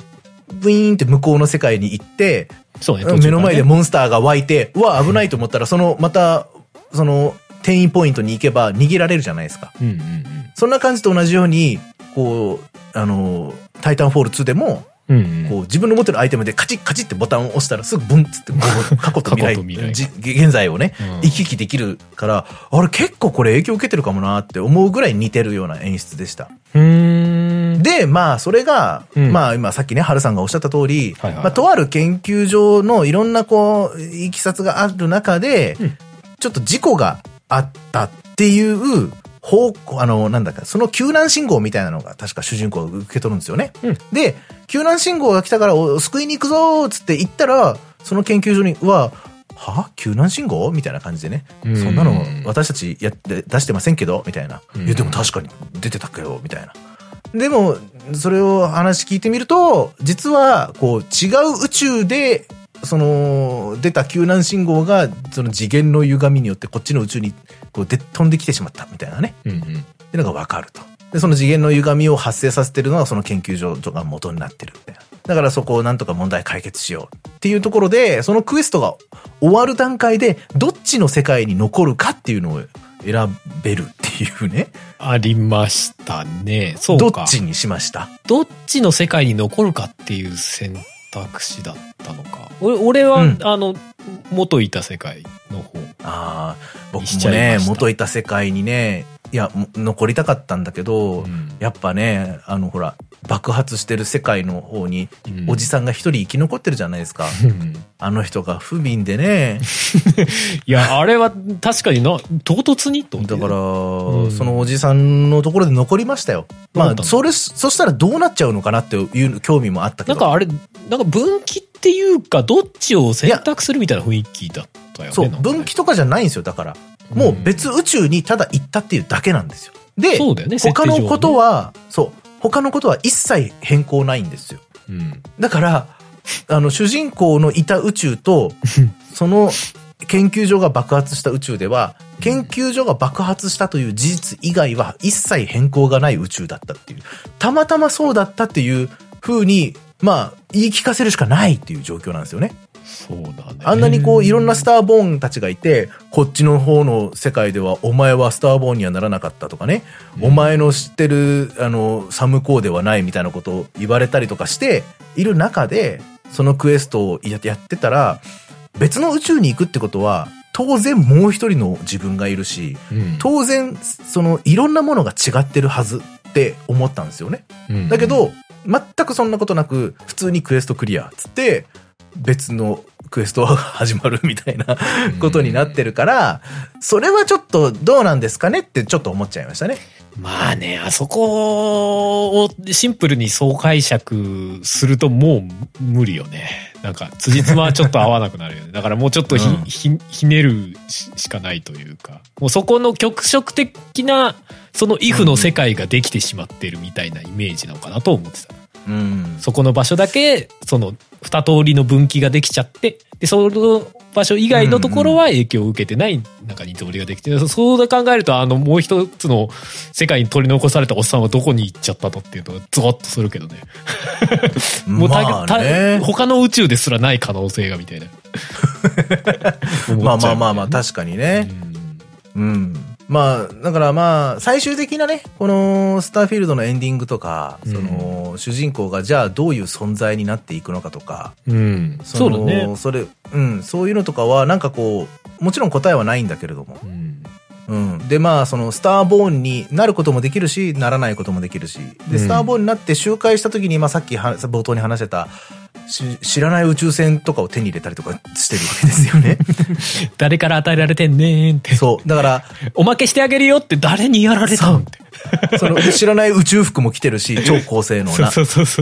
ブイーンって向こうの世界に行って、 そうね、 目の前でモンスターが湧いて、うわ、危ないと思ったら、また、転移ポイントに行けば逃げられるじゃないですか。そんな感じと同じように、こう、タイタンフォール2でも、こう自分の持ってるアイテムでカチッカチッってボタンを押したらすぐブンッつって過去と未来現在をね、行き来できるから、あれ結構これ影響受けてるかもなって思うぐらい似てるような演出でした。で、まあそれが、まあ今さっきね、春さんがおっしゃった通り、まあとある研究所のいろんなこう、いきさつがある中で、ちょっと事故があったっていう、なんだか、その救難信号みたいなのが確か主人公が受け取るんですよね。で、救難信号が来たから救いに行くぞーつって言ったら、その研究所には救難信号みたいな感じでね。そんなの私たち出してませんけどみたいな。いや、でも確かに出てたけどみたいな。でも、それを話聞いてみると、実は、こう、違う宇宙で、出た救難信号が、次元の歪みによってこっちの宇宙に、こう、飛んできてしまったみたいなね。っていうのがわかると。で、その次元の歪みを発生させてるのがその研究所が元になってるみたいな。だからそこをなんとか問題解決しようっていうところで、そのクエストが終わる段階で、どっちの世界に残るかっていうのを選べるっていうね。 ありましたね。そうか。 どっちにしました？ どっちの世界に残るかっていう選択肢だったのか。俺は、元いた世界の方。 ああ、僕もね、元いた世界にね、いや、残りたかったんだけど、やっぱね、ほら、爆発してる世界の方に、おじさんが一人生き残ってるじゃないですか。あの人が不憫でね。 いや、あれは確かに唐突にと。 だから、そのおじさんのところで残りましたよ。まあ、そしたらどうなっちゃうのかなっていう興味もあったけど。 なんかあれ、なんか分岐っていうか、どっちを選択するみたいな雰囲気だったよね。 そう、分岐とかじゃないんですよ、だから。もう別宇宙にただ行ったっていうだけなんですよ。で、 そうだよね、 他のことは、他のことは一切変更ないんですよ。だから、主人公のいた宇宙と、その研究所が爆発した宇宙では、研究所が爆発したという事実以外は一切変更がない宇宙だったっていう。たまたまそうだったっていう風に、まあ、言い聞かせるしかないっていう状況なんですよね。 そうだね。 あんなにこういろんなスターボーンたちがいて、こっちの方の世界ではお前はスターボーンにはならなかったとかね、お前の知ってるサムコーではないみたいなことを言われたりとかしている中で、そのクエストをやってたら、別の宇宙に行くってことは当然もう一人の自分がいるし、当然いろんなものが違ってるはずって思ったんですよね。だけど全くそんなことなく普通にクエストクリアっつって別のクエストが始まるみたいなことになってるから、それはちょっとどうなんですかねってちょっと思っちゃいましたね。 まあね、あそこをシンプルにそう解釈するともう無理よね。なんか辻褄はちょっと合わなくなるよね。だからもうちょっとひねるしかないというか、もうそこの局色的なそのイフの世界ができてしまっているみたいなイメージなのかなと思ってた。そこの場所だけその二通りの分岐ができちゃって、でその場所以外のところは影響を受けてないなんか二通りができて、そう考えるともう一つの世界に取り残されたおっさんはどこに行っちゃったのっていうとゾワッとするけどね。もう他の宇宙ですらない可能性がみたいな。 まあ確かにね。まあ、だからまあ、最終的なね、このスターフィールドのエンディングとか、主人公がじゃあどういう存在になっていくのかとか、 そうだね。 そういうのとかはなんかこう、もちろん答えはないんだけれども、でまあ、スターボーンになることもできるし、ならないこともできるし、で、スターボーンになって周回した時に、まあさっき冒頭に話してた、知らない宇宙船とかを手に入れたりとかしてるわけですよね。 誰から与えられてんねーんって。 そう。だから、 おまけしてあげるよって誰にやられたんって。 知らない宇宙服も着てるし、超高性能な。 そう。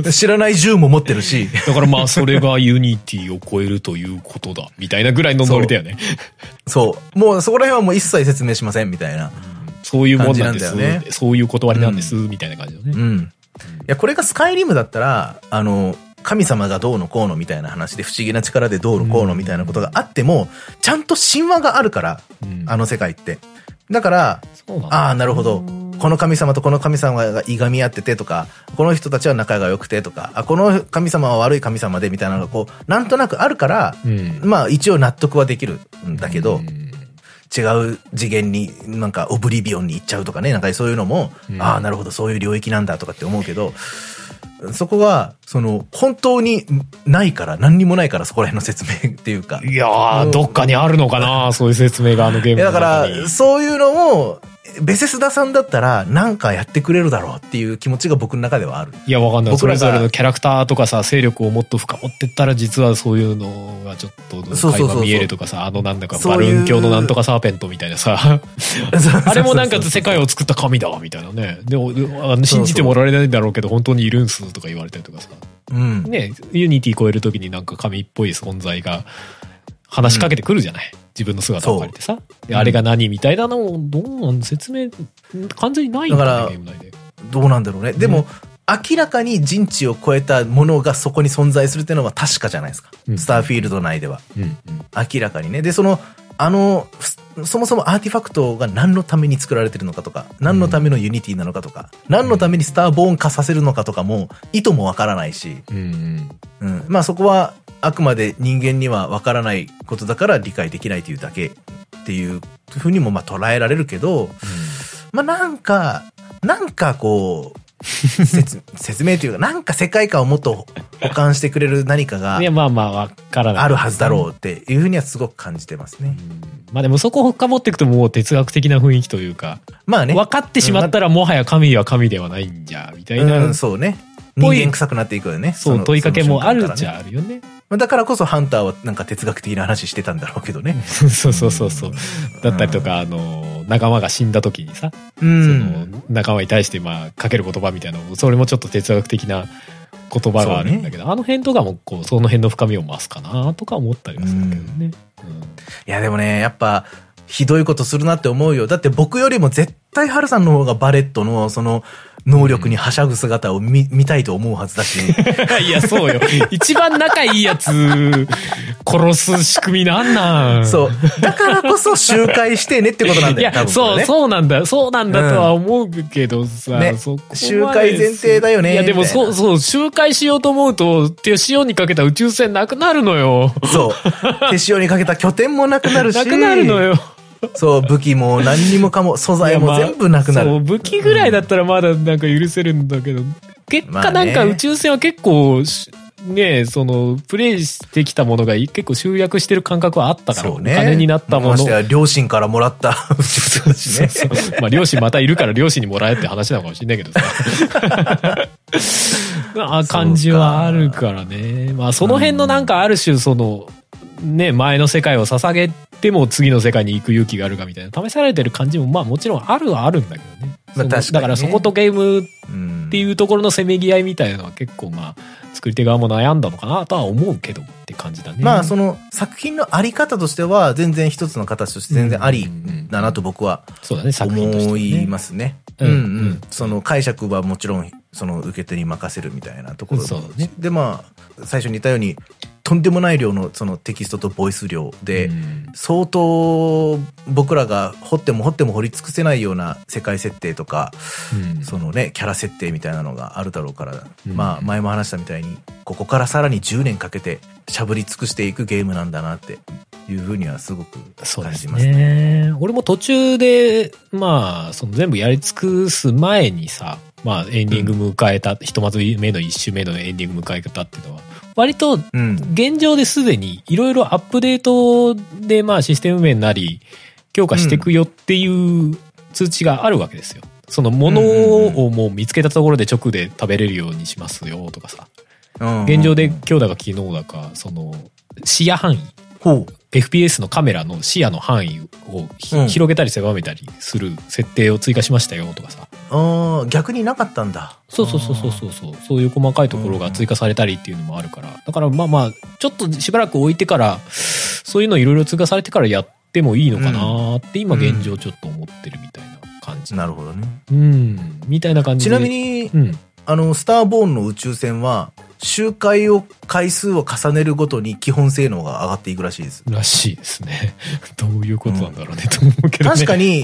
知らない銃も持ってるし。 だからまあ、それがユニティを超えるということだ。みたいなぐらいのノリだよね。 そう。もうそこら辺はもう一切説明しません、みたいな。 そういうもんなんですね。そういう断りなんです、みたいな感じだね。 いや、これがスカイリムだったら、神様がどうのこうのみたいな話で不思議な力でどうのこうのみたいなことがあっても、ちゃんと神話があるから、あの世界って。だから、なるほど。 この神様とこの神様がいがみ合っててとか、この人たちは仲が良くてとか、この神様は悪い神様でみたいなのがこう、なんとなくあるから、まあ一応納得はできるんだけど、違う次元になんかオブリビオンに行っちゃうとかね、なんかそういうのも、ああ、なるほど、そういう領域なんだとかって思うけど、そこが、本当にないから、何にもないから、そこら辺の説明っていうか。 いやー、どっかにあるのかな、そういう説明があのゲームの中に。 だから、そういうのを、ベセスダさんだったら、なんかやってくれるだろうっていう気持ちが僕の中ではある。 いや、わかんない。それぞれのキャラクターとかさ、勢力をもっと深掘ってったら、実はそういうのがちょっと、垣間見えるとかさ、なんだか、バルーン教のなんとかサーペントみたいなさ、あれもなんか世界を作った神だ、みたいなね。でも、信じてもらえないんだろうけど、本当にいるんす、とか言われたりとかさ。ね、ユニティ超えるときになんか神っぽい存在が話しかけてくるじゃない。自分の姿を借りてさ。で、あれが何みたいなのを、どうなん説明、完全にないんだね、ゲーム内で。どうなんだろうね。でも、明らかに人知を超えたものがそこに存在するっていうのは確かじゃないですか。スターフィールド内では。明らかにね。で、そもそもアーティファクトが何のために作られてるのかとか、何のためのユニティなのかとか、何のためにスターボーン化させるのかとかも、意図もわからないし、まあそこはあくまで人間にはわからないことだから理解できないというだけっていうふうにもまあ捉えられるけど、まあなんかこう、説明というか、なんか世界観をもっと補完してくれる何かが、 いや、まあまあ、わからない。 あるはずだろうっていうふうにはすごく感じてますね。 まあでもそこを深掘っていくともう哲学的な雰囲気というか、まあね。分かってしまったらもはや神は神ではないんじゃ、みたいな。 そうね。人間臭くなっていくよね。 そう、問いかけもあるじゃあるよね。 だからこそハンターはなんか哲学的な話してたんだろうけどね。 そう。だったりとか、仲間が死んだ時にさ、その仲間に対してまあかける言葉みたいなの、それもちょっと哲学的な言葉があるんだけど、あの辺とかもこう、その辺の深みを増すかなとか思ったりはするけどね。 いやでもね、やっぱ、ひどいことするなって思うよ。だって僕よりも絶対ハルさんの方がバレットのその能力にはしゃぐ姿を見たいと思うはずだし。 いや、そうよ。一番仲いいやつ、殺す仕組みなんなん。 そう。だからこそ周回してねってことなんだよ。 いや、ね、そうなんだとは思うけどさ、 ね、周回前提だよね。 いや、でも周回しようと思うと、手塩にかけた宇宙船なくなるのよ。 そう。手塩にかけた拠点もなくなるし。 なくなるのよ。 そう、武器も何にもかも、素材も全部なくなる。 そう、武器ぐらいだったらまだなんか許せるんだけど、結果なんか宇宙船は結構、ね、プレイしてきたものが結構集約してる感覚はあったから、お金になったもの。ましてや両親からもらった宇宙船だしね。 そうまあ両親またいるから両親にもらえって話なのかもしれないけどさ。感じはあるからね。まあその辺のなんかある種ね、前の世界を捧げても次の世界に行く勇気があるかみたいな試されてる感じもまあもちろんあるはあるんだけどね。 まあ確かにね。 だからそことゲームっていうところのせめぎ合いみたいなのは結構まあ作り手側も悩んだのかなとは思うけどって感じだね。 まあその作品のあり方としては全然一つの形として全然ありだなと僕は思いますね。その解釈はもちろんその受け手に任せるみたいなところで、まあ最初に言ったようにとんでもない量のそのテキストとボイス量で、相当僕らが掘っても掘り尽くせないような世界設定とか、そのね、キャラ設定みたいなのがあるだろうから、まあ前も話したみたいに、ここからさらに10年かけてしゃぶり尽くしていくゲームなんだなっていうふうにはすごく感じますね。 俺も途中で、まあ、全部やり尽くす前にさ、まあエンディング迎えた、ひとまず目の1周目のエンディング迎えたっていうのは、割と現状ですでにいろいろアップデートでまあシステム面なり強化していくよっていう通知があるわけですよ。そのものをもう見つけたところで直で食べれるようにしますよとかさ。現状で今日だか昨日だかその視野範囲。FPS のカメラの視野の範囲を広げたり狭めたりする設定を追加しましたよとかさ。 逆になかったんだ。 そう。そういう細かいところが追加されたりっていうのもあるから。だからまあ、ちょっとしばらく置いてから、そういうのいろいろ追加されてからやってもいいのかなって今現状ちょっと思ってるみたいな感じ。 なるほどね。 みたいな感じで。ちなみに、スターボーンの宇宙船は、周回を回数を重ねるごとに基本性能が上がっていくらしいです。 らしいですね。どういうことなんだろうね、と思うけどね。 確かに、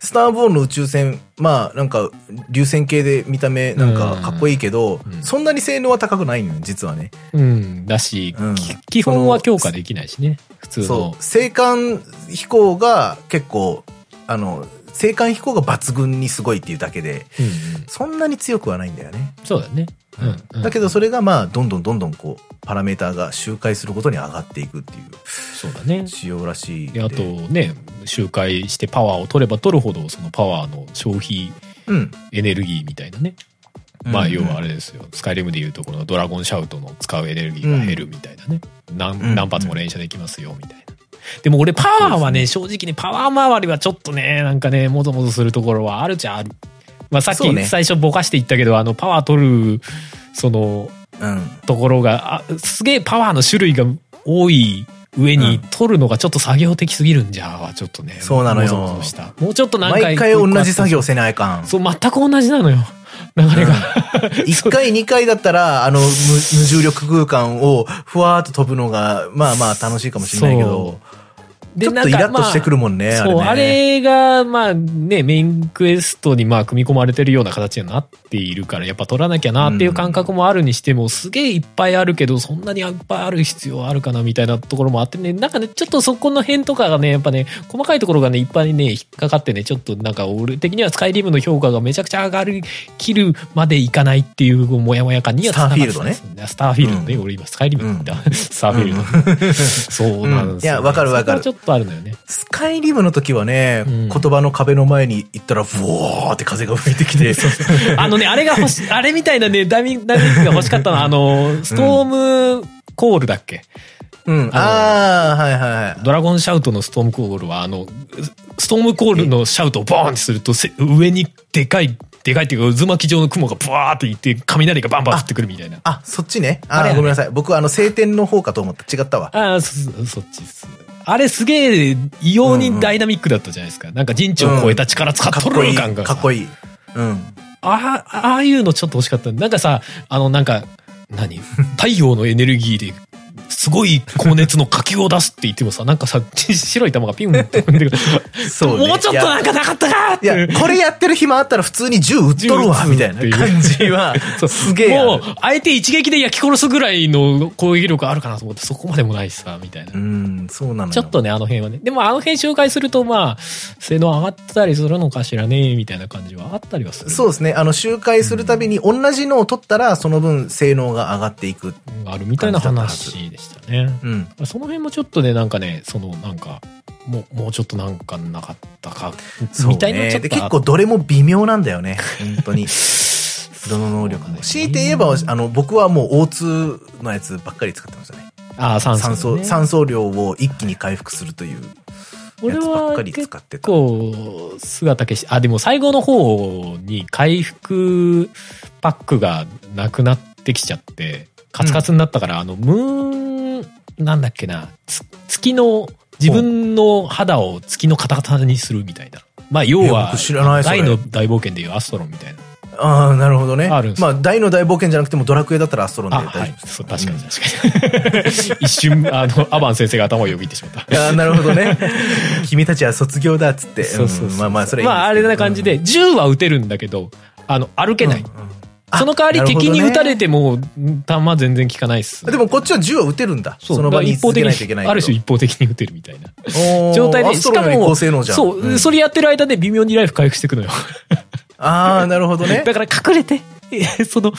スターボーンの宇宙船、まあなんか流線形で見た目なんかかっこいいけど、そんなに性能は高くないのよ、実はね。 だし、基本は強化できないしね、普通の。 そう、青函飛行が結構、青函飛行が抜群にすごいっていうだけで、そんなに強くはないんだよね。 そうだね。 だけどそれがまあどんどんこうパラメーターが周回するごとに上がっていくっていうそうだね仕様らしい。 であとね周回してパワーを取れば取るほどそのパワーの消費エネルギーみたいなね、まあ要はあれですよ、スカイリムでいうとこのドラゴンシャウトの使うエネルギーが減るみたいなね、何発も連射できますよみたいな。でも俺パワーはね正直ねパワー周りはちょっとねなんかねもぞもぞするところはあるっちゃある。まあさっき最初ぼかして言ったけどパワー取るそのところがすげえパワーの種類が多い上に取るのがちょっと作業的すぎるんじゃちょっとね。 そうなのよ。 もうちょっと何回毎回同じ作業せないかん。 そう全く同じなのよ流れが。 1回2回だったら無重力空間をふわーっと飛ぶのがまあまあ楽しいかもしれないけど。ちょっとイラッとしてくるもんね、 そう、あれが、まあね、メインクエストにまあ組み込まれてるような形になっているから、やっぱ取らなきゃなっていう感覚もあるにしても、すげえいっぱいあるけど、そんなにいっぱいある必要あるかなみたいなところもあってね、なんかね、ちょっとそこの辺とかがね、やっぱね、細かいところがね、いっぱいね、引っかかってね、ちょっとなんか俺的にはスカイリムの評価がめちゃくちゃ上がりきるまでいかないっていうモヤモヤ感にはつながってますね。スターフィールドね、俺今スカイリムって言った。スターフィールド。そうなんですよ。 いや、わかるわかる。 ちょっとあるのよね。 スカイリムの時はね、言葉の壁の前に行ったら、ブワーって風が吹いてきて。 あれがあれみたいなね、ダイナミックが欲しかったのは、ストームコールだっけ？ はいはいはい。 ドラゴンシャウトのストームコールは、ストームコールのシャウトをボーンってすると、上にでかいっていうか渦巻き状の雲がブワーっていって雷がバンバン降ってくるみたいな。 そっちね。ごめんなさい。僕晴天の方かと思った。違ったわ。 そっちです。あれすげえ異様にダイナミックだったじゃないですか。なんか人知を超えた力使っとる感が。 かっこいい。 ああいうのちょっと欲しかった。なんかさ、なんか、太陽のエネルギーですごい高熱の火球を出すって言ってもさ、なんかさ、白い玉がピュンって飛んでくる。そうね。もうちょっとなんかなかったかって。 いや、これやってる暇あったら普通に銃撃っとるわ、みたいな感じは、すげえ。 もう、相手一撃で焼き殺すぐらいの攻撃力あるかなと思って、そこまでもないしさ、みたいな。 そうなのよ。 ちょっとね、あの辺はね。でもあの辺周回すると、まあ、性能上がったりするのかしらね、みたいな感じはあったりはする。 そうですね。周回するたびに同じのを取ったら、その分性能が上がっていく。 あるみたいな話でしたね。その辺もちょっとね、なんかね、なんか、もうちょっとなんかなかったか、みたいなちょっと。 結構どれも微妙なんだよね、本当に。どの能力も。強いて言えば、僕はもう O2 のやつばっかり使ってましたね。酸素量を一気に回復するというやつばっかり使ってた。 姿消し、でも最後の方に回復パックがなくなってきちゃって、カツカツになったから、なんだっけな、月の、自分の肌を月のカタカタにするみたいな。まあ、要は、大の大冒険でいうアストロンみたいな。 なるほどね。まあ、大の大冒険じゃなくてもドラクエだったらアストロンで大丈夫です。 確かに。一瞬、アバン先生が頭をよぎってしまった。 なるほどね。君たちは卒業だっつって。まあまあ、それいい。 まあ、あれな感じで、銃は撃てるんだけど、歩けない。その代わり敵に撃たれても弾全然効かないっす。 でもこっちは銃は撃てるんだ。その場に続けないといけない。 ある種一方的に撃てるみたいな状態で、しかもそう、それやってる間で微妙にライフ回復していくのよ。 なるほどね。 だから隠れてスタ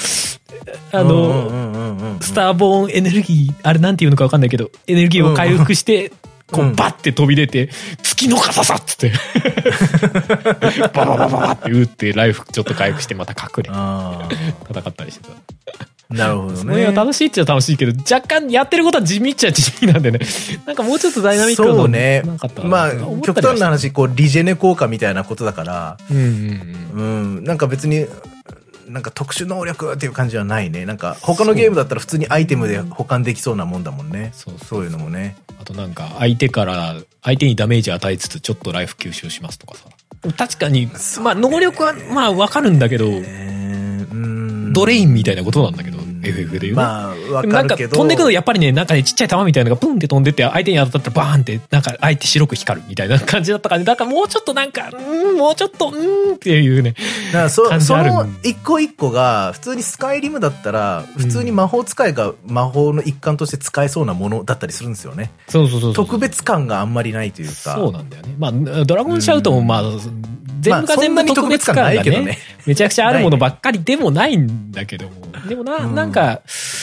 ーボーンエネルギー、あれなんていうのか分かんないけど、エネルギーを回復してこうバッて飛び出て、月の傘さっつってバババババって撃ってライフちょっと回復してまた隠れ戦ったりしてた。 なるほどね。 それは楽しいっちゃ楽しいけど、若干やってることは地味っちゃ地味なんでね。なんかもうちょっとダイナミックなのなかったな。 まあ、極端な話、リジェネ効果みたいなことだから、なんか別に、なんか特殊能力っていう感じはないね。なんか他のゲームだったら普通にアイテムで保管できそうなもんだもんね。そういうのもね。 あとなんか相手にダメージ与えつつちょっとライフ吸収しますとかさ。確かに、まあ能力はまあわかるんだけど、ドレインみたいなことなんだけど、 FF でいうね。 まあ、わかるけど。 なんか飛んでくのやっぱりね、なんかね、ちっちゃい玉みたいなのがプンって飛んでって、相手に当たったらバーンって、なんか相手白く光るみたいな感じだったからね。だからもうちょっとなんか、もうちょっと、っていうね。 だからその一個一個が、普通にスカイリムだったら、普通に魔法使いが魔法の一環として使えそうなものだったりするんですよね。 そう。 特別感があんまりないというか。 そうなんだよね。まあ、ドラゴンシャウトもまあ、全部が全部特別感がね、めちゃくちゃあるものばっかりでもないんだけども。でもなんか、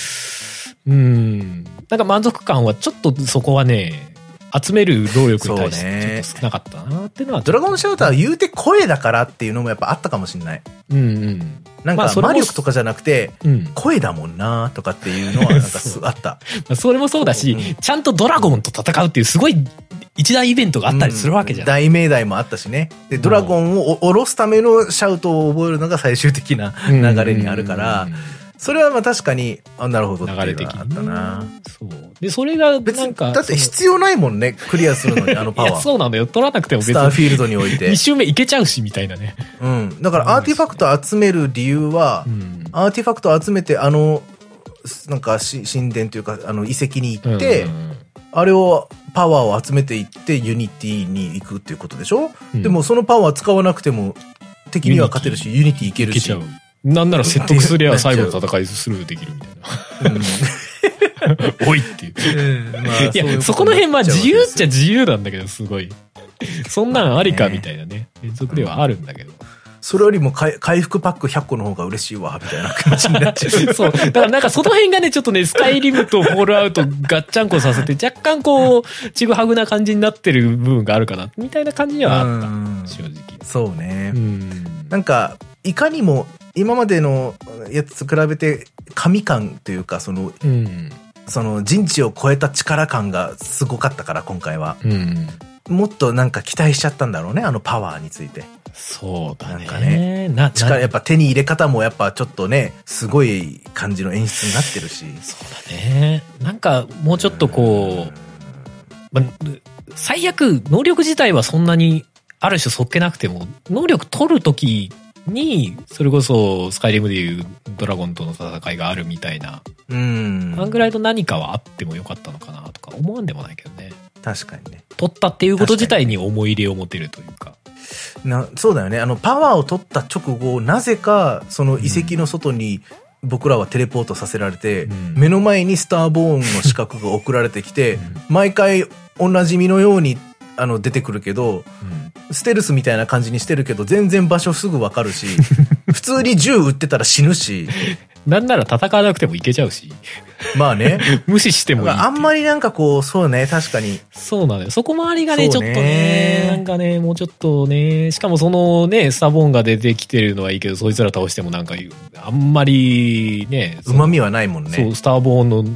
なんか満足感はちょっとそこはね、集める労力に対してちょっと少なかったなっていうのは。 ドラゴンシャウターは言うて声だからっていうのもやっぱあったかもしれない。なんか魔力とかじゃなくて、声だもんなとかっていうのはなんかあった。 それもそうだし、ちゃんとドラゴンと戦うっていうすごい一大イベントがあったりするわけじゃん。 大命題もあったしね。で、ドラゴンを下ろすためのシャウトを覚えるのが最終的な流れにあるから、それはまあ確かに、なるほどっていうのがあったな。 そう。で、それがなんか。 だって必要ないもんね、クリアするのに、パワー。 いや、そうなんだよ。取らなくても別に。 スターフィールドにおいて。 2周目いけちゃうし、みたいなね。 だからアーティファクト集める理由は、アーティファクト集めて、なんか神殿というか、遺跡に行って、あれを、パワーを集めていって、ユニティに行くっていうことでしょ？でもそのパワー使わなくても、敵には勝てるし、ユニティいけるし。 なんなら説得すりゃ最後の戦いスルーできるみたいな。おいっていう。いや、そこの辺は自由っちゃ自由なんだけど、すごい。そんなんありかみたいなね。連続ではあるんだけど。 それよりも回復パック100個の方が嬉しいわ、みたいな感じになっちゃう。 そう。だからなんかその辺がね、ちょっとね、スカイリムとフォールアウトガッチャンコさせて、若干こう、ちぐはぐな感じになってる部分があるかな、みたいな感じにはあった。正直。 そうね。なんか、いかにも、今までのやつと比べて、神感というか、その人知を超えた力感がすごかったから、今回は。もっとなんか期待しちゃったんだろうね、パワーについて。 そうだね。 なんかね。力、やっぱ手に入れ方もやっぱちょっとね、すごい感じの演出になってるし。 そうだね。なんかもうちょっとこう、最悪、能力自体はそんなにある種そっけなくても、能力取るときに、それこそスカイリムでいうドラゴンとの戦いがあるみたいな、あんぐらいの何かはあってもよかったのかなとか思わんでもないけどね。 確かにね。 取ったっていうこと自体に思い入れを持てるというか。 そうだよね。パワーを取った直後、なぜか、その遺跡の外に僕らはテレポートさせられて、目の前にスターボーンの資格が送られてきて、毎回おなじみのように出てくるけど、ステルスみたいな感じにしてるけど、全然場所すぐわかるし、普通に銃撃ってたら死ぬし。 なんなら戦わなくてもいけちゃうし。 まあね。 無視してもいい。 あんまりなんかこう、そうね、確かに。 そうなのよ。そこ周りがね、ちょっとね、なんかね、もうちょっとね、しかもそのね、スターボーンが出てきてるのはいいけど、そいつら倒してもなんか、あんまりね、 旨味はないもんね。 そう、スターボーンの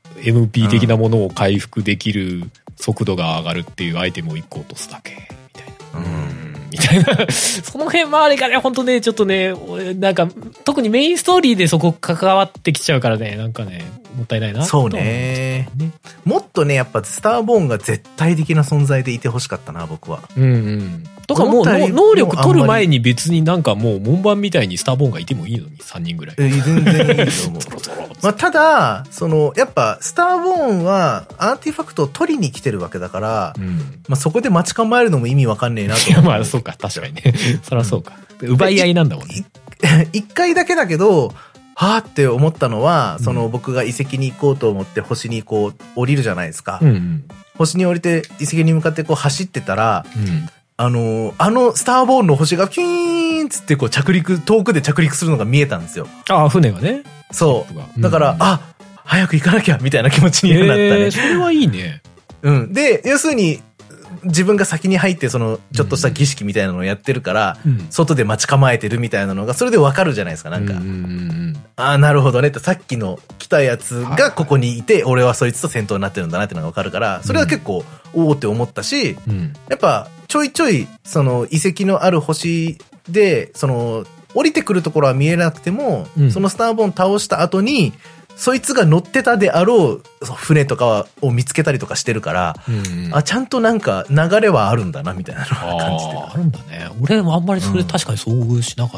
MP 的なものを回復できる速度が上がるっていうアイテムを1個落とすだけ、みたいな。みたいな。その辺周りがね、ほんとね、ちょっとね、なんか、特にメインストーリーでそこ関わってきちゃうからね、なんかね、もったいないな。 そうね。もっとね、やっぱスターボーンが絶対的な存在でいてほしかったな、僕は。とかもう、能力取る前に別になんかもう門番みたいにスターボーンがいてもいいのに、3人ぐらい。 全然いいと思う。まあ、ただ、やっぱ、スターボーンはアーティファクトを取りに来てるわけだから、まあ、そこで待ち構えるのも意味わかんねえなと。 いや、まあ、そうか、確かにね。そりゃそうか。奪い合いなんだもんね。 一回だけだけど、はぁって思ったのは、僕が遺跡に行こうと思って星にこう降りるじゃないですか。星に降りて遺跡に向かってこう走ってたら、スターボーンの星がキューンつってこう遠くで着陸するのが見えたんですよ。 ああ、船がね。 そう。だから、早く行かなきゃみたいな気持ちになったね。 それはいいね。 で、要するに、自分が先に入ってちょっとした儀式みたいなのをやってるから、外で待ち構えてるみたいなのが、それでわかるじゃないですか、なんか。なるほどねって、さっきの来たやつがここにいて、俺はそいつと戦闘になってるんだなっていうのがわかるから、それは結構、おーって思ったし、やっぱ、ちょいちょい、遺跡のある星で、降りてくるところは見えなくても、そのスターボーン倒した後に、そいつが乗ってたであろう船とかを見つけたりとかしてるから、ちゃんとなんか流れはあるんだなみたいなのを感じてる。 あるんだね。俺もあんまりそれ確かに遭遇しなかった。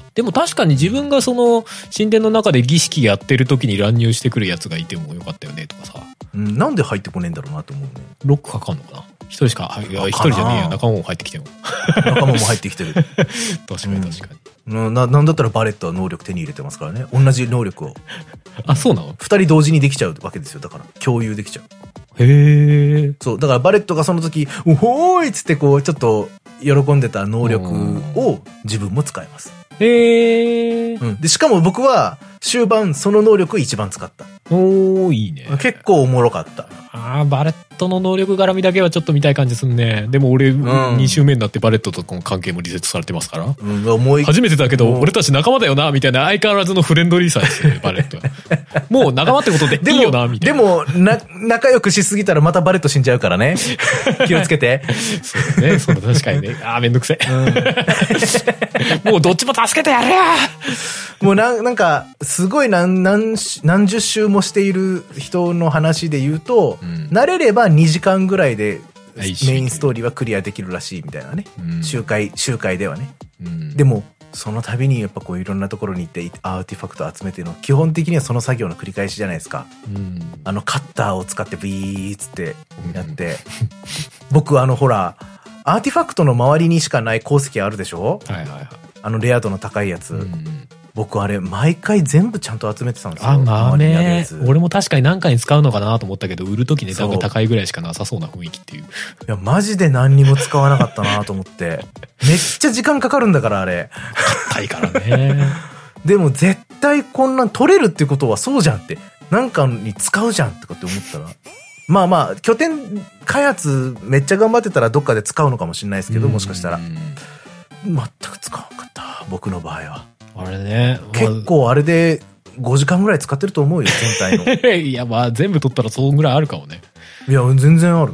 でも確かに自分がその神殿の中で儀式やってる時に乱入してくるやつがいてもよかったよねとかさ。 なんで入ってこねえんだろうなと思うね。 ロックかかんのかな。一人しか、いや、一人じゃねえや、仲間も入ってきても。 仲間も入ってきてる。 確かに確かに。 なんだったらバレットは能力手に入れてますからね。同じ能力を。 あ、そうなの？ 二人同時にできちゃうわけですよ。だから、共有できちゃう。 へえ。 そう、だからバレットがその時、おほーいっつってこう、ちょっと喜んでた能力を自分も使えます。 へえ。 で、しかも僕は終盤その能力一番使った。 おー、いいね。 結構おもろかった。 ああ、バレットの能力絡みだけはちょっと見たい感じすんね。でも俺、2周目になってバレットとの関係もリセットされてますから。初めてだけど、俺たち仲間だよな、みたいな相変わらずのフレンドリーさですよね、バレットは。もう仲間ってことでいいよな、みたいな。 でも、仲良くしすぎたらまたバレット死んじゃうからね。気をつけて。 そうね、そうだ、確かにね。ああ、めんどくせえ。もうどっちも助けてやれよ。 もうなんか、すごい何十周もしている人の話で言うと、慣れれば2時間ぐらいでメインストーリーはクリアできるらしいみたいなね。周回ではね。でも、その度にやっぱこういろんなところに行ってアーティファクト集めての、基本的にはその作業の繰り返しじゃないですか。カッターを使ってビーッつってやって。僕ほら、アーティファクトの周りにしかない鉱石あるでしょ？はいはいはい。レア度の高いやつ。僕あれ毎回全部ちゃんと集めてたんですよ。 まあね。俺も確かに何かに使うのかなと思ったけど、売るとき値段が高いぐらいしかなさそうな雰囲気っていう。いや、マジで何にも使わなかったなと思って。めっちゃ時間かかるんだから、あれ。 硬いからね。 でも絶対こんなん取れるってことはそうじゃんって。なんかに使うじゃんとかって思ったら。まあまあ、拠点開発めっちゃ頑張ってたらどっかで使うのかもしれないですけど、もしかしたら。全く使わなかった。僕の場合は。 あれね。 結構あれで5時間ぐらい使ってると思うよ、全体の。 いや、まあ全部取ったらそんぐらいあるかもね。 いや、全然ある。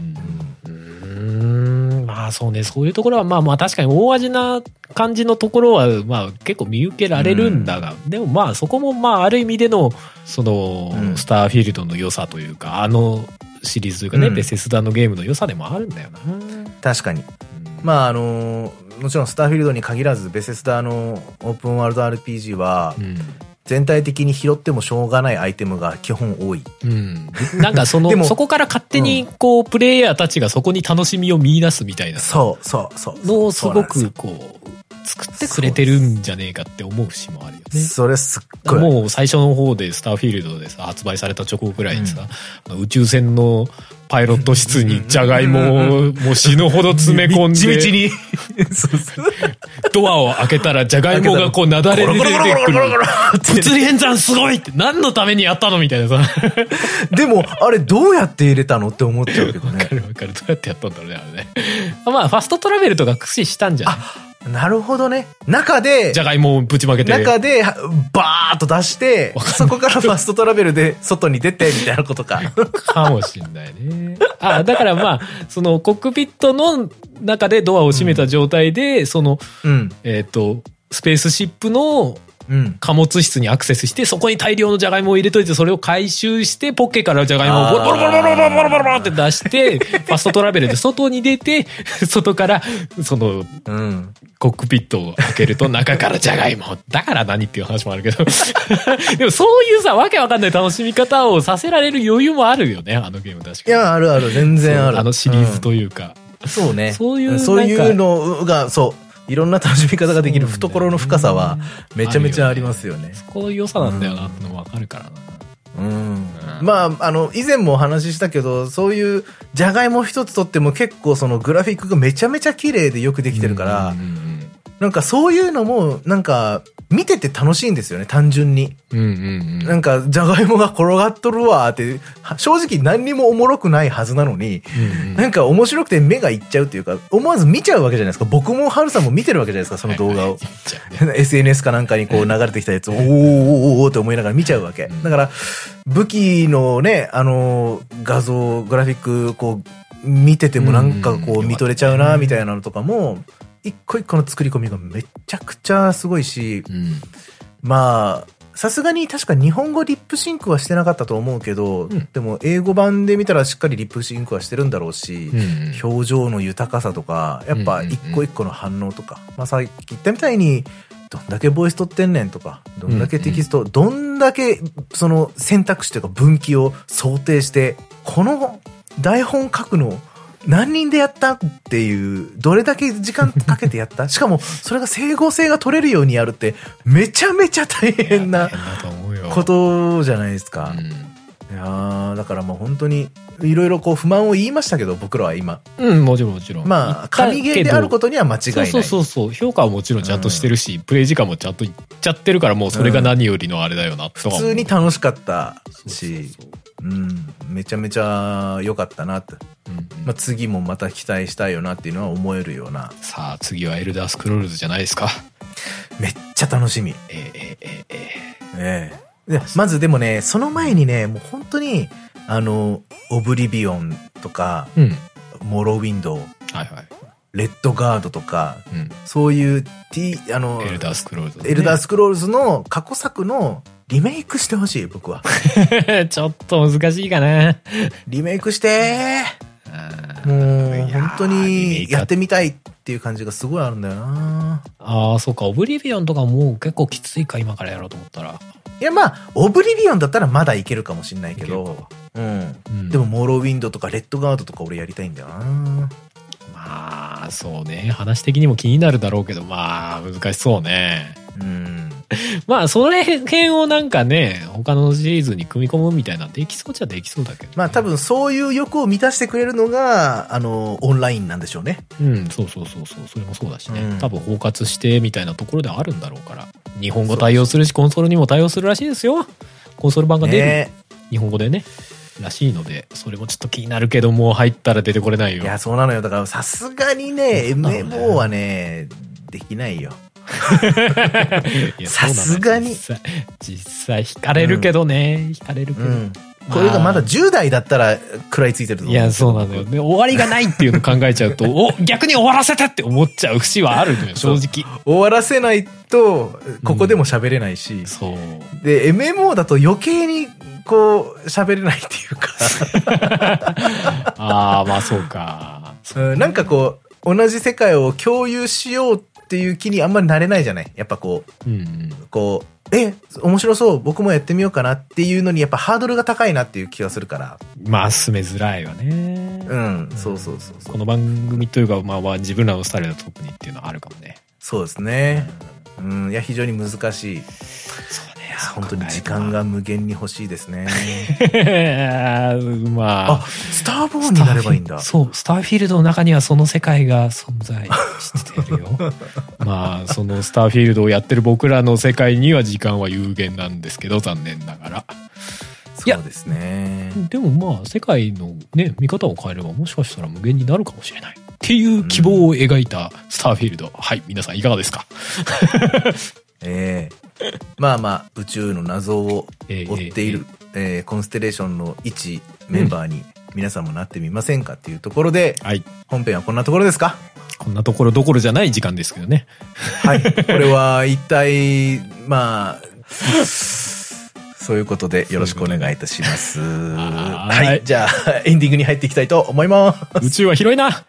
まあそうね、そういうところはまあまあ確かに大味な感じのところはまあ結構見受けられるんだが、でもまあそこもまあある意味でのそのスターフィールドの良さというか、シリーズというかね、ベセスダのゲームの良さでもあるんだよな。 確かに。まあもちろんスターフィールドに限らずベセスダのオープンワールド RPG は、全体的に拾ってもしょうがないアイテムが基本多い。 なんかそこから勝手にこう、プレイヤーたちがそこに楽しみを見出すみたいな。 そうのをすごくこう、作ってくれてるんじゃねえかって思う節もあるよね。 それすっごい。 もう最初の方でスターフィールドでさ、発売された直後くらいにさ、宇宙船のパイロット室にジャガイモをもう死ぬほど詰め込んで、 地道にドアを開けたらジャガイモがこうなだれ出てくる。物理演算すごいって、何のためにやったのみたいなさ。 でも、あれどうやって入れたのって思っちゃうけどね。 わかる。どうやってやったんだろうね、あれね。まあ、ファストトラベルとか駆使したんじゃない？ なるほどね。中で、 じゃがいもをぶちまけて。 中で、バーっと出して、そこからファストトラベルで外に出て、みたいなことか。 かもしんないね。だからまあ、そのコックピットの中でドアを閉めた状態で、スペースシップの、貨物室にアクセスして、そこに大量のジャガイモを入れといて、それを回収して、ポッケからジャガイモをボロボロボロボロボロボロボロって出して、ファストトラベルで外に出て、外から、コックピットを開けると中からジャガイモ。だから何っていう話もあるけど。でもそういうさ、わけわかんない楽しみ方をさせられる余裕もあるよね、あのゲーム確かに。 いや、ある、全然ある。 シリーズというか。 そうね。 そういうのが、いろんな楽しみ方ができる懐の深さはめちゃめちゃありますよね。 そこの良さなんだよなってのもわかるからな。 まあ、以前もお話ししたけど、そういうジャガイモ一つとっても結構そのグラフィックがめちゃめちゃ綺麗でよくできてるから、なんかそういうのもなんか見てて楽しいんですよね、単純に。なんかジャガイモが転がっとるわーって、正直何にもおもろくないはずなのに、なんか面白くて目がいっちゃうっていうか、思わず見ちゃうわけじゃないですか。僕もハルさんも見てるわけじゃないですか、その動画を。SNS かなんかにこう流れてきたやつを、おーって思いながら見ちゃうわけ。だから、武器のね、画像、グラフィック、こう、見ててもなんかこう見とれちゃうな、みたいなのとかも、一個一個の作り込みがめちゃくちゃすごいし、まあ、さすがに確か日本語リップシンクはしてなかったと思うけど、でも英語版で見たらしっかりリップシンクはしてるんだろうし、表情の豊かさとか、やっぱ一個一個の反応とか、まあさっき言ったみたいに、 どんだけボイス取ってんねんとか、どんだけテキスト、どんだけその選択肢というか分岐を想定して、この台本書くの何人でやったっていう、どれだけ時間かけてやったしかもそれが整合性が取れるようにやるってめちゃめちゃ大変なことじゃないですか。いやだからもう本当にいろいろこう不満を言いましたけど、僕らは今。 もちろんもちろん。 まあ、神ゲーであることには間違いない。 そう。評価はもちろんちゃんとしてるし、プレイ時間もちゃんといっちゃってるから、もうそれが何よりのあれだよな、とか。 普通に楽しかったし、めちゃめちゃ良かったなって。まあ次もまた期待したいよなっていうのは思えるような。 さあ、次はエルダースクロールズじゃないですか。 めっちゃ楽しみ。でまずでもね、その前にね、もう本当に、オブリビオンとか、モロウィンドウ、レッドガードとか、そういう、エルダースクロールズ、 エルダースクロールズの過去作のリメイクしてほしい、僕は。 ちょっと難しいかな。 リメイクしてもう、本当にやってみたいっていう感じがすごいあるんだよな。 ああ、そうか、オブリビオンとかもう結構きついか、今からやろうと思ったら。 いや、まあ、オブリビオンだったらまだいけるかもしんないけど、でも、モロウィンドとかレッドガードとか俺やりたいんだよな。 まあ、そうね。話的にも気になるだろうけど、まあ、難しそうね。まあ、その辺をなんかね、他のシリーズに組み込むみたいな、できそうじゃできそうだけど、ね。 まあ、多分そういう欲を満たしてくれるのが、オンラインなんでしょうね。 そう。それもそうだしね。多分包括してみたいなところであるんだろうから。日本語対応するし、コンソールにも対応するらしいですよ。コンソール版が出る。日本語でね。らしいので、それもちょっと気になるけども、入ったら出てこれないよ。 いや、そうなのよ。だから、さすがにね、MMO はね、できないよ。さすがに。 実際、惹かれるけどね。惹かれるけど。 これがまだ10代だったら食らいついてると思う。 いや、そうなのよ。で、終わりがないっていうのを考えちゃうと、逆に終わらせてって思っちゃう節はあるのよ、正直。 終わらせないと、ここでも喋れないし。 そう。 で、MMO だと余計に、こう、喋れないっていうか。 ああ、まあそうか。 なんかこう、同じ世界を共有しようっていう気にあんまりなれないじゃない。やっぱこう、こう、面白そう、僕もやってみようかなっていうのにやっぱハードルが高いなっていう気がするから。まあ進めづらいわね。 そう。 この番組というか、まあ自分らのスタイルだと特にっていうのはあるかもね。 そうですね。いや、非常に難しい。 そうね。 本当に時間が無限に欲しいですね。 まあ。 スターボーンになればいいんだ。 そう、スターフィールドの中にはその世界が存在してるよ。まあ、そのスターフィールドをやってる僕らの世界には時間は有限なんですけど、残念ながら。 そうですね。 でもまあ、世界のね、見方を変えればもしかしたら無限になるかもしれない。っていう希望を描いたスターフィールド。はい、皆さんいかがですか？ まあまあ、宇宙の謎を追っている、コンステレーションの一メンバーに皆さんもなってみませんかっていうところで、本編はこんなところですか？ こんなところどころじゃない時間ですけどね。 はい。これは一体、まあ、そういうことでよろしくお願いいたします。はい。じゃあ、エンディングに入っていきたいと思います。 宇宙は広いな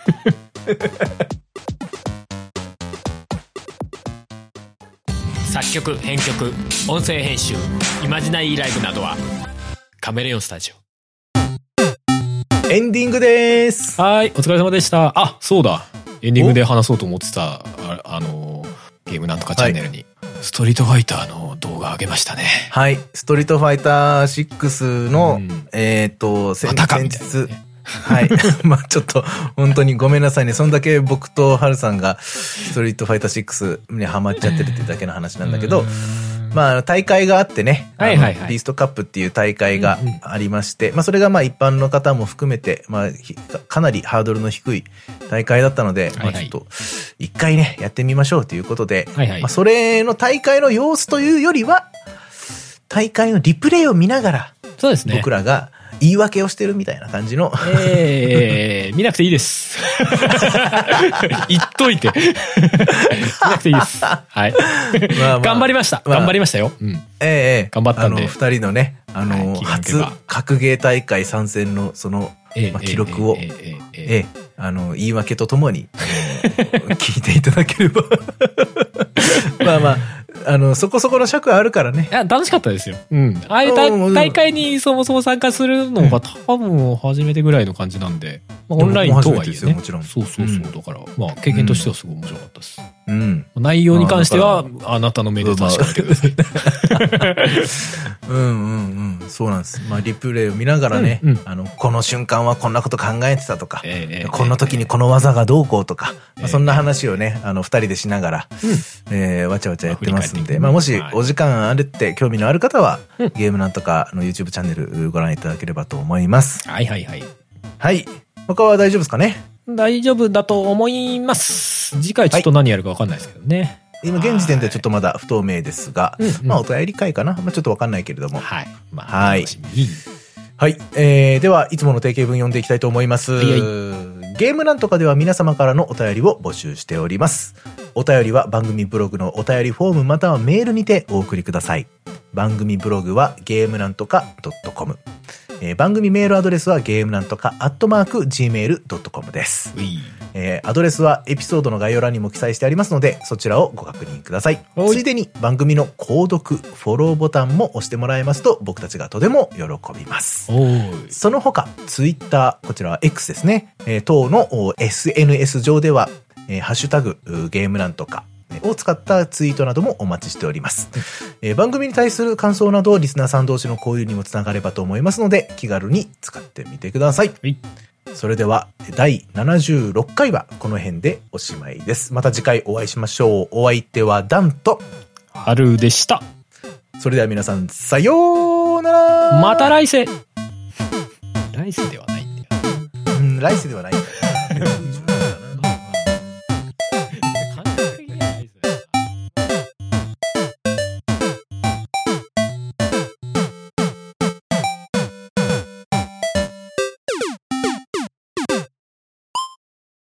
作曲、編曲、音声編集、イマジナリーライブなどはカメレオンスタジオ。 エンディングです。 はい、お疲れ様でした。あ、そうだ。エンディングで話そうと思ってた、ゲームなんとかチャンネルに、ストリートファイターの動画上げましたね。 はい。ストリートファイター6の、 先日、 はい。まあちょっと、本当にごめんなさいね。そんだけ僕とハルさんが、ストリートファイター6にハマっちゃってるっていうだけの話なんだけど、まあ大会があってね、ビーストカップっていう大会がありまして、まあそれがまあ一般の方も含めて、まあかなりハードルの低い大会だったので、まあちょっと、一回ね、やってみましょうということで、まあそれの大会の様子というよりは、大会のリプレイを見ながら、 そうですね。 僕らが、言い訳をしてるみたいな感じの。 見なくていいです。言っといて。見なくていいです。はい。頑張りました。頑張りましたよ。頑張ったんで。 二人のね、初格ゲー大会参戦のその、記録を、言い訳とともに、 聞いていただければ。まあまあ、そこそこの尺あるからね。 いや、楽しかったですよ。うん。ああいう大会にそもそも参加するのが多分初めてぐらいの感じなんで、まあ、オンラインとはいえね。 もちろん。 そうそうそう。だから、まあ、経験としてはすごい面白かったです。 うん。 内容に関しては、あなたの目で確かめてください。 うんうんうん。そうなんです。まあ、リプレイを見ながらね、この瞬間はこんなこと考えてたとか、この時にこの技がどうこうとか、そんな話をね、二人でしながら、わちゃわちゃやってますんで、まあ、もしお時間あるって興味のある方は、ゲームなんとかの YouTube チャンネルご覧いただければと思います。 はいはいはい。 はい。他は大丈夫ですかね？ 大丈夫だと思います。次回ちょっと何やるか分かんないですけどね。 今現時点ではちょっとまだ不透明ですが、まあお便り会かな、まあちょっと分かんないけれども。 はい。まあ、 はい。はい。では、いつもの定型文読んでいきたいと思います。ゲームなんとかでは皆様からのお便りを募集しております。お便りは番組ブログのお便りフォームまたはメールにてお送りください。番組ブログはゲームなんとか .com。番組メールアドレスはゲームなんとか@gmail.com です。アドレスはエピソードの概要欄にも記載してありますので、そちらをご確認ください。ついでに番組の購読、フォローボタンも押してもらえますと僕たちがとても喜びます。その他、ツイッター、こちらは X ですね。等の SNS 上では、ハッシュタグゲームなんとかを使ったツイートなどもお待ちしております。番組に対する感想などリスナーさん同士の交流にもつながればと思いますので気軽に使ってみてください。それでは第76回はこの辺でおしまいです。また次回お会いしましょう。お相手はダンと春でした。 それでは皆さんさようなら。 また来世。来世ではないんだよ。 来世ではないんだよ。